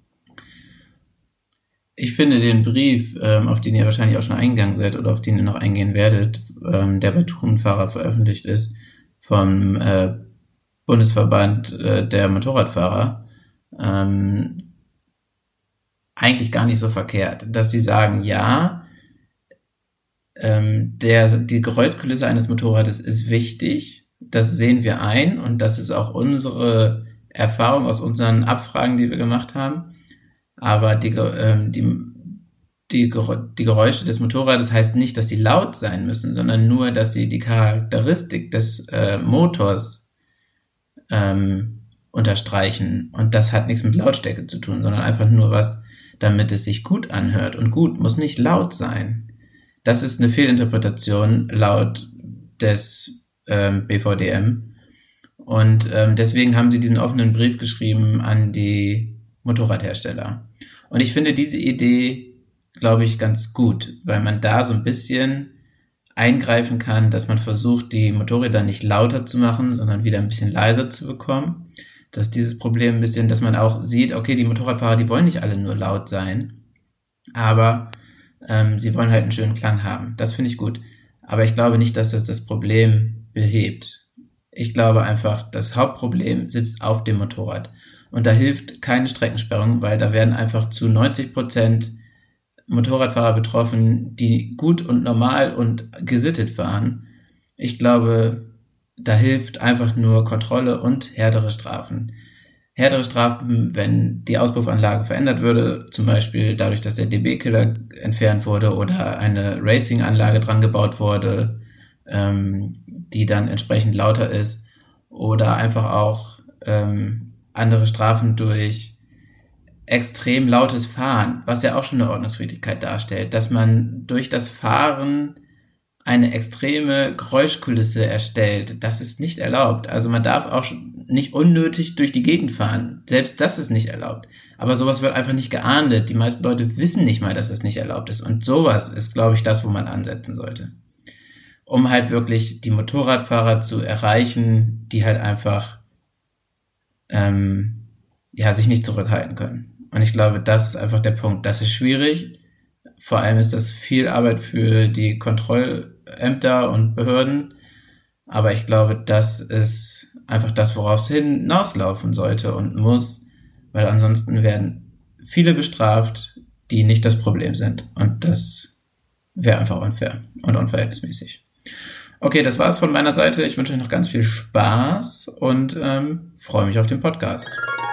Ich finde den Brief, ähm, auf den ihr wahrscheinlich auch schon eingegangen seid oder auf den ihr noch eingehen werdet, ähm, der bei Tourenfahrer veröffentlicht ist, vom äh, Bundesverband äh, der Motorradfahrer, ähm, eigentlich gar nicht so verkehrt, dass die sagen, ja, ähm, der, die Geräuschkulisse eines Motorrades ist wichtig, das sehen wir ein und das ist auch unsere Erfahrung aus unseren Abfragen, die wir gemacht haben. Aber die, ähm, die, die, die Geräusche des Motorrades heißt nicht, dass sie laut sein müssen, sondern nur, dass sie die Charakteristik des äh, Motors ähm, unterstreichen. Und das hat nichts mit Lautstärke zu tun, sondern einfach nur was, damit es sich gut anhört. Und gut muss nicht laut sein. Das ist eine Fehlinterpretation laut des ähm, B V D M. Und ähm, deswegen haben sie diesen offenen Brief geschrieben an die Motorradhersteller. Und ich finde diese Idee, glaube ich, ganz gut, weil man da so ein bisschen eingreifen kann, dass man versucht, die Motorräder nicht lauter zu machen, sondern wieder ein bisschen leiser zu bekommen. Dass dieses Problem ein bisschen, dass man auch sieht, okay, die Motorradfahrer, die wollen nicht alle nur laut sein, aber ähm, sie wollen halt einen schönen Klang haben. Das finde ich gut. Aber ich glaube nicht, dass das das Problem behebt. Ich glaube einfach, das Hauptproblem sitzt auf dem Motorrad. Und da hilft keine Streckensperrung, weil da werden einfach zu neunzig Prozent Motorradfahrer betroffen, die gut und normal und gesittet fahren. Ich glaube, da hilft einfach nur Kontrolle und härtere Strafen. Härtere Strafen, wenn die Auspuffanlage verändert würde, zum Beispiel dadurch, dass der D B-Killer entfernt wurde oder eine Racing-Anlage dran gebaut wurde, ähm, die dann entsprechend lauter ist, oder einfach auch ähm, andere Strafen durch extrem lautes Fahren, was ja auch schon eine Ordnungswidrigkeit darstellt, dass man durch das Fahren eine extreme Geräuschkulisse erstellt. Das ist nicht erlaubt. Also man darf auch nicht unnötig durch die Gegend fahren. Selbst das ist nicht erlaubt. Aber sowas wird einfach nicht geahndet. Die meisten Leute wissen nicht mal, dass es nicht erlaubt ist. Und sowas ist, glaube ich, das, wo man ansetzen sollte. Um halt wirklich die Motorradfahrer zu erreichen, die halt einfach ähm, ja, sich nicht zurückhalten können. Und ich glaube, das ist einfach der Punkt. Das ist schwierig. Vor allem ist das viel Arbeit für die Kontrollämter und Behörden. Aber ich glaube, das ist einfach das, worauf es hinauslaufen sollte und muss. Weil ansonsten werden viele bestraft, die nicht das Problem sind. Und das wäre einfach unfair und unverhältnismäßig. Okay, das war's von meiner Seite. Ich wünsche euch noch ganz viel Spaß und ähm, freue mich auf den Podcast.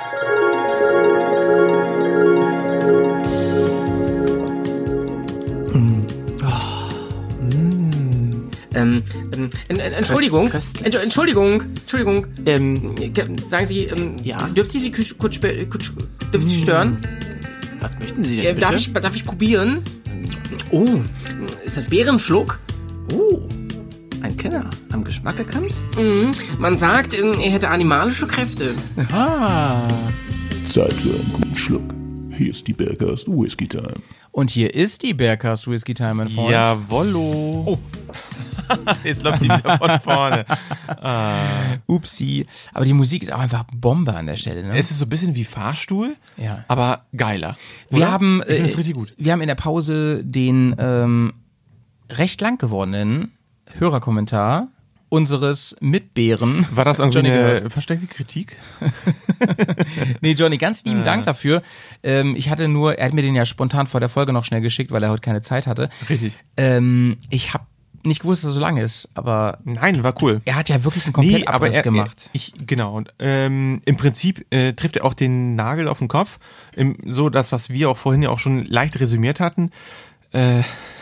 Mm. Oh. Mm. Ähm, ähm, Entschuldigung, Köst, Köst. Entschuldigung, Entschuldigung. Ähm, sagen Sie, ähm, ja? Dürfen Sie Sie kurz, kurz, kurz dürfen Sie stören? Was möchten Sie denn äh, bitte? Darf ich, darf ich probieren? Oh, ist das Bärenschluck? Oh. Ein Kenner, am Geschmack erkannt? Mhm. Man sagt, er hätte animalische Kräfte. Aha. Zeit für einen guten Schluck. Hier ist die Bergcast Whisky Time. Und hier ist die Bergcast Whisky Time, mein Freund. Jawollo. Oh. Jetzt läuft sie wieder von vorne. Ah. Upsi. Aber die Musik ist auch einfach Bombe an der Stelle. Ne? Es ist so ein bisschen wie Fahrstuhl, ja, aber geiler. Wir oder? haben, ich finde äh, das richtig gut. Wir haben in der Pause den ähm, recht lang gewordenen Hörerkommentar unseres Mitbären. War das irgendwie Johnny eine gehört. versteckte Kritik? Nee, Johnny, ganz lieben Äh. Dank dafür. Ähm, ich hatte nur, er hat mir den ja spontan vor der Folge noch schnell geschickt, weil er heute keine Zeit hatte. Richtig. Ähm, ich habe nicht gewusst, dass er so lang ist, aber Nein, war cool. er hat ja wirklich einen kompletten Nee, aber Abriss er, gemacht. Er, ich, genau. Und, ähm, im Prinzip äh, trifft er auch den Nagel auf den Kopf. Im, so das, was wir auch vorhin ja auch schon leicht resümiert hatten. Äh,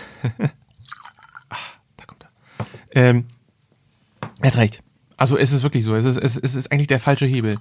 Ach, da kommt er. Ähm, er hat recht. Also es ist wirklich so. Es ist, es, es ist eigentlich der falsche Hebel.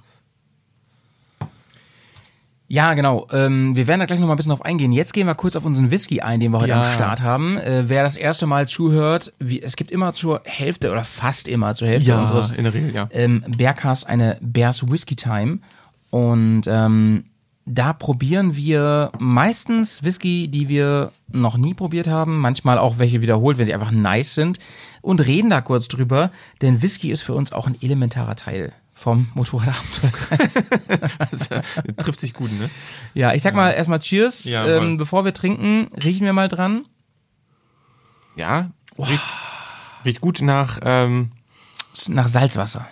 Ja, genau. Ähm, wir werden da gleich noch mal ein bisschen drauf eingehen. Jetzt gehen wir kurz auf unseren Whisky ein, den wir heute Ja. am Start haben. Äh, wer das erste Mal zuhört, wie, es gibt immer zur Hälfte oder fast immer zur Hälfte Ja, unseres in der Regel, ja. ähm, Bearcast eine Bears Whisky Time. Und ähm, da probieren wir meistens Whisky, die wir noch nie probiert haben, manchmal auch welche wiederholt, wenn sie einfach nice sind, und reden da kurz drüber, denn Whisky ist für uns auch ein elementarer Teil vom Motorradabenteuerkreis. Das trifft sich gut, ne? Ja, ich sag mal erstmal Cheers. Ja, ähm, bevor wir trinken, riechen wir mal dran. Ja, riecht, riecht gut nach, ähm, Nach Salzwasser.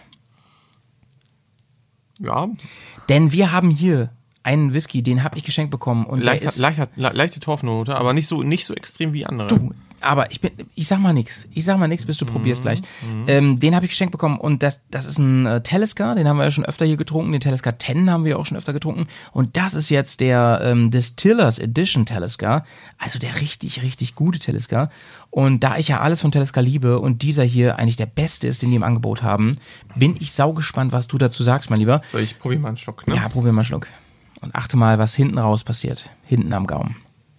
ja, Denn wir haben hier einen Whisky, den habe ich geschenkt bekommen. Und leicht, der ist, leicht, le, leichte Torfnote, aber nicht so, nicht so extrem wie andere. Du, aber ich bin, ich sag mal nix. Ich sag mal nix, bis du probierst gleich. Ähm, den habe ich geschenkt bekommen und das, das ist ein äh, Talisker, den haben wir ja schon öfter hier getrunken. Den Talisker zehn haben wir auch schon öfter getrunken. Und das ist jetzt der ähm, Distillers Edition Talisker. Also der richtig, richtig gute Talisker. Und da ich ja alles von Talisker liebe und dieser hier eigentlich der beste ist, den die im Angebot haben, bin ich saugespannt, was du dazu sagst, mein Lieber. So, ich probiere mal einen Schluck, ne? Ja, probier mal einen Schluck. Und achte mal, was hinten raus passiert. Hinten am Gaumen.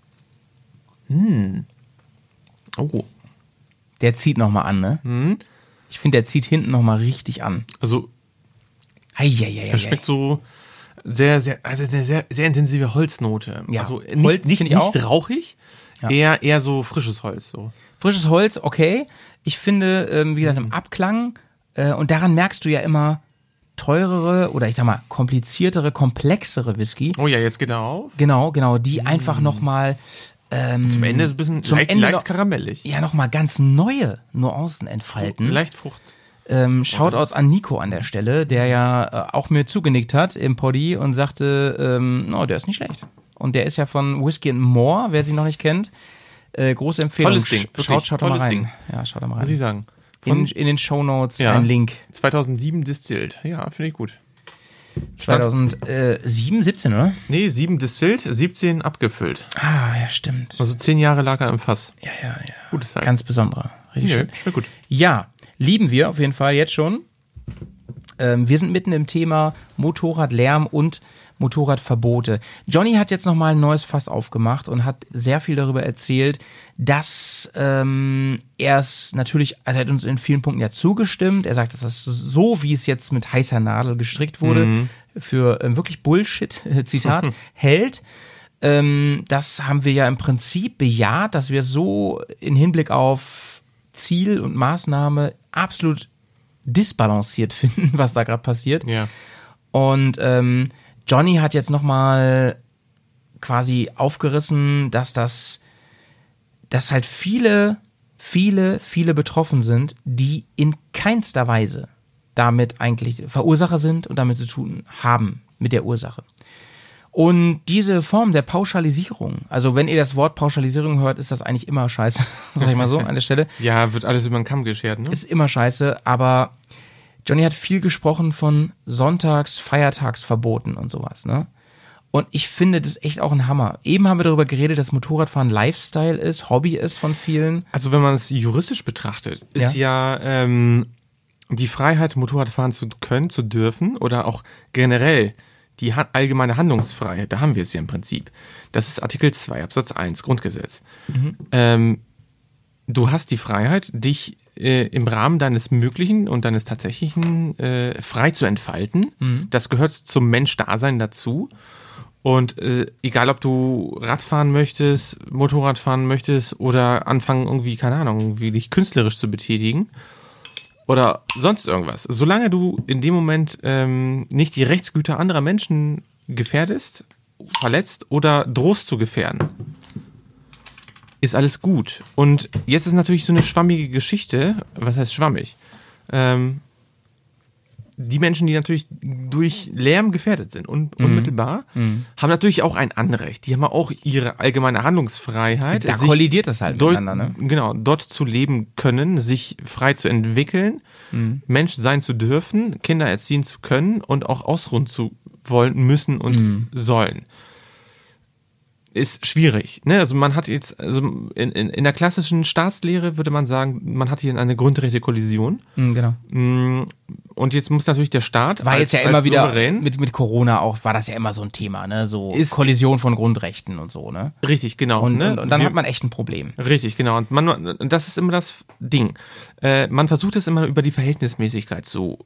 Hm. Oh. Der zieht nochmal an, ne? Hm. Ich finde, der zieht hinten nochmal richtig an. Also, Eieieiei. er schmeckt so sehr, sehr, also sehr, sehr, sehr intensive Holznote. Ja. Also Holz nicht, nicht, find ich auch. nicht rauchig, Ja. eher, eher so frisches Holz. So. Frisches Holz, okay. Ich finde, ähm, wie gesagt, im Abklang, äh, und daran merkst du ja immer teurere oder ich sag mal kompliziertere, komplexere Whisky. Oh ja, jetzt geht er auf. Genau, genau, die einfach nochmal ähm, Zum Ende ist ein bisschen zum leicht, Ende leicht noch- karamellig. ja nochmal ganz neue Nuancen entfalten. Leicht Frucht. Ähm, Shoutouts das ist- an Nico an der Stelle, der ja äh, auch mir zugenickt hat im Poddy und sagte, ähm, no, der ist nicht schlecht. Und der ist ja von Whiskey and More, wer sie noch nicht kennt. Äh, große Empfehlung. Tolles Ding, wirklich, Schaut, schaut da mal tolles rein. Ding. Ja, schaut da mal rein. Muss ich sagen. In, in den Shownotes Ja. ein Link. zweitausendsieben distilled. Ja, finde ich gut. zweitausendsieben, siebzehn, oder? Nee, sieben distilled, siebzehn abgefüllt. Ah, ja, stimmt. Also zehn Jahre lag er im Fass. Ja, ja, ja. Gutes Teil. Ganz besondere. Richtig Nö, schön. schmeckt gut. Ja, lieben wir auf jeden Fall jetzt schon. Ähm, wir sind mitten im Thema Motorradlärm und Motorradverbote. Johnny hat jetzt nochmal ein neues Fass aufgemacht und hat sehr viel darüber erzählt, dass ähm, er es natürlich, also er hat uns in vielen Punkten ja zugestimmt. Er sagt, dass das so, wie es jetzt mit heißer Nadel gestrickt wurde, Mhm. für ähm, wirklich Bullshit, äh, Zitat, hält. Ähm, das haben wir ja im Prinzip bejaht, dass wir so in Hinblick auf Ziel und Maßnahme absolut disbalanciert finden, was da gerade passiert. Ja. Und ähm, Johnny hat jetzt nochmal quasi aufgerissen, dass das, dass halt viele, viele, viele betroffen sind, die in keinster Weise damit eigentlich Verursacher sind und damit zu tun haben mit der Ursache. Und diese Form der Pauschalisierung, also wenn ihr das Wort Pauschalisierung hört, ist das eigentlich immer scheiße, sag ich mal so an der Stelle. Ja, wird alles über den Kamm geschert, ne? Ist immer scheiße, aber Johnny hat viel gesprochen von Sonntags-, Feiertagsverboten und sowas, ne? Und ich finde das echt auch ein Hammer. Eben haben wir darüber geredet, dass Motorradfahren Lifestyle ist, Hobby ist von vielen. Also wenn man es juristisch betrachtet, ist ja, ähm, die Freiheit, Motorrad fahren zu können, zu dürfen oder auch generell die ha- allgemeine Handlungsfreiheit, da haben wir es ja im Prinzip. Das ist Artikel zwei Absatz eins Grundgesetz. Mhm. Ähm, du hast die Freiheit, dich äh, im Rahmen deines Möglichen und deines Tatsächlichen äh, frei zu entfalten. Mhm. Das gehört zum Mensch-Dasein dazu. Und äh, egal, ob du Radfahren möchtest, Motorrad fahren möchtest oder anfangen irgendwie, keine Ahnung, irgendwie dich künstlerisch zu betätigen oder sonst irgendwas. Solange du in dem Moment ähm, nicht die Rechtsgüter anderer Menschen gefährdest, verletzt oder drohst zu gefährden, ist alles gut. Und jetzt ist natürlich so eine schwammige Geschichte. Was heißt schwammig? Ähm, die Menschen, die natürlich durch Lärm gefährdet sind, un- Mhm. unmittelbar, Mhm. haben natürlich auch ein Anrecht. Die haben auch ihre allgemeine Handlungsfreiheit. Da sich kollidiert das halt dort, miteinander, ne? Genau, dort zu leben können, sich frei zu entwickeln, Mhm. Mensch sein zu dürfen, Kinder erziehen zu können und auch ausruhen zu wollen, müssen und Mhm. sollen. Ist schwierig. Ne? Also man hat jetzt, also in, in, in der klassischen Staatslehre würde man sagen, man hat hier eine Grundrechtekollision. Mhm, genau. Und jetzt muss natürlich der Staat War als, jetzt ja immer als wieder, Souverän, mit, mit Corona auch, war das ja immer so ein Thema, ne? So Ist- Kollision von Grundrechten und so, ne? Richtig, genau. Und, ne? und, und dann Wir- hat man echt ein Problem. Richtig, genau. Und man, und das ist immer das Ding. Äh, man versucht es immer über die Verhältnismäßigkeit zu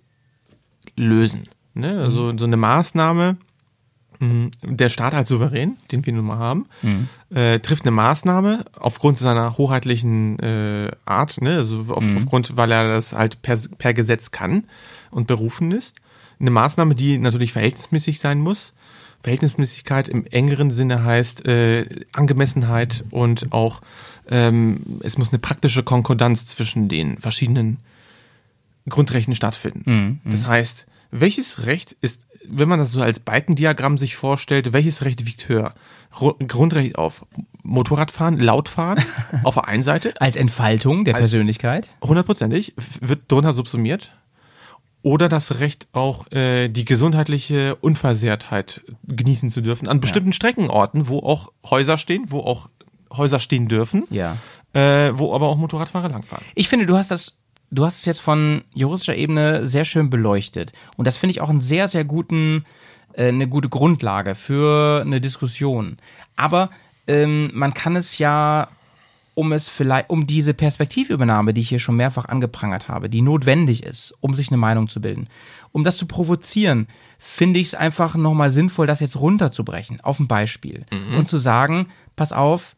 lösen. Ne? Also so eine Maßnahme, mh, der Staat als Souverän, den wir nun mal haben, Mhm. äh, trifft eine Maßnahme aufgrund seiner hoheitlichen äh, Art, ne? Also auf, Mhm. aufgrund, weil er das halt per, per Gesetz kann und berufen ist. Eine Maßnahme, die natürlich verhältnismäßig sein muss. Verhältnismäßigkeit im engeren Sinne heißt äh, Angemessenheit und auch ähm, es muss eine praktische Konkordanz zwischen den verschiedenen Grundrechten stattfinden. Mhm. Das heißt, welches Recht ist, wenn man das so als Balkendiagramm sich vorstellt, welches Recht wiegt höher? Ru- Grundrecht auf Motorradfahren, Lautfahren auf der einen Seite. Als Entfaltung der Als- Persönlichkeit. Hundertprozentig, f- wird drunter subsumiert. Oder das Recht auch äh, die gesundheitliche Unversehrtheit genießen zu dürfen an bestimmten Streckenorten, wo auch Häuser stehen, wo auch Häuser stehen dürfen, Ja. äh, wo aber auch Motorradfahrer langfahren. Ich finde, du hast das, du hast es jetzt von juristischer Ebene sehr schön beleuchtet. Und das finde ich auch einen sehr, sehr guten, äh, eine gute Grundlage für eine Diskussion. Aber ähm, man kann es ja, um es vielleicht, um diese Perspektivübernahme, die ich hier schon mehrfach angeprangert habe, die notwendig ist, um sich eine Meinung zu bilden, um das zu provozieren, finde ich es einfach nochmal sinnvoll, das jetzt runterzubrechen auf ein Beispiel Mhm. und zu sagen, pass auf,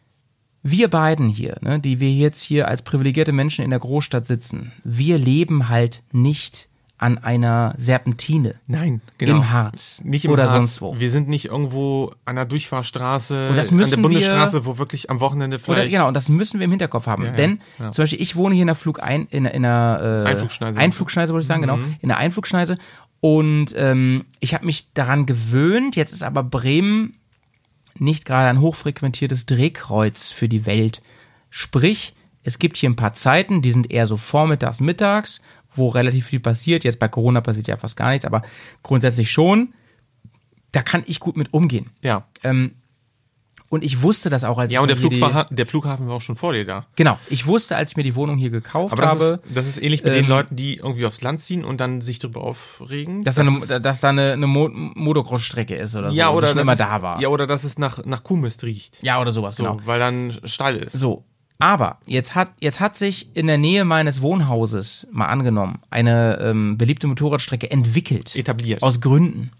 wir beiden hier, ne, die wir jetzt hier als privilegierte Menschen in der Großstadt sitzen, wir leben halt nicht an einer Serpentine. Nein, genau. Im Harz. Nicht im oder Harz. sonst wo. Wir sind nicht irgendwo an der Durchfahrstraße, Und das an müssen der Bundesstraße, wir- wo wirklich am Wochenende Oder, vielleicht... genau, und das müssen wir im Hinterkopf haben. Ja, ja, Denn ja. zum Beispiel, ich wohne hier in der Flug ein, in, in einer äh, Einflugschneise. Einflugschneise, wollte ich sagen, genau. Mhm. In der Einflugschneise. Und ähm, ich habe mich daran gewöhnt, jetzt ist aber Bremen nicht gerade ein hochfrequentiertes Drehkreuz für die Welt. Sprich, es gibt hier ein paar Zeiten, die sind eher so vormittags, mittags, wo relativ viel passiert. Jetzt bei Corona passiert ja fast gar nichts, aber grundsätzlich schon. Da kann ich gut mit umgehen. Ja. Ähm, und ich wusste das auch, als Ja, ich und der, mir die- Flugfahr der Flughafen war auch schon vor dir da. Genau, ich wusste, als ich mir die Wohnung hier gekauft Aber das, habe, ist, das ist ähnlich mit ähm, den Leuten, die irgendwie aufs Land ziehen und dann sich darüber aufregen. dass da eine, ist- dass da eine, eine Mo- Motocross-Strecke ist oder so, ja, oder die schon dass immer es, da war. Ja, oder dass es nach, nach Kuhmist riecht. Ja, oder sowas, So, genau. weil dann Stall ist. So, aber jetzt hat, jetzt hat sich in der Nähe meines Wohnhauses, mal angenommen, eine ähm, beliebte Motorradstrecke entwickelt. Etabliert. Aus Gründen.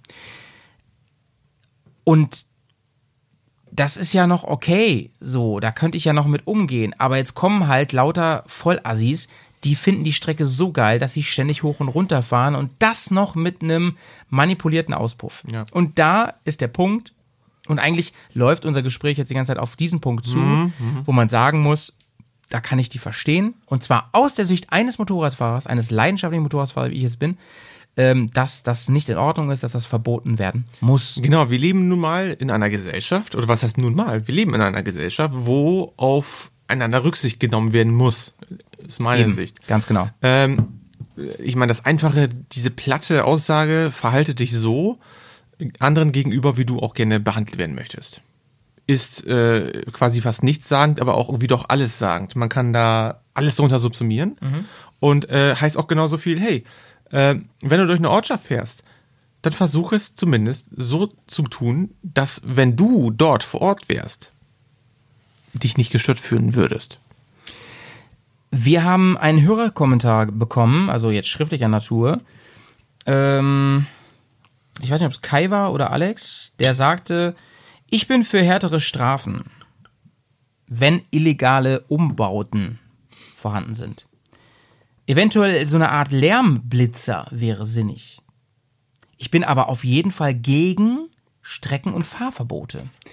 Und das ist ja noch okay, so, da könnte ich ja noch mit umgehen. Aber jetzt kommen halt lauter Vollassis, die finden die Strecke so geil, dass sie ständig hoch und runter fahren und das noch mit einem manipulierten Auspuff. Ja. Und da ist der Punkt, und eigentlich läuft unser Gespräch jetzt die ganze Zeit auf diesen Punkt zu, Mhm, wo man sagen muss, da kann ich die verstehen. Und zwar aus der Sicht eines Motorradfahrers, eines leidenschaftlichen Motorradfahrers, wie ich es bin, ähm, dass das nicht in Ordnung ist, dass das verboten werden muss. Genau, wir leben nun mal in einer Gesellschaft, oder was heißt nun mal? Wir leben in einer Gesellschaft, wo aufeinander Rücksicht genommen werden muss. Ist meine Eben, Sicht. ganz genau. Ähm, ich meine, das einfache, diese platte Aussage, verhalte dich so anderen gegenüber, wie du auch gerne behandelt werden möchtest, ist äh, quasi fast nichtssagend, aber auch irgendwie doch alles sagend. Man kann da alles drunter subsumieren Mhm. und äh, heißt auch genauso viel, hey, äh, wenn du durch eine Ortschaft fährst, dann versuch es zumindest so zu tun, dass wenn du dort vor Ort wärst, dich nicht gestört fühlen würdest. Wir haben einen Hörerkommentar bekommen, also jetzt schriftlicher Natur. Ähm, ich weiß nicht, ob es Kai war oder Alex, der sagte, ich bin für härtere Strafen, wenn illegale Umbauten vorhanden sind. Eventuell so eine Art Lärmblitzer wäre sinnig. Ich bin aber auf jeden Fall gegen Strecken- und Fahrverbote.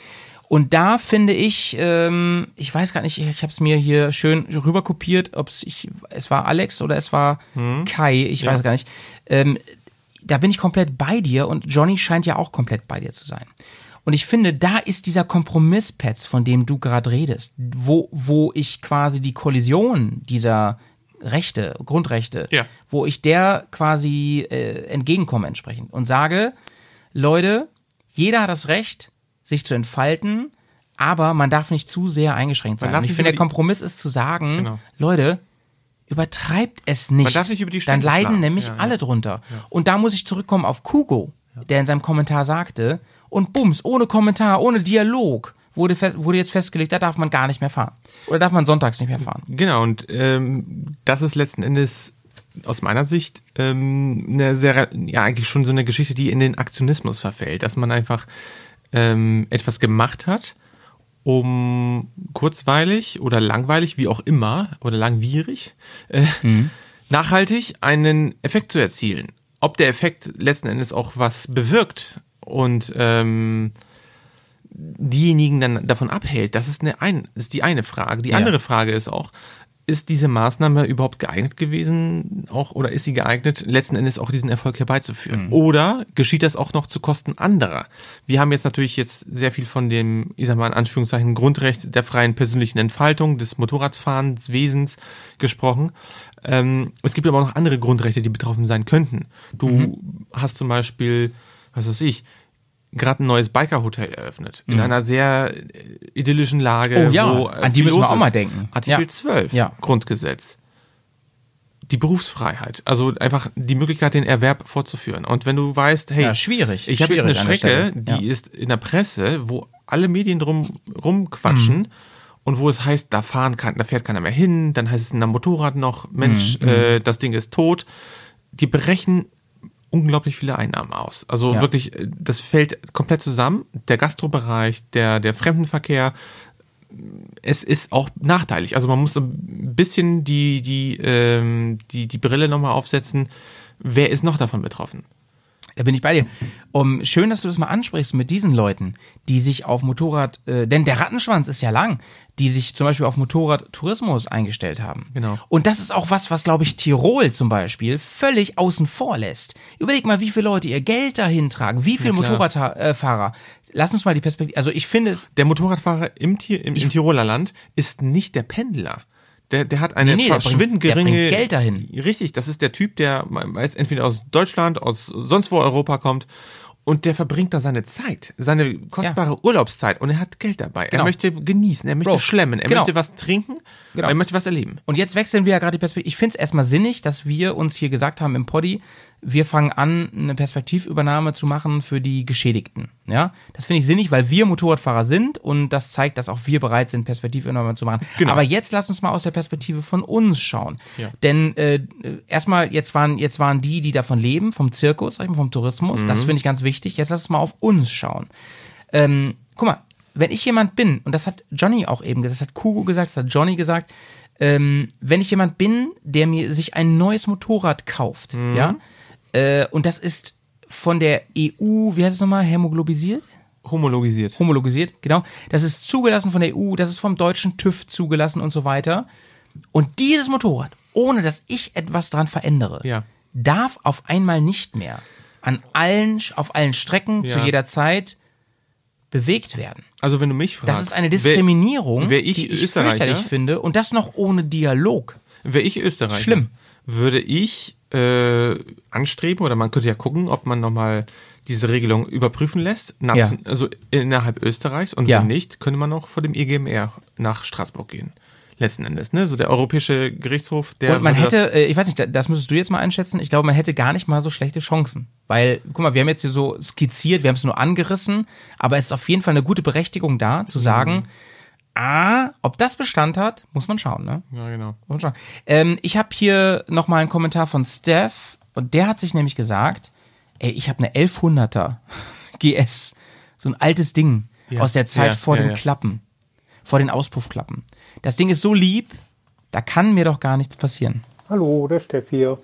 Und da finde ich, ähm, ich weiß gar nicht, ich, ich habe es mir hier schön rüberkopiert, ob es ich, es war Alex oder es war hm. Kai, ich ja. weiß gar nicht. Ähm, da bin ich komplett bei dir und Johnny scheint ja auch komplett bei dir zu sein. Und ich finde, da ist dieser Kompromisspatz, von dem du gerade redest, wo, wo ich quasi die Kollision dieser Rechte, Grundrechte, ja. wo ich der quasi äh, entgegenkomme entsprechend und sage, Leute, jeder hat das Recht, sich zu entfalten, aber man darf nicht zu sehr eingeschränkt sein. Und ich finde, der Kompromiss ist zu sagen, genau. Leute, übertreibt es nicht. Man darf nicht über die Dann leiden schlagen. nämlich ja, alle ja. drunter. Ja. Und da muss ich zurückkommen auf Kugo, ja. der in seinem Kommentar sagte, und bums, ohne Kommentar, ohne Dialog, wurde, fest, wurde jetzt festgelegt, da darf man gar nicht mehr fahren. Oder darf man sonntags nicht mehr fahren. Genau, und ähm, das ist letzten Endes aus meiner Sicht ähm, eine sehr, ja eigentlich schon so eine Geschichte, die in den Aktionismus verfällt, dass man einfach ähm, etwas gemacht hat, um kurzweilig oder langweilig, wie auch immer, oder langwierig, äh, mhm. nachhaltig einen Effekt zu erzielen. Ob der Effekt letzten Endes auch was bewirkt und ähm, diejenigen dann davon abhält, das ist, eine ein, ist die eine Frage. Die ja. andere Frage ist auch, ist diese Maßnahme überhaupt geeignet gewesen, auch oder ist sie geeignet, letzten Endes auch diesen Erfolg herbeizuführen? Mhm. Oder geschieht das auch noch zu Kosten anderer? Wir haben jetzt natürlich jetzt sehr viel von dem, ich sag mal in Anführungszeichen, Grundrecht der freien persönlichen Entfaltung, des Motorradfahrenswesens gesprochen. Ähm, es gibt aber auch noch andere Grundrechte, die betroffen sein könnten. Du mhm. hast zum Beispiel, was weiß ich, gerade ein neues Biker-Hotel eröffnet. In mhm. einer sehr idyllischen Lage. Oh ja, wo an die müssen wir auch mal denken. Artikel ja. zwölf ja. Grundgesetz. Die Berufsfreiheit. Also einfach die Möglichkeit, den Erwerb fortzuführen. Und wenn du weißt, hey, ja, schwierig. ich habe jetzt eine Schwierig Strecke, die ja. ist in der Presse, wo alle Medien drum rumquatschen mhm. und wo es heißt, da fahren kann, da fährt keiner mehr hin, dann heißt es in einem Motorrad noch, Mensch, mhm. äh, das Ding ist tot. Die brechen unglaublich viele Einnahmen aus. Also ja. wirklich, das fällt komplett zusammen. Der Gastrobereich, der, der Fremdenverkehr, es ist auch nachteilig. Also man muss ein bisschen die, die, ähm, die, die Brille nochmal aufsetzen. Wer ist noch davon betroffen? Da bin ich bei dir. Um, schön, dass du das mal ansprichst mit diesen Leuten, die sich auf Motorrad, äh, denn der Rattenschwanz ist ja lang, die sich zum Beispiel auf Motorradtourismus eingestellt haben. Genau. Und das ist auch was, was, glaube ich, Tirol zum Beispiel völlig außen vor lässt. Überleg mal, wie viele Leute ihr Geld dahin tragen, wie viele Motorradfahrer. Lass uns mal die Perspektive, also ich finde es... Der Motorradfahrer im, im, im Tiroler Land ist nicht der Pendler. Der, der hat eine nee, nee, verschwindend der bringt, geringe... Der bringt Geld dahin. Richtig, das ist der Typ, der meist entweder aus Deutschland, aus sonst wo Europa kommt und der verbringt da seine Zeit, seine kostbare ja. Urlaubszeit und er hat Geld dabei. Genau. Er möchte genießen, er möchte Bro, schlemmen, er genau. möchte was trinken, genau. er möchte was erleben. Und jetzt wechseln wir ja gerade die Perspektive. Ich finde es erstmal sinnig, dass wir uns hier gesagt haben im Poddy, wir fangen an, eine Perspektivübernahme zu machen für die Geschädigten. Ja, das finde ich sinnig, weil wir Motorradfahrer sind und das zeigt, dass auch wir bereit sind, Perspektivübernahme zu machen. Genau. Aber jetzt lass uns mal aus der Perspektive von uns schauen. Ja. Denn äh, erstmal, jetzt waren, jetzt waren die, die davon leben, vom Zirkus, sag ich mal, vom Tourismus, mhm. das finde ich ganz wichtig. Jetzt lass uns mal auf uns schauen. Ähm, guck mal, wenn ich jemand bin, und das hat Johnny auch eben gesagt, das hat Kugo gesagt, das hat Johnny gesagt, ähm, wenn ich jemand bin, der mir sich ein neues Motorrad kauft, mhm. ja, äh, und das ist von der E U, wie heißt es nochmal, hämoglobisiert? Homologisiert. Homologisiert, genau. Das ist zugelassen von der E U, das ist vom deutschen TÜV zugelassen und so weiter. Und dieses Motorrad, ohne dass ich etwas dran verändere, ja. darf auf einmal nicht mehr an allen, auf allen Strecken ja. zu jeder Zeit bewegt werden. Also wenn du mich fragst. Das ist eine Diskriminierung, wär, wär ich die ich fürchterlich finde und das noch ohne Dialog. Wäre ich Österreicher, schlimm. Würde ich äh, anstreben oder man könnte ja gucken, ob man nochmal diese Regelung überprüfen lässt, nach, ja. also innerhalb Österreichs und ja. wenn nicht, könnte man noch vor dem E G M R nach Straßburg gehen. Letzten Endes, ne? So der Europäische Gerichtshof, der... Und man hätte, äh, ich weiß nicht, das müsstest du jetzt mal einschätzen, ich glaube, man hätte gar nicht mal so schlechte Chancen. Weil, guck mal, wir haben jetzt hier so skizziert, wir haben es nur angerissen, aber es ist auf jeden Fall eine gute Berechtigung da, zu sagen, mhm. ah, ob das Bestand hat, muss man schauen, ne? Ja, genau. Muss man schauen. Ähm, ich habe hier nochmal einen Kommentar von Steph und der hat sich nämlich gesagt, ey, ich habe eine elfhunderter G S, so ein altes Ding ja. aus der Zeit ja, vor ja, den ja. Klappen, vor den Auspuffklappen. Das Ding ist so lieb, da kann mir doch gar nichts passieren. Hallo, der Steff hier.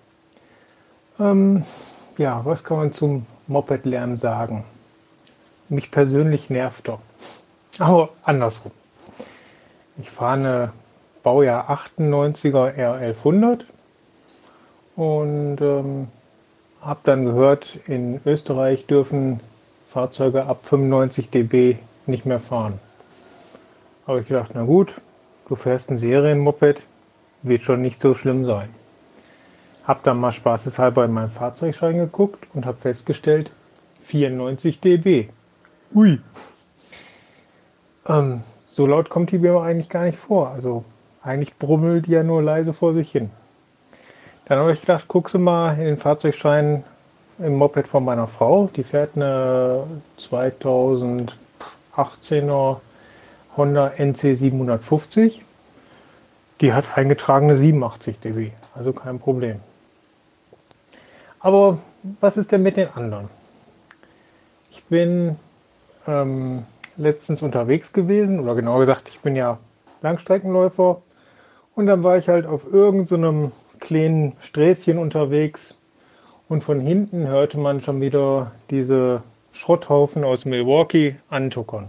Ähm, ja, was kann man zum Mopedlärm sagen? Mich persönlich nervt er. Aber andersrum. Ich fahre eine Baujahr achtundneunziger R elfhundert und ähm, habe dann gehört, in Österreich dürfen Fahrzeuge ab fünfundneunzig Dezibel nicht mehr fahren. Aber ich gedacht, na gut, du fährst ein Serienmoped, wird schon nicht so schlimm sein. Hab dann mal spaßeshalber in meinen Fahrzeugschein geguckt und habe festgestellt, vierundneunzig Dezibel. Ui. Ähm, so laut kommt die mir eigentlich gar nicht vor. Also eigentlich brummelt die ja nur leise vor sich hin. Dann habe ich gedacht, guckst du mal in den Fahrzeugschein im Moped von meiner Frau. Die fährt eine zweitausendachtzehner Honda N C siebenhundertfünfzig. Die hat eingetragene siebenundachtzig Dezibel, also kein Problem. Aber was ist denn mit den anderen? Ich bin ähm, letztens unterwegs gewesen, oder genauer gesagt, ich bin ja Langstreckenläufer und dann war ich halt auf irgendeinem so kleinen Sträßchen unterwegs und von hinten hörte man schon wieder diese Schrotthaufen aus Milwaukee antuckern.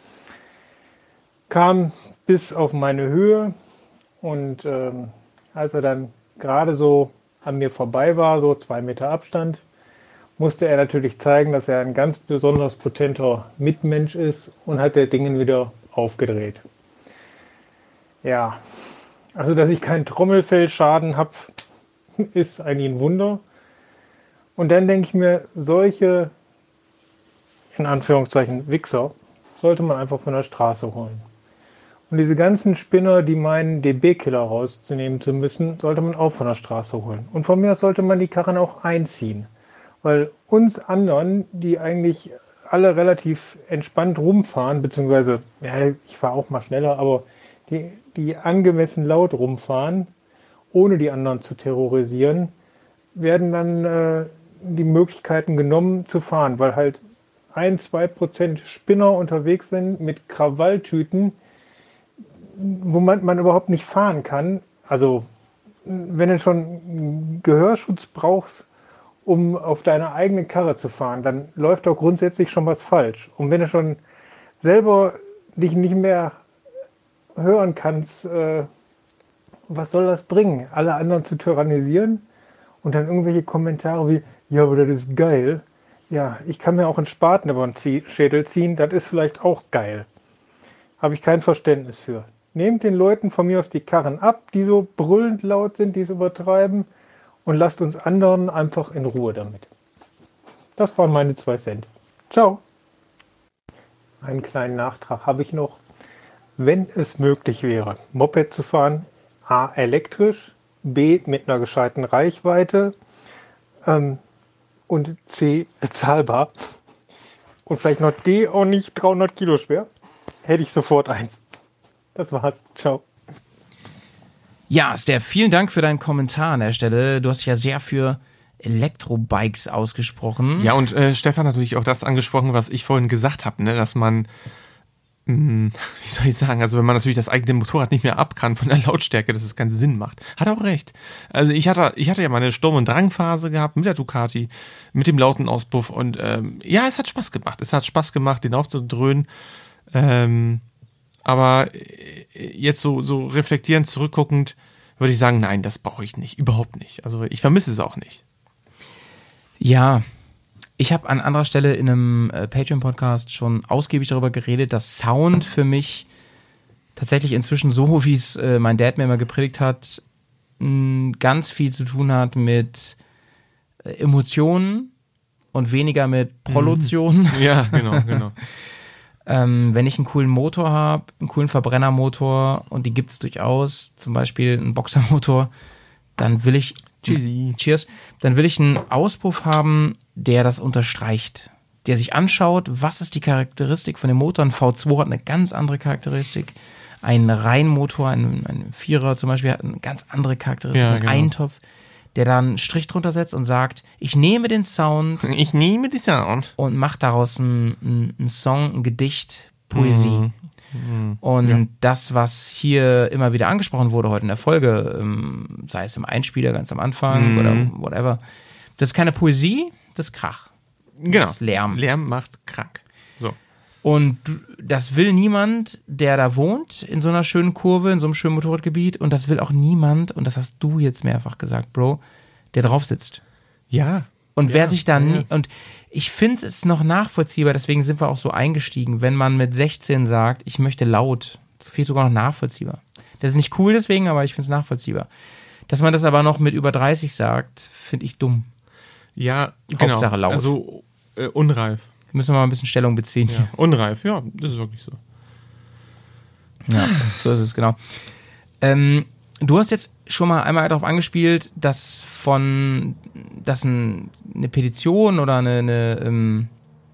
Kam bis auf meine Höhe und ähm, als er dann gerade so an mir vorbei war, so zwei Meter Abstand, musste er natürlich zeigen, dass er ein ganz besonders potenter Mitmensch ist und hat der Dingen wieder aufgedreht. Ja, also dass ich keinen Trommelfellschaden habe, ist eigentlich ein Wunder. Und dann denke ich mir, solche, in Anführungszeichen, Wichser, sollte man einfach von der Straße holen. Und diese ganzen Spinner, die meinen, D B-Killer rauszunehmen zu müssen, sollte man auch von der Straße holen. Und von mir aus sollte man die Karren auch einziehen. Weil uns anderen, die eigentlich alle relativ entspannt rumfahren, beziehungsweise, ja, ich fahre auch mal schneller, aber die, die angemessen laut rumfahren, ohne die anderen zu terrorisieren, werden dann äh, die Möglichkeiten genommen zu fahren, weil halt ein, zwei Prozent Spinner unterwegs sind mit Krawalltüten, wo man, man überhaupt nicht fahren kann. Also wenn du schon Gehörschutz brauchst, um auf deine eigene Karre zu fahren, dann läuft doch grundsätzlich schon was falsch. Und wenn du schon selber dich nicht mehr hören kannst, äh, was soll das bringen? Alle anderen zu tyrannisieren und dann irgendwelche Kommentare wie, ja, aber das ist geil. Ja, ich kann mir auch einen Spaten über den Schädel ziehen, das ist vielleicht auch geil. Habe ich kein Verständnis für. Nehmt den Leuten von mir aus die Karren ab, die so brüllend laut sind, die es übertreiben, und lasst uns anderen einfach in Ruhe damit. Das waren meine zwei Cent. Ciao. Einen kleinen Nachtrag habe ich noch. Wenn es möglich wäre, Moped zu fahren, A, elektrisch, B, mit einer gescheiten Reichweite ähm, und C, bezahlbar und vielleicht noch D, auch nicht dreihundert Kilo schwer, hätte ich sofort eins. Das war's. Ciao. Ja, Steph, vielen Dank für deinen Kommentar an der Stelle. Du hast dich ja sehr für Elektrobikes ausgesprochen. Ja, und äh, Stefan hat natürlich auch das angesprochen, was ich vorhin gesagt habe, ne, dass man, mh, wie soll ich sagen, also wenn man natürlich das eigene Motorrad nicht mehr ab kann von der Lautstärke, dass es keinen Sinn macht. Hat auch recht. Also ich hatte, ich hatte ja meine Sturm- und Drangphase gehabt mit der Ducati, mit dem lauten Auspuff und ähm, ja, es hat Spaß gemacht. Es hat Spaß gemacht, den aufzudröhnen. Ähm, aber jetzt so, so reflektierend zurückguckend würde ich sagen, nein, das brauche ich nicht, überhaupt nicht. Also ich vermisse es auch nicht. Ja, ich habe an anderer Stelle in einem äh, Patreon-Podcast schon ausgiebig darüber geredet, dass Sound für mich tatsächlich inzwischen so, wie es äh, mein Dad mir immer gepredigt hat, mh, ganz viel zu tun hat mit äh, Emotionen und weniger mit Prolution. Ja, genau, genau. ähm, wenn ich einen coolen Motor habe, einen coolen Verbrennermotor, und die gibt es durchaus, zum Beispiel einen Boxermotor, dann will ich Cheesy. Cheers. Dann will ich einen Auspuff haben, der das unterstreicht. Der sich anschaut, was ist die Charakteristik von dem Motor. Ein V zwei hat eine ganz andere Charakteristik. Ein Reihenmotor, ein, ein Vierer zum Beispiel, hat eine ganz andere Charakteristik. Ja, ein genau. Eintopf, der dann einen Strich drunter setzt und sagt, ich nehme den Sound. Ich nehme den Sound. Und mache daraus einen, einen Song, ein Gedicht, Poesie. Mhm. Und ja. das, was hier immer wieder angesprochen wurde heute in der Folge, ähm, sei es im Einspieler ganz am Anfang mhm. oder whatever, das ist keine Poesie, das ist Krach. Genau. Das ist Lärm. Lärm macht krank. So. Und das will niemand, der da wohnt, in so einer schönen Kurve, in so einem schönen Motorradgebiet. Und das will auch niemand, und das hast du jetzt mehrfach gesagt, Bro, der drauf sitzt. Ja. Und ja, wer sich da nie, ja. und ich finde es noch nachvollziehbar, deswegen sind wir auch so eingestiegen, wenn man mit sechzehn sagt, ich möchte laut. Das finde ich sogar noch nachvollziehbar. Das ist nicht cool deswegen, aber ich finde es nachvollziehbar. Dass man das aber noch mit über dreißig sagt, finde ich dumm. Ja, genau. Hauptsache laut. Also äh, unreif. Müssen wir mal ein bisschen Stellung beziehen. Ja. Unreif, ja, das ist wirklich so. Ja, so ist es, genau. Ähm, du hast jetzt schon mal einmal darauf angespielt, dass von, dass ein, eine Petition oder eine, eine ähm,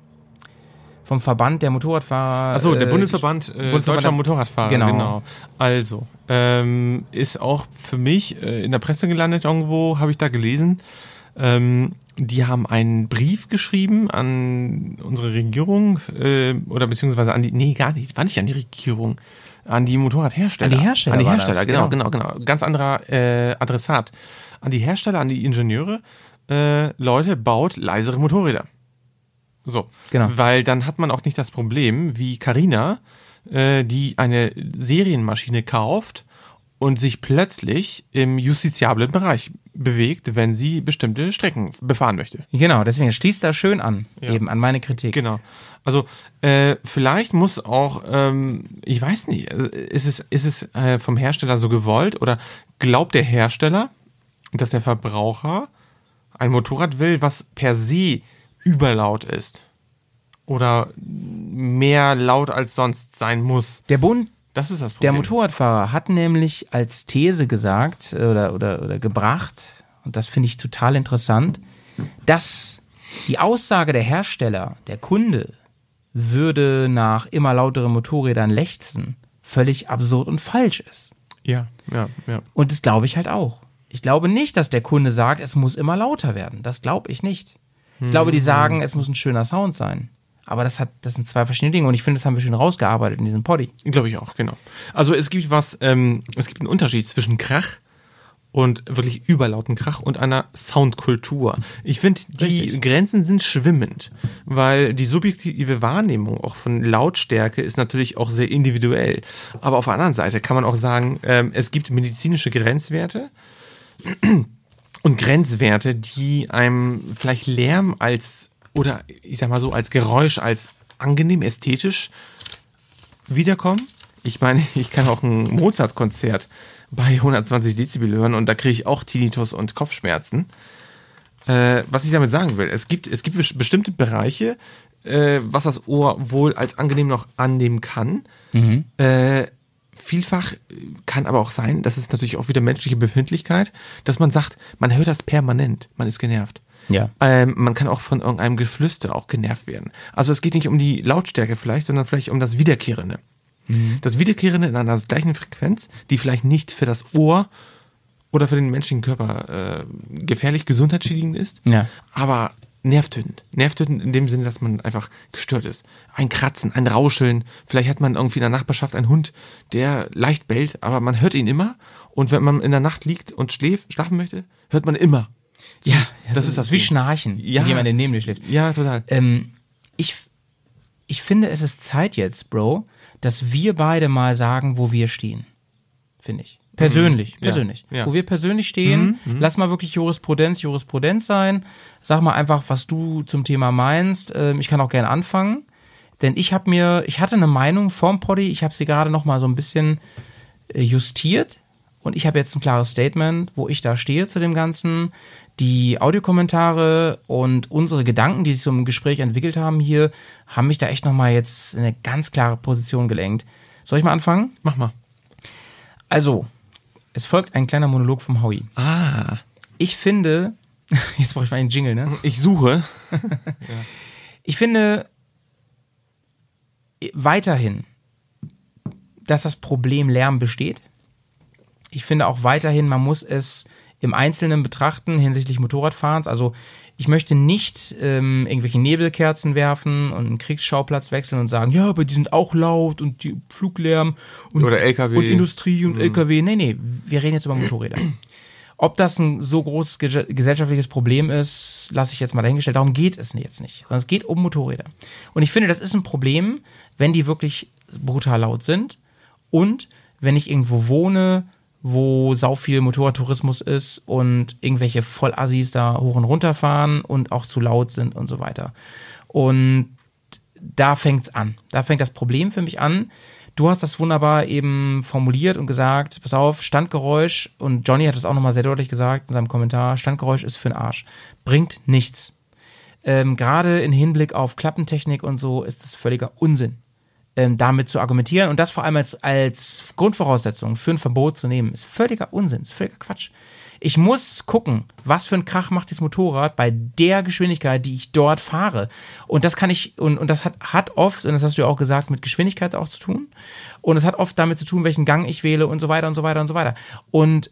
vom Verband der Motorradfahrer. Achso, der äh, Bundesverband, äh, Bundesverband Deutscher der, Motorradfahrer, genau. genau. Also, ähm, ist auch für mich äh, in der Presse gelandet irgendwo, habe ich da gelesen. Ähm, die haben einen Brief geschrieben an unsere Regierung äh, oder beziehungsweise an die, nee, gar nicht, war nicht an die Regierung, an die Motorradhersteller. An die Hersteller. An die war Hersteller, das, genau, genau, genau. Ganz anderer äh, Adressat. An die Hersteller, an die Ingenieure. Äh, Leute, baut leisere Motorräder. So. Genau. Weil dann hat man auch nicht das Problem, wie Carina, äh, die eine Serienmaschine kauft und sich plötzlich im justiziablen Bereich bewegt, wenn sie bestimmte Strecken befahren möchte. Genau, deswegen schließt da schön an, Ja. eben an meine Kritik. Genau. Also äh, vielleicht muss auch, ähm, ich weiß nicht, also ist es, ist es äh, vom Hersteller so gewollt oder glaubt der Hersteller, dass der Verbraucher ein Motorrad will, was per se überlaut ist oder mehr laut als sonst sein muss? Der Bund Das ist das Problem. Der Motorradfahrer hat nämlich als These gesagt oder, oder, oder gebracht, und das finde ich total interessant, dass die Aussage der Hersteller, der Kunde, würde nach immer lauteren Motorrädern lechzen, völlig absurd und falsch ist. Ja, ja, ja. Und das glaube ich halt auch. Ich glaube nicht, dass der Kunde sagt, es muss immer lauter werden. Das glaube ich nicht. Ich Hm. glaube, die sagen, es muss ein schöner Sound sein. Aber das hat, das sind zwei verschiedene Dinge und ich finde, das haben wir schön rausgearbeitet in diesem Poddy. Glaube ich auch, genau. Also es gibt was, ähm, es gibt einen Unterschied zwischen Krach und wirklich überlauten Krach und einer Soundkultur. Ich finde, die Richtig. Grenzen sind schwimmend, weil die subjektive Wahrnehmung auch von Lautstärke ist natürlich auch sehr individuell. Aber auf der anderen Seite kann man auch sagen, ähm, es gibt medizinische Grenzwerte und Grenzwerte, die einem vielleicht Lärm als oder ich sag mal so, als Geräusch, als angenehm, ästhetisch wiederkommen. Ich meine, ich kann auch ein Mozart-Konzert bei hundertzwanzig Dezibel hören und da kriege ich auch Tinnitus und Kopfschmerzen. Äh, was ich damit sagen will, es gibt, es gibt bestimmte Bereiche, äh, was das Ohr wohl als angenehm noch annehmen kann. Mhm. Äh, vielfach kann aber auch sein, das ist natürlich auch wieder menschliche Befindlichkeit, dass man sagt, man hört das permanent, man ist genervt. Ja. Ähm, man kann auch von irgendeinem Geflüster auch genervt werden. Also es geht nicht um die Lautstärke vielleicht, sondern vielleicht um das Wiederkehrende. Mhm. Das Wiederkehrende in einer gleichen Frequenz, die vielleicht nicht für das Ohr oder für den menschlichen Körper äh, gefährlich, gesundheitsschädigend ist, ja. aber nervtötend. Nervtötend in dem Sinne, dass man einfach gestört ist. Ein Kratzen, ein Rauscheln, vielleicht hat man irgendwie in der Nachbarschaft einen Hund, der leicht bellt, aber man hört ihn immer und wenn man in der Nacht liegt und schläft, schlafen möchte, hört man immer. Ja, das, das ist das wie Ding. Schnarchen, ja. wenn jemand neben dir schläft. Ja, total. Ähm, ich, ich finde, es ist Zeit jetzt, Bro, dass wir beide mal sagen, wo wir stehen. Finde ich. Persönlich, Mhm. persönlich. Ja, ja. Wo wir persönlich stehen, Mhm, mhm. lass mal wirklich Jurisprudenz, Jurisprudenz sein. Sag mal einfach, was du zum Thema meinst. Ähm, ich kann auch gerne anfangen, denn ich habe mir, ich hatte eine Meinung vorm Poddy, ich habe sie gerade noch mal so ein bisschen äh, justiert und ich habe jetzt ein klares Statement, wo ich da stehe zu dem Ganzen. Die Audiokommentare und unsere Gedanken, die sich so im Gespräch entwickelt haben hier, haben mich da echt nochmal jetzt in eine ganz klare Position gelenkt. Soll ich mal anfangen? Mach mal. Also, es folgt ein kleiner Monolog vom Howie. Ah. Ich finde, jetzt brauche ich mal einen Jingle, ne? Ich suche. ja. Ich finde weiterhin, dass das Problem Lärm besteht. Ich finde auch weiterhin, man muss es im Einzelnen betrachten hinsichtlich Motorradfahrens. Also ich möchte nicht ähm, irgendwelche Nebelkerzen werfen und einen Kriegsschauplatz wechseln und sagen, ja, aber die sind auch laut und die Fluglärm und, oder L K W und Industrie und mhm. L K W. Nee, nee, wir reden jetzt über Motorräder. Ob das ein so großes ge- gesellschaftliches Problem ist, lasse ich jetzt mal dahingestellt. Darum geht es jetzt nicht. Sondern es geht um Motorräder. Und ich finde, das ist ein Problem, wenn die wirklich brutal laut sind und wenn ich irgendwo wohne, wo sau viel Motorradtourismus ist und irgendwelche Vollassis da hoch und runter fahren und auch zu laut sind und so weiter. Und da fängt's an. Da fängt das Problem für mich an. Du hast das wunderbar eben formuliert und gesagt, pass auf, Standgeräusch, und Johnny hat das auch nochmal sehr deutlich gesagt in seinem Kommentar, Standgeräusch ist für den Arsch. Bringt nichts. Ähm, gerade im Hinblick auf Klappentechnik und so ist das völliger Unsinn, ähm, damit zu argumentieren und das vor allem als, als Grundvoraussetzung für ein Verbot zu nehmen, ist völliger Unsinn, ist völliger Quatsch. Ich muss gucken, was für ein Krach macht dieses Motorrad bei der Geschwindigkeit, die ich dort fahre. Und das kann ich, und, und das hat, hat oft, und das hast du ja auch gesagt, mit Geschwindigkeit auch zu tun. Und es hat oft damit zu tun, welchen Gang ich wähle und so weiter und so weiter und so weiter. Und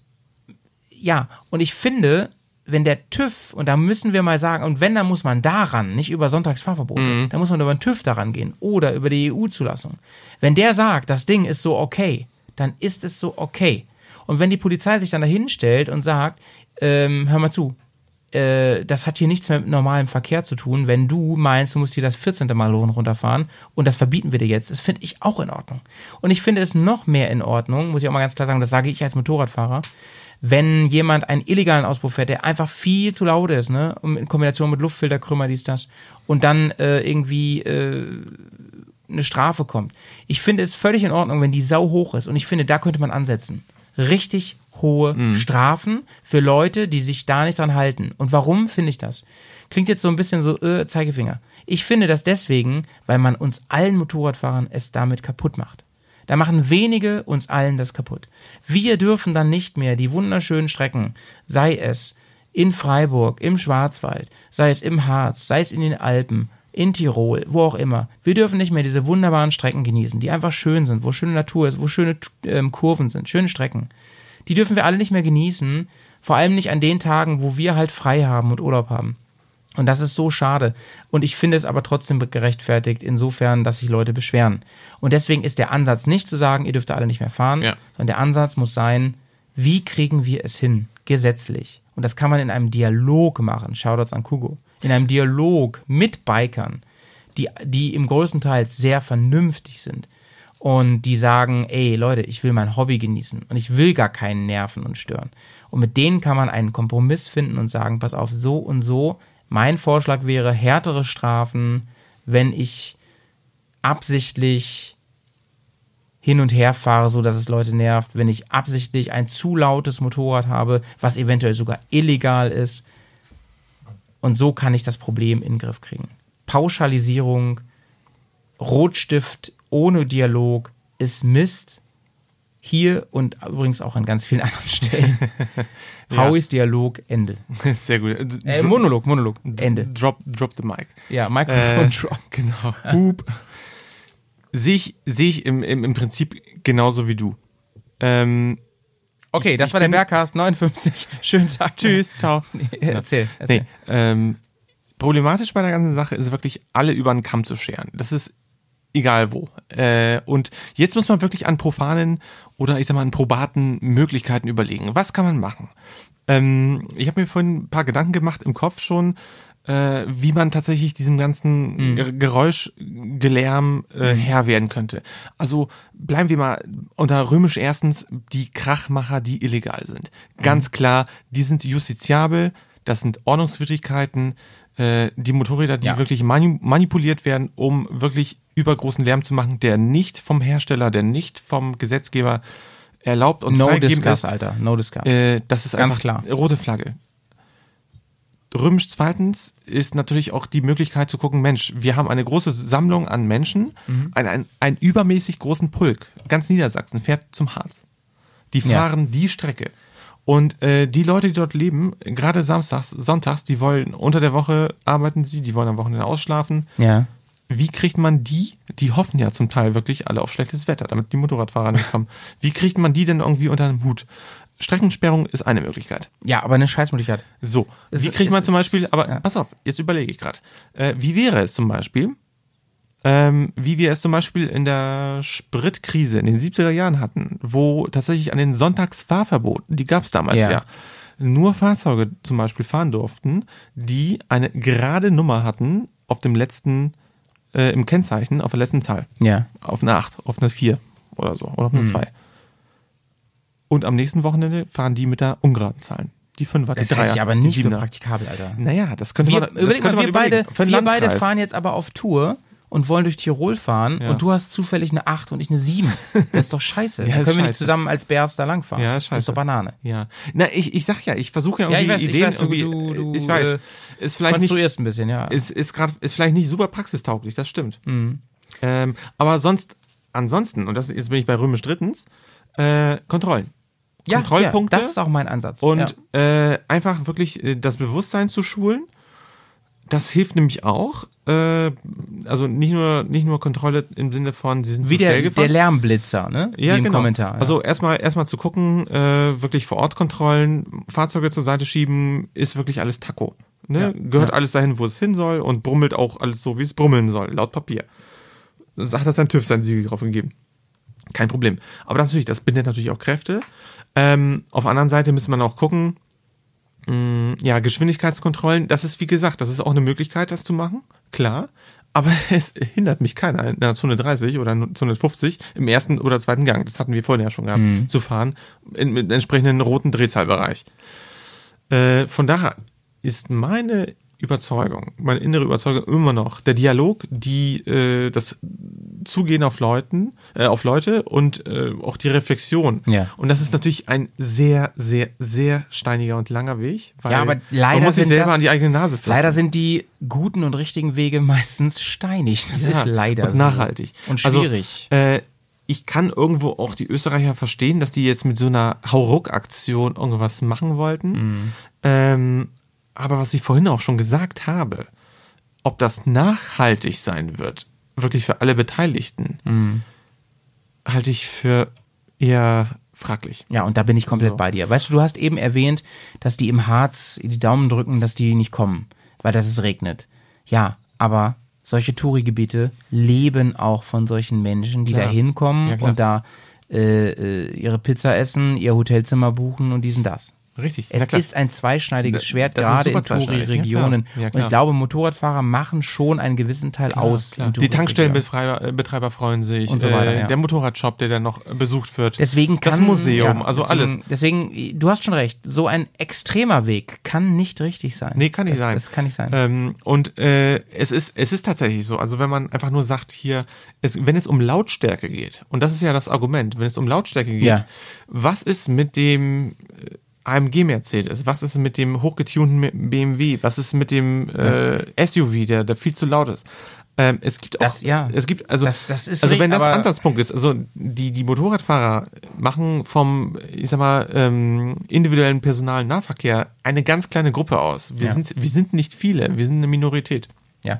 ja, und ich finde, wenn der TÜV, und da müssen wir mal sagen, und wenn, dann muss man daran, nicht über Sonntagsfahrverbote, mhm. da muss man über den TÜV daran gehen oder über die E U-Zulassung. Wenn der sagt, das Ding ist so okay, dann ist es so okay. Und wenn die Polizei sich dann dahin stellt und sagt, ähm, hör mal zu, äh, das hat hier nichts mehr mit normalem Verkehr zu tun, wenn du meinst, du musst hier das vierzehnte Mal hoch und runter fahren und das verbieten wir dir jetzt, das finde ich auch in Ordnung. Und ich finde es noch mehr in Ordnung, muss ich auch mal ganz klar sagen, das sage ich als Motorradfahrer, wenn jemand einen illegalen Auspuff fährt, der einfach viel zu laut ist, ne, in Kombination mit Luftfilterkrümmer, dies, das, und dann äh, irgendwie äh, eine Strafe kommt. Ich finde es völlig in Ordnung, wenn die Sau hoch ist, und ich finde, da könnte man ansetzen. Richtig hohe mhm. Strafen für Leute, die sich da nicht dran halten. Und warum finde ich das? Klingt jetzt so ein bisschen so, äh, Zeigefinger. Ich finde das deswegen, weil man uns allen Motorradfahrern es damit kaputt macht. Da machen wenige uns allen das kaputt. Wir dürfen dann nicht mehr die wunderschönen Strecken, sei es in Freiburg, im Schwarzwald, sei es im Harz, sei es in den Alpen, in Tirol, wo auch immer. Wir dürfen nicht mehr diese wunderbaren Strecken genießen, die einfach schön sind, wo schöne Natur ist, wo schöne ähm, Kurven sind, schöne Strecken. Die dürfen wir alle nicht mehr genießen, vor allem nicht an den Tagen, wo wir halt frei haben und Urlaub haben. Und das ist so schade. Und ich finde es aber trotzdem gerechtfertigt, insofern, dass sich Leute beschweren. Und deswegen ist der Ansatz nicht zu sagen, ihr dürft alle nicht mehr fahren, ja. sondern der Ansatz muss sein, wie kriegen wir es hin, gesetzlich? Und das kann man in einem Dialog machen. Shoutouts an Kugo. In einem Dialog mit Bikern, die, die im größten Teil sehr vernünftig sind und die sagen, ey Leute, ich will mein Hobby genießen und ich will gar keinen nerven und stören. Und mit denen kann man einen Kompromiss finden und sagen, pass auf, so und so. Mein Vorschlag wäre härtere Strafen, wenn ich absichtlich hin und her fahre, so dass es Leute nervt, wenn ich absichtlich ein zu lautes Motorrad habe, was eventuell sogar illegal ist. Und so kann ich das Problem in den Griff kriegen. Pauschalisierung, Rotstift ohne Dialog ist Mist. Hier und übrigens auch an ganz vielen anderen Stellen. ja. Howie's Dialog, Ende. Sehr gut. Äh, Monolog, Monolog, Ende. Drop, drop the mic. Ja, Mikrofon äh, drop. Genau. Boop. Sehe ich, sehe ich im, im, im Prinzip genauso wie du. Ähm, Okay, ich, das ich war der Berghast neunundfünfzig. Schönen Tag. Tschüss, ciao. Nee, erzähl. erzähl. Nee, ähm, problematisch bei der ganzen Sache ist wirklich, alle über den Kamm zu scheren. Das ist egal wo. Äh, und jetzt muss man wirklich an profanen oder ich sag mal an probaten Möglichkeiten überlegen. Was kann man machen? Ähm, ich habe mir vorhin ein paar Gedanken gemacht im Kopf schon, äh, wie man tatsächlich diesem ganzen mhm. Geräuschgelärm äh, mhm. Herr werden könnte. Also bleiben wir mal unter römisch erstens die Krachmacher, die illegal sind. Ganz mhm. klar, die sind justiziabel, das sind Ordnungswidrigkeiten, äh, die Motorräder, die ja. wirklich mani- manipuliert werden, um wirklich übergroßen Lärm zu machen, der nicht vom Hersteller, der nicht vom Gesetzgeber erlaubt und no freigegeben discuss, ist. Alter, no discuss. Äh, das ist ganz einfach klar. Rote Flagge. Römisch zweitens ist natürlich auch die Möglichkeit zu gucken, Mensch, wir haben eine große Sammlung an Menschen, mhm. ein, ein, einen übermäßig großen Pulk. Ganz Niedersachsen fährt zum Harz. Die fahren ja. die Strecke. Und äh, die Leute, die dort leben, gerade samstags, sonntags, die wollen unter der Woche arbeiten sie, die wollen am Wochenende ausschlafen. Ja. Wie kriegt man die, die hoffen ja zum Teil wirklich alle auf schlechtes Wetter, damit die Motorradfahrer nicht kommen. Wie kriegt man die denn irgendwie unter den Hut? Streckensperrung ist eine Möglichkeit. Ja, aber eine Scheißmöglichkeit. So, es, wie kriegt man zum Beispiel, ist, aber ja. pass auf, jetzt überlege ich gerade. Äh, wie wäre es zum Beispiel, ähm, wie wir es zum Beispiel in der Spritkrise in den siebziger Jahren hatten, wo tatsächlich an den Sonntagsfahrverboten, die gab es damals ja, ja nur Fahrzeuge zum Beispiel fahren durften, die eine gerade Nummer hatten auf dem letzten, äh, im Kennzeichen, auf der letzten Zahl. Ja. Auf eine acht, auf eine vier oder so, oder auf eine Hm. zwei. Und am nächsten Wochenende fahren die mit der ungeraden Zahlen. Die Fünfer, Das die Dreier, halte ich aber die nicht für Siebener. praktikabel, Alter. Naja, das könnte wir, man, das überleg könnte mal, man wir beide, überlegen. Für einen wir beide Landkreis. fahren jetzt aber auf Tour und wollen durch Tirol fahren Ja. und du hast zufällig eine acht und ich eine sieben. Das ist doch scheiße. Ja, Dann ist können wir nicht scheiße. zusammen als Bears da langfahren. Ja, scheiße. Das ist doch Banane. Ja. Na, ich, ich sag ja, ich versuche ja Ja, irgendwie ich weiß, ich Ideen weiß, du- irgendwie. du- du, ich weiß. äh, ist vielleicht nicht. konstruierst ein bisschen, ja. Ist, ist gerade, ist vielleicht nicht super praxistauglich, das stimmt. Mhm. Ähm, aber sonst, ansonsten, und das jetzt bin ich bei Römisch drittens, äh, Kontrollen. Ja, Kontrollpunkte. ja, das ist auch mein Ansatz. Und äh, einfach wirklich äh, das Bewusstsein zu schulen. Das hilft nämlich auch. Äh, also nicht nur nicht nur Kontrolle im Sinne von, sie sind Wie zu schnell der, gefahren. der Lärmblitzer, ne? Ja, Wie im genau. Kommentar. Ja. Also erstmal erstmal zu gucken, äh, wirklich vor Ort Kontrollen, Fahrzeuge zur Seite schieben, ist wirklich alles Taco. Ne? Ja, Gehört ja. alles dahin, wo es hin soll und brummelt auch alles so, wie es brummeln soll, laut Papier. Sagt das sein TÜV sein Siegel drauf gegeben. Kein Problem. Aber natürlich, das bindet natürlich auch Kräfte. Ähm, auf der anderen Seite müsste man auch gucken, mh, ja, Geschwindigkeitskontrollen, das ist wie gesagt, das ist auch eine Möglichkeit, das zu machen, klar. Aber es hindert mich keiner, in einer Zone dreißig oder Zone fünfzig im ersten oder zweiten Gang, das hatten wir vorhin ja schon gehabt, Mhm. zu fahren, in, mit entsprechenden roten Drehzahlbereich. Äh, von daher ist meine Überzeugung, meine innere Überzeugung immer noch der Dialog, die äh, das Zugehen auf Leuten, äh, auf Leute und äh, auch die Reflexion. Ja. Und das ist natürlich ein sehr, sehr, sehr steiniger und langer Weg, weil ja, aber leider man muss sich sind selber das, an die eigene Nase fassen. Leider sind die guten und richtigen Wege meistens steinig. Das Ja, ist leider und so. nachhaltig Und schwierig. Also, äh, ich kann irgendwo auch die Österreicher verstehen, dass die jetzt mit so einer Hauruck-Aktion irgendwas machen wollten. Mhm. Ähm, aber was ich vorhin auch schon gesagt habe, ob das nachhaltig sein wird, wirklich für alle Beteiligten, Mhm. halte ich für eher fraglich. Ja, und da bin ich komplett So. bei dir. Weißt du, du hast eben erwähnt, dass die im Harz die Daumen drücken, dass die nicht kommen, weil das es regnet. Ja, aber solche Touri-Gebiete leben auch von solchen Menschen, die Klar. da hinkommen Ja, klar. und da äh, äh, ihre Pizza essen, ihr Hotelzimmer buchen und diesen das. Richtig. Es Ja, klar. ist ein zweischneidiges Das- Schwert, das ist gerade super in zweischneidig. Touri-Regionen. Ja, klar. Ja, und klar. ich glaube, Motorradfahrer machen schon einen gewissen Teil Klar, aus. klar. in Die Touri-Regionen. Tankstellenbetreiber äh, Betreiber freuen sich, Und so weiter, äh, ja. der Motorradshop, der dann noch besucht wird, Deswegen kann, das Museum, ja, also deswegen, alles. Deswegen, du hast schon recht, so ein extremer Weg kann nicht richtig sein. Nee, kann nicht das, sein. Das kann nicht sein. Ähm, und äh, es ist es ist tatsächlich so, also wenn man einfach nur sagt hier, es, wenn es um Lautstärke geht, und das ist ja das Argument, wenn es um Lautstärke geht, Ja. was ist mit dem äh, A M G Mercedes, was ist mit dem hochgetunten B M W, was ist mit dem äh, S U V, der, der viel zu laut ist. Ähm, es gibt auch, Das- ja. es gibt, also, Das- das ist also wenn richtig, das aber- Ansatzpunkt ist, also die, die Motorradfahrer machen vom, ich sag mal, ähm, individuellen Personalnahverkehr eine ganz kleine Gruppe aus. Wir Ja. sind, wir sind nicht viele, wir sind eine Minorität. Ja.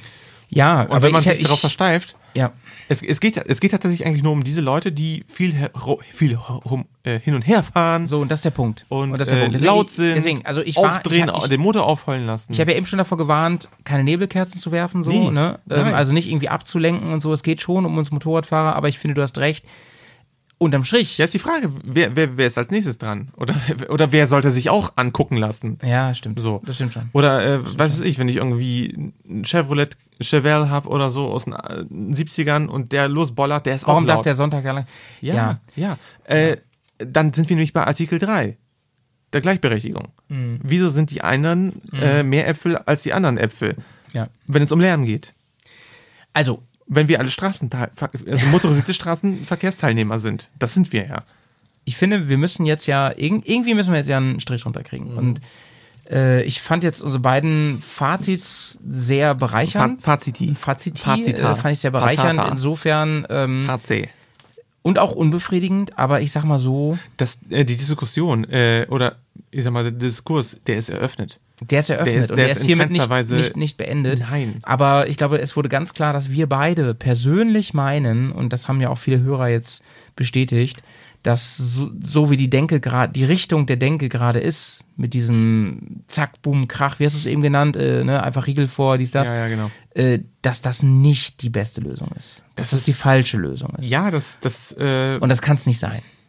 Ja, Und aber wenn man ich, sich ich, darauf versteift, ja. es, es geht, es geht tatsächlich eigentlich nur um diese Leute, die viel, her- viel hum, äh, hin und her fahren. So, und das ist der Punkt. Und, Und das ist der äh, Punkt. Deswegen- laut sind, deswegen, also ich war- aufdrehen, ich hab- ich- den Motor aufheulen lassen. Ich habe ja eben schon davor gewarnt, keine Nebelkerzen zu werfen, so, Nee, ne? Ähm, nein. also nicht irgendwie abzulenken und so. Es geht schon um uns Motorradfahrer, aber ich finde, du hast recht. Unterm Strich. Ja, ist die Frage, wer, wer, wer ist als nächstes dran? Oder, oder wer sollte sich auch angucken lassen? Ja, stimmt. So. Das stimmt schon. Oder, äh, was weiß ich, wenn ich irgendwie ein Chevrolet Chevelle hab oder so aus den äh, siebzigern und der losbollert, der ist Warum auch laut. darf der Sonntag ja lang? Ja, ja. ja. Äh, dann sind wir nämlich bei Artikel drei der Gleichberechtigung. Mhm. Wieso sind die einen äh, mehr Äpfel als die anderen Äpfel? Ja. Wenn es um Lärm geht. Also, wenn wir alle Straßen, also motorisierte Straßenverkehrsteilnehmer sind. Das sind wir ja. Ich finde, wir müssen jetzt ja, irgendwie müssen wir jetzt ja einen Strich runterkriegen. Mhm. Und äh, ich fand jetzt unsere beiden Fazits sehr bereichernd. Fa Faziti. Faziti Fazita. äh, fand ich sehr bereichernd. Fazata. Insofern ähm, Fazé. Und auch unbefriedigend, aber ich sag mal so. Das, äh, die Diskussion äh, oder ich sag mal, der Diskurs, der ist eröffnet. Der ist eröffnet der ist, und der der ist ist hiermit nicht, Weise nicht, nicht beendet. Nein. Aber ich glaube, es wurde ganz klar, dass wir beide persönlich meinen, und das haben ja auch viele Hörer jetzt bestätigt, dass so, so wie die Denke gerade, die Richtung der Denke gerade ist, mit diesem Zack, Boom, Krach, wie hast du es eben genannt, äh, ne? Einfach Riegel vor, dies, das, ja, ja, genau. äh, dass das nicht die beste Lösung ist. Dass das, das die falsche Lösung ist. Ja, das, das, äh, und das kann es nicht sein.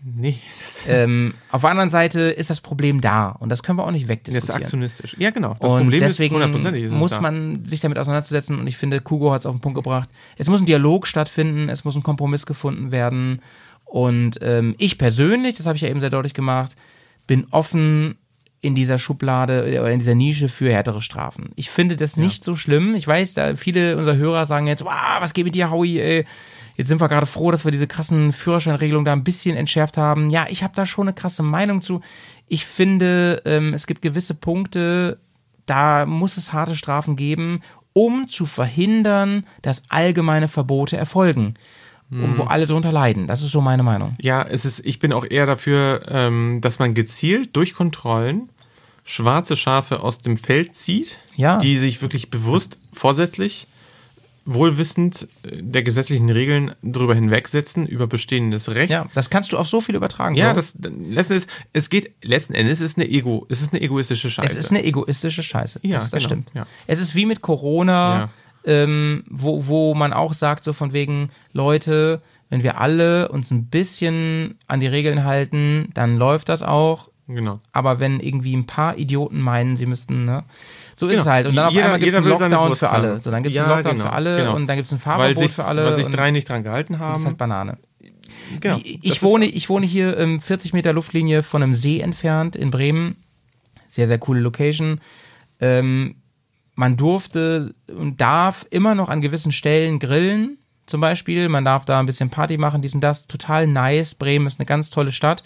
Nee. Ähm, auf der anderen Seite ist das Problem da und das können wir auch nicht wegdiskutieren. Das ist aktionistisch. Ja, genau. Das und Problem deswegen ist hundertprozentig. muss man sich damit auseinandersetzen und ich finde, Kugo hat es auf den Punkt gebracht. Es muss ein Dialog stattfinden, es muss ein Kompromiss gefunden werden und ähm, ich persönlich, das habe ich ja eben sehr deutlich gemacht, bin offen in dieser Schublade oder in dieser Nische für härtere Strafen. Ich finde das nicht ja. so schlimm. Ich weiß, da viele unserer Hörer sagen jetzt, wow, was geht mit dir, Howie, ey. Jetzt sind wir gerade froh, dass wir diese krassen Führerscheinregelungen da ein bisschen entschärft haben. Ja, ich habe da schon eine krasse Meinung zu. Ich finde, ähm, es gibt gewisse Punkte, da muss es harte Strafen geben, um zu verhindern, dass allgemeine Verbote erfolgen. Und wo alle drunter leiden. Das ist so meine Meinung. Ja, es ist, ich bin auch eher dafür, ähm, dass man gezielt durch Kontrollen schwarze Schafe aus dem Feld zieht, ja. die sich wirklich bewusst, vorsätzlich, wohlwissend der gesetzlichen Regeln drüber hinwegsetzen, über bestehendes Recht. Ja, das kannst du auf so viel übertragen. Ja, Bro. das letzten Endes, es geht, letzten Endes ist eine Ego, es ist eine egoistische Scheiße. Es ist eine egoistische Scheiße. Ja, das, das genau, stimmt. Ja. Es ist wie mit Corona, ja. ähm, wo, wo man auch sagt, so von wegen, Leute, wenn wir alle uns ein bisschen an die Regeln halten, dann läuft das auch. Genau. Aber wenn irgendwie ein paar Idioten meinen, sie müssten, ne? So ist genau. es halt. Und dann auf jeder, einmal gibt es einen Lockdown für alle. So, dann gibt es ja, einen Lockdown genau, für alle genau. und dann gibt es ein Fahrverbot für alle. Weil sich drei nicht dran gehalten haben. Das ist halt Banane. Genau. Ich, ich, wohne, ich wohne hier ähm, vierzig Meter Luftlinie von einem See entfernt in Bremen. Sehr, sehr coole Location. Ähm, man durfte und darf immer noch an gewissen Stellen grillen, zum Beispiel. Man darf da ein bisschen Party machen, dies und das. Total nice. Bremen ist eine ganz tolle Stadt.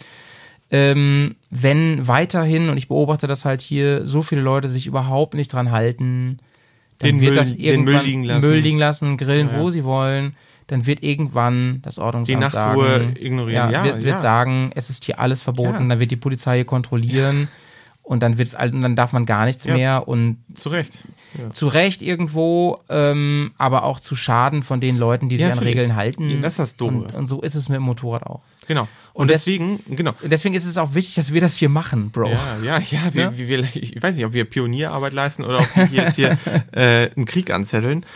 Ähm, wenn weiterhin, und ich beobachte das halt hier, so viele Leute sich überhaupt nicht dran halten, dann den wird Müll, das irgendwann Müll liegen lassen. Müll liegen lassen, grillen, ja, ja. wo sie wollen, dann wird irgendwann das Ordnungsamt die Nachtruhe sagen, ignorieren. Ja, Ja, wird, wird ja. sagen, es ist hier alles verboten, Ja. dann wird die Polizei hier kontrollieren ja. und dann wird's und dann darf man gar nichts ja. mehr und zu Recht. Ja. Zu Recht irgendwo, ähm, aber auch zu Schaden von den Leuten, die ja, sich an Regeln halten. Ja, das ist das Dumme. Und, und so ist es mit dem Motorrad auch. Genau. Und, und deswegen, des, genau. Deswegen ist es auch wichtig, dass wir das hier machen, Bro. Ja, ja, ja. Wir, ja? Wir, ich weiß nicht, ob wir Pionierarbeit leisten oder ob wir jetzt hier äh, einen Krieg anzetteln.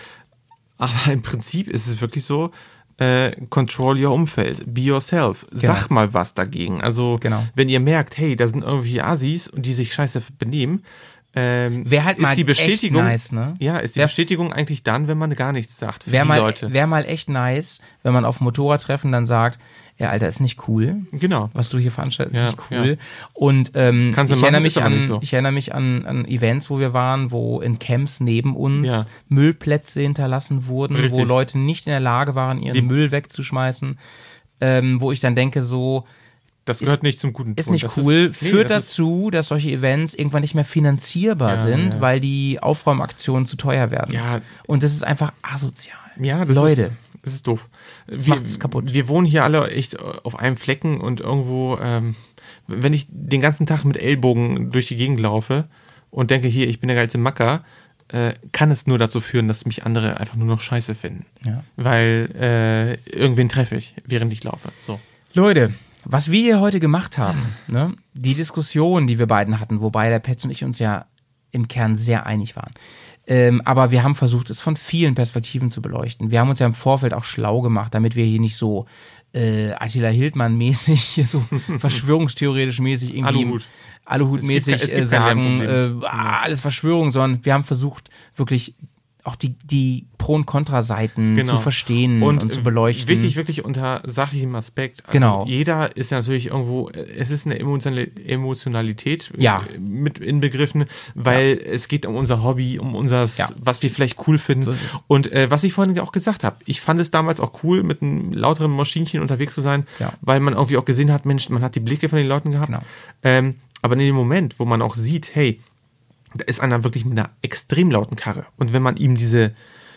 Aber im Prinzip ist es wirklich so, äh, control your Umfeld, be yourself. Genau. Sag mal was dagegen. Also, genau. wenn ihr merkt, hey, da sind irgendwie Assis und die sich scheiße benehmen, Ähm, Wäre halt ist mal die Bestätigung, echt nice, ne? Ja, ist die wär, Bestätigung eigentlich dann, wenn man gar nichts sagt für wär die mal, Leute. Wäre mal echt nice, wenn man auf Motorradtreffen dann sagt, ja, Alter, ist nicht cool. Genau. Was du hier veranstaltest, ja, ist nicht cool. Ja. Und ähm, Kannst du ich, machen, erinnere mich an, so. ich erinnere mich an, an Events, wo wir waren, wo in Camps neben uns ja. Müllplätze hinterlassen wurden, Richtig. wo Leute nicht in der Lage waren, ihren die, Müll wegzuschmeißen. Ähm, wo ich dann denke, so, das gehört ist, nicht zum guten Ton. Ist nicht das cool, ist, nee, führt das dazu, dass solche Events irgendwann nicht mehr finanzierbar ja, sind, ja. weil die Aufräumaktionen zu teuer werden. Ja. Und das ist einfach asozial. Ja, das Leute. Ist, das ist doof. Das wir, macht es kaputt. Wir wohnen hier alle echt auf einem Flecken und irgendwo, ähm, wenn ich den ganzen Tag mit Ellbogen durch die Gegend laufe und denke, hier, ich bin der geilste Macker, äh, kann es nur dazu führen, dass mich andere einfach nur noch scheiße finden. Ja. Weil äh, irgendwen treffe ich, während ich laufe. So. Leute, was wir hier heute gemacht haben, ne, die Diskussion, die wir beiden hatten, wobei der Petz und ich uns ja im Kern sehr einig waren. Ähm, aber wir haben versucht, es von vielen Perspektiven zu beleuchten. Wir haben uns ja im Vorfeld auch schlau gemacht, damit wir hier nicht so äh, Attila Hildmann-mäßig, hier so verschwörungstheoretisch mäßig irgendwie Aluhut. Aluhut-mäßig äh, sagen, äh, ah, alles Verschwörung, sondern wir haben versucht, wirklich auch die, die Pro- und Kontra-Seiten genau. zu verstehen und, und zu beleuchten. Wichtig, wirklich unter sachlichem Aspekt. Also genau. Jeder ist ja natürlich irgendwo, es ist eine Emotionalität ja. mit inbegriffen, weil ja. es geht um unser Hobby, um unser, ja. was wir vielleicht cool finden. So und äh, was ich vorhin auch gesagt habe, ich fand es damals auch cool, mit einem lauteren Maschinchen unterwegs zu sein, ja. weil man irgendwie auch gesehen hat, Mensch, man hat die Blicke von den Leuten gehabt. Genau. Ähm, aber in dem Moment, wo man auch sieht, hey, da ist einer wirklich mit einer extrem lauten Karre. Und wenn man ihm diese,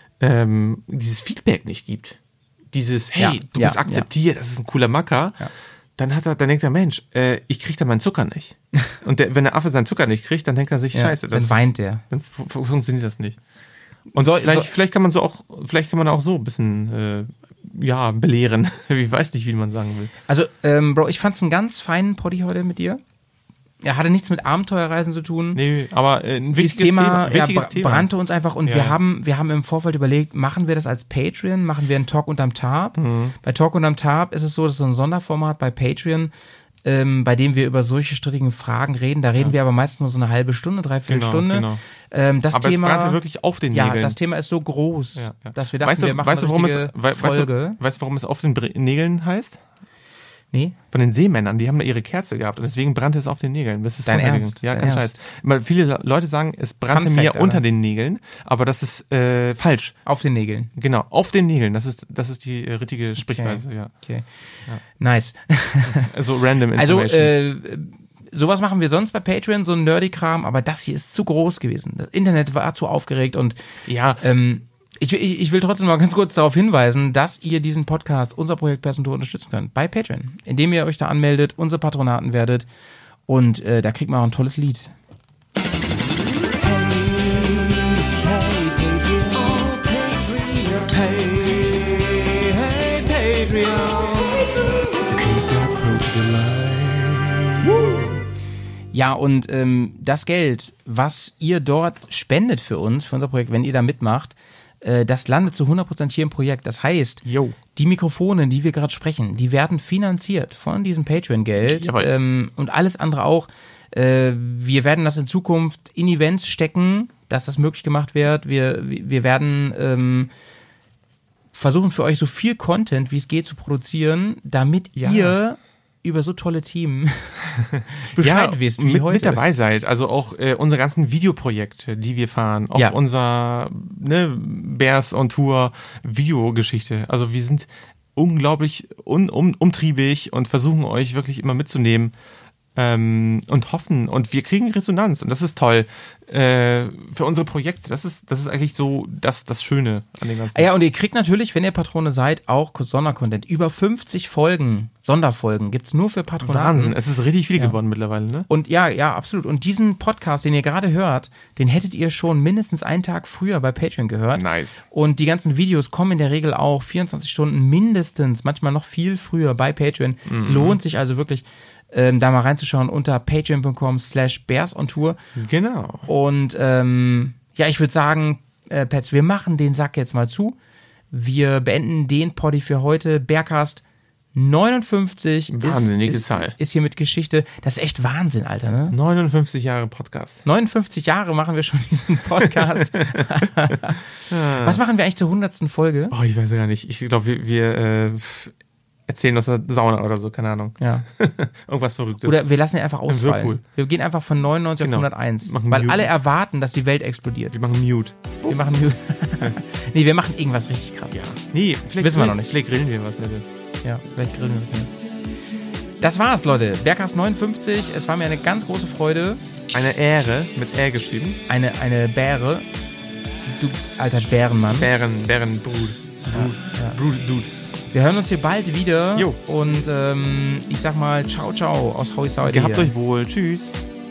ähm, dieses Feedback nicht gibt, dieses, hey, ja, du ja, bist akzeptiert, ja. das ist ein cooler Macker, ja. dann hat er, dann denkt er, Mensch, äh, ich krieg da meinen Zucker nicht. Und der, wenn der Affe seinen Zucker nicht kriegt, dann denkt er sich, ja, scheiße, das dann weint der. Dann f- funktioniert das nicht. Und so, vielleicht, so, vielleicht kann man so auch, vielleicht kann man auch so ein bisschen, äh, ja, belehren. Ich weiß nicht, wie man sagen will. Also, ähm, Bro, ich fand's einen ganz feinen Poddy heute mit dir. er hatte nichts mit Abenteuerreisen zu tun. Nee, aber äh, ein wichtiges Dieses Thema, Thema. ja, Wichtiges br- Thema. brannte uns einfach und Ja. wir haben wir haben im Vorfeld überlegt, machen wir das als Patreon, machen wir einen Talk unterm Tarp. Mhm. Bei Talk unterm Tarp ist es so, das ist so ein Sonderformat bei Patreon, ähm, bei dem wir über solche strittigen Fragen reden. Da reden Ja. wir aber meistens nur so eine halbe Stunde, dreiviertel Genau, Stunde. genau. Ähm, das Aber Thema, es brannte wirklich auf den Ja, Nägeln. das Thema ist so groß, Ja, ja. dass wir dachten, weißt du, wir machen weißt du, eine warum es, richtige wei- weißt Folge. du, weißt du, warum es auf den Bre- Nägeln heißt? Nee. Von den Seemännern, die haben da ihre Kerze gehabt und deswegen brannte es auf den Nägeln. Das ist Dein untergegangen. Ernst? Ja, Dein kein Ernst? Scheiß. Immer viele Leute sagen, es brannte Fun mir Fact, unter Alter. den Nägeln, aber das ist äh, falsch. Auf den Nägeln. Genau, auf den Nägeln. Das ist, das ist die äh, richtige Sprechweise, ja. Okay. Ja. Nice. Also random Also, information. äh, sowas machen wir sonst bei Patreon, so ein Nerdy-Kram, aber das hier ist zu groß gewesen. Das Internet war zu aufgeregt und ja. ähm, ich, ich, ich will trotzdem mal ganz kurz darauf hinweisen, dass ihr diesen Podcast, unser Projekt Personentour unterstützen könnt bei Patreon, indem ihr euch da anmeldet, unsere Patronaten werdet und äh, da kriegt man auch ein tolles Lied. Ja, und ähm, das Geld, was ihr dort spendet für uns, für unser Projekt, wenn ihr da mitmacht, äh, das landet zu hundert Prozent hier im Projekt. Das heißt, Yo. die Mikrofone, die wir gerade sprechen, die werden finanziert von diesem Patreon-Geld ähm, und alles andere auch. Äh, wir werden das in Zukunft in Events stecken, dass das möglich gemacht wird. Wir, wir werden ähm, versuchen für euch so viel Content, wie es geht, zu produzieren, damit Ja. ihr über so tolle Themen Bescheid ja, wisst, wie mit, heute. mit dabei seid. Also auch äh, unsere ganzen Videoprojekte, die wir fahren, auch Ja. unser ne, Bears on Tour Videogeschichte. Also wir sind unglaublich un, um, umtriebig und versuchen euch wirklich immer mitzunehmen. Ähm, und hoffen und wir kriegen Resonanz und das ist toll äh, für unsere Projekte. Das ist das ist eigentlich so das das Schöne an den ganzen. Ah ja, und ihr kriegt natürlich, wenn ihr Patrone seid, auch Sondercontent. Über fünfzig Folgen, Sonderfolgen gibt's nur für Patronaten. Wahnsinn, es ist richtig viel Ja. geworden mittlerweile, ne? Und ja, ja, absolut. Und diesen Podcast, den ihr gerade hört, den hättet ihr schon mindestens einen Tag früher bei Patreon gehört. Nice. Und die ganzen Videos kommen in der Regel auch vierundzwanzig Stunden mindestens, manchmal noch viel früher bei Patreon. Es Mhm. lohnt sich also wirklich, ähm, da mal reinzuschauen unter patreon.com slash bears on tour. Genau. Und ähm, ja, ich würde sagen, äh, Pets, wir machen den Sack jetzt mal zu. Wir beenden den Poddy für heute. Bearcast neunundfünfzig Wahnsinnige ist, ist, Zahl. ist hier mit Geschichte. Das ist echt Wahnsinn, Alter, ne? neunundfünfzig Jahre Podcast. neunundfünfzig Jahre machen wir schon diesen Podcast. Was machen wir eigentlich zur hundertsten Folge? Oh, ich weiß ja gar nicht. Ich glaube, wir, wir äh, erzählen aus der Sauna oder so, keine Ahnung. Ja. Irgendwas Verrücktes. Oder wir lassen ihn einfach Im ausfallen. Whirlpool. Wir gehen einfach von neunundneunzig Genau. auf hunderteins. Machen Weil Mute. alle erwarten, dass die Welt explodiert. Wir machen Mute. Wir machen Mute. Nee, wir machen irgendwas richtig krasses. Ja. Nee, vielleicht, Wissen wir noch nicht. Vielleicht grillen wir was Nettes. Ja, vielleicht grillen wir was Nettes. Das war's, Leute. Bearcast neunundfünfzig. Es war mir eine ganz große Freude. Eine Ähre, mit Ä geschrieben. Eine, eine Bäre. Du alter Bärenmann. Bären, Bärenbrut. Brut, Ja. Brut, Dude. Wir hören uns hier bald wieder. Jo. Und ähm, ich sag mal, ciao, ciao aus Howie Saudi. Gehabt euch wohl. Tschüss.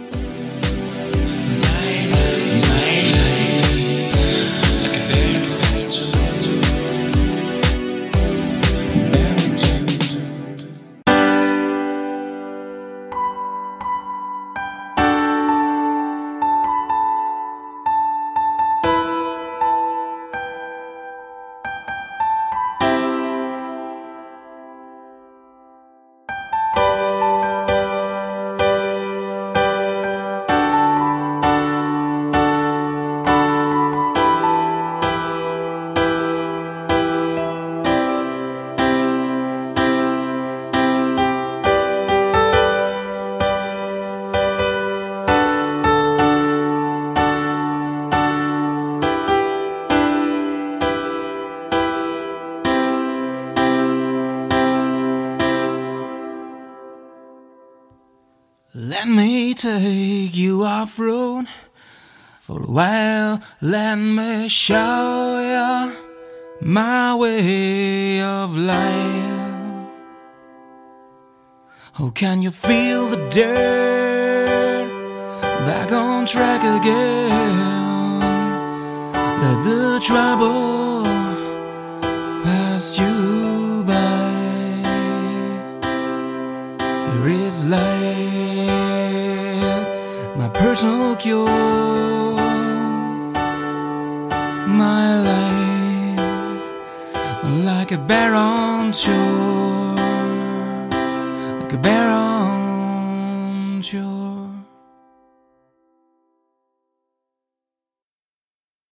Let me take you off-road for a while. Let me show you my way of life. Oh, can you feel the dirt back on track again? Let the trouble pass you by. There is light personal cure. My life like a bear on shore, like a bear on shore.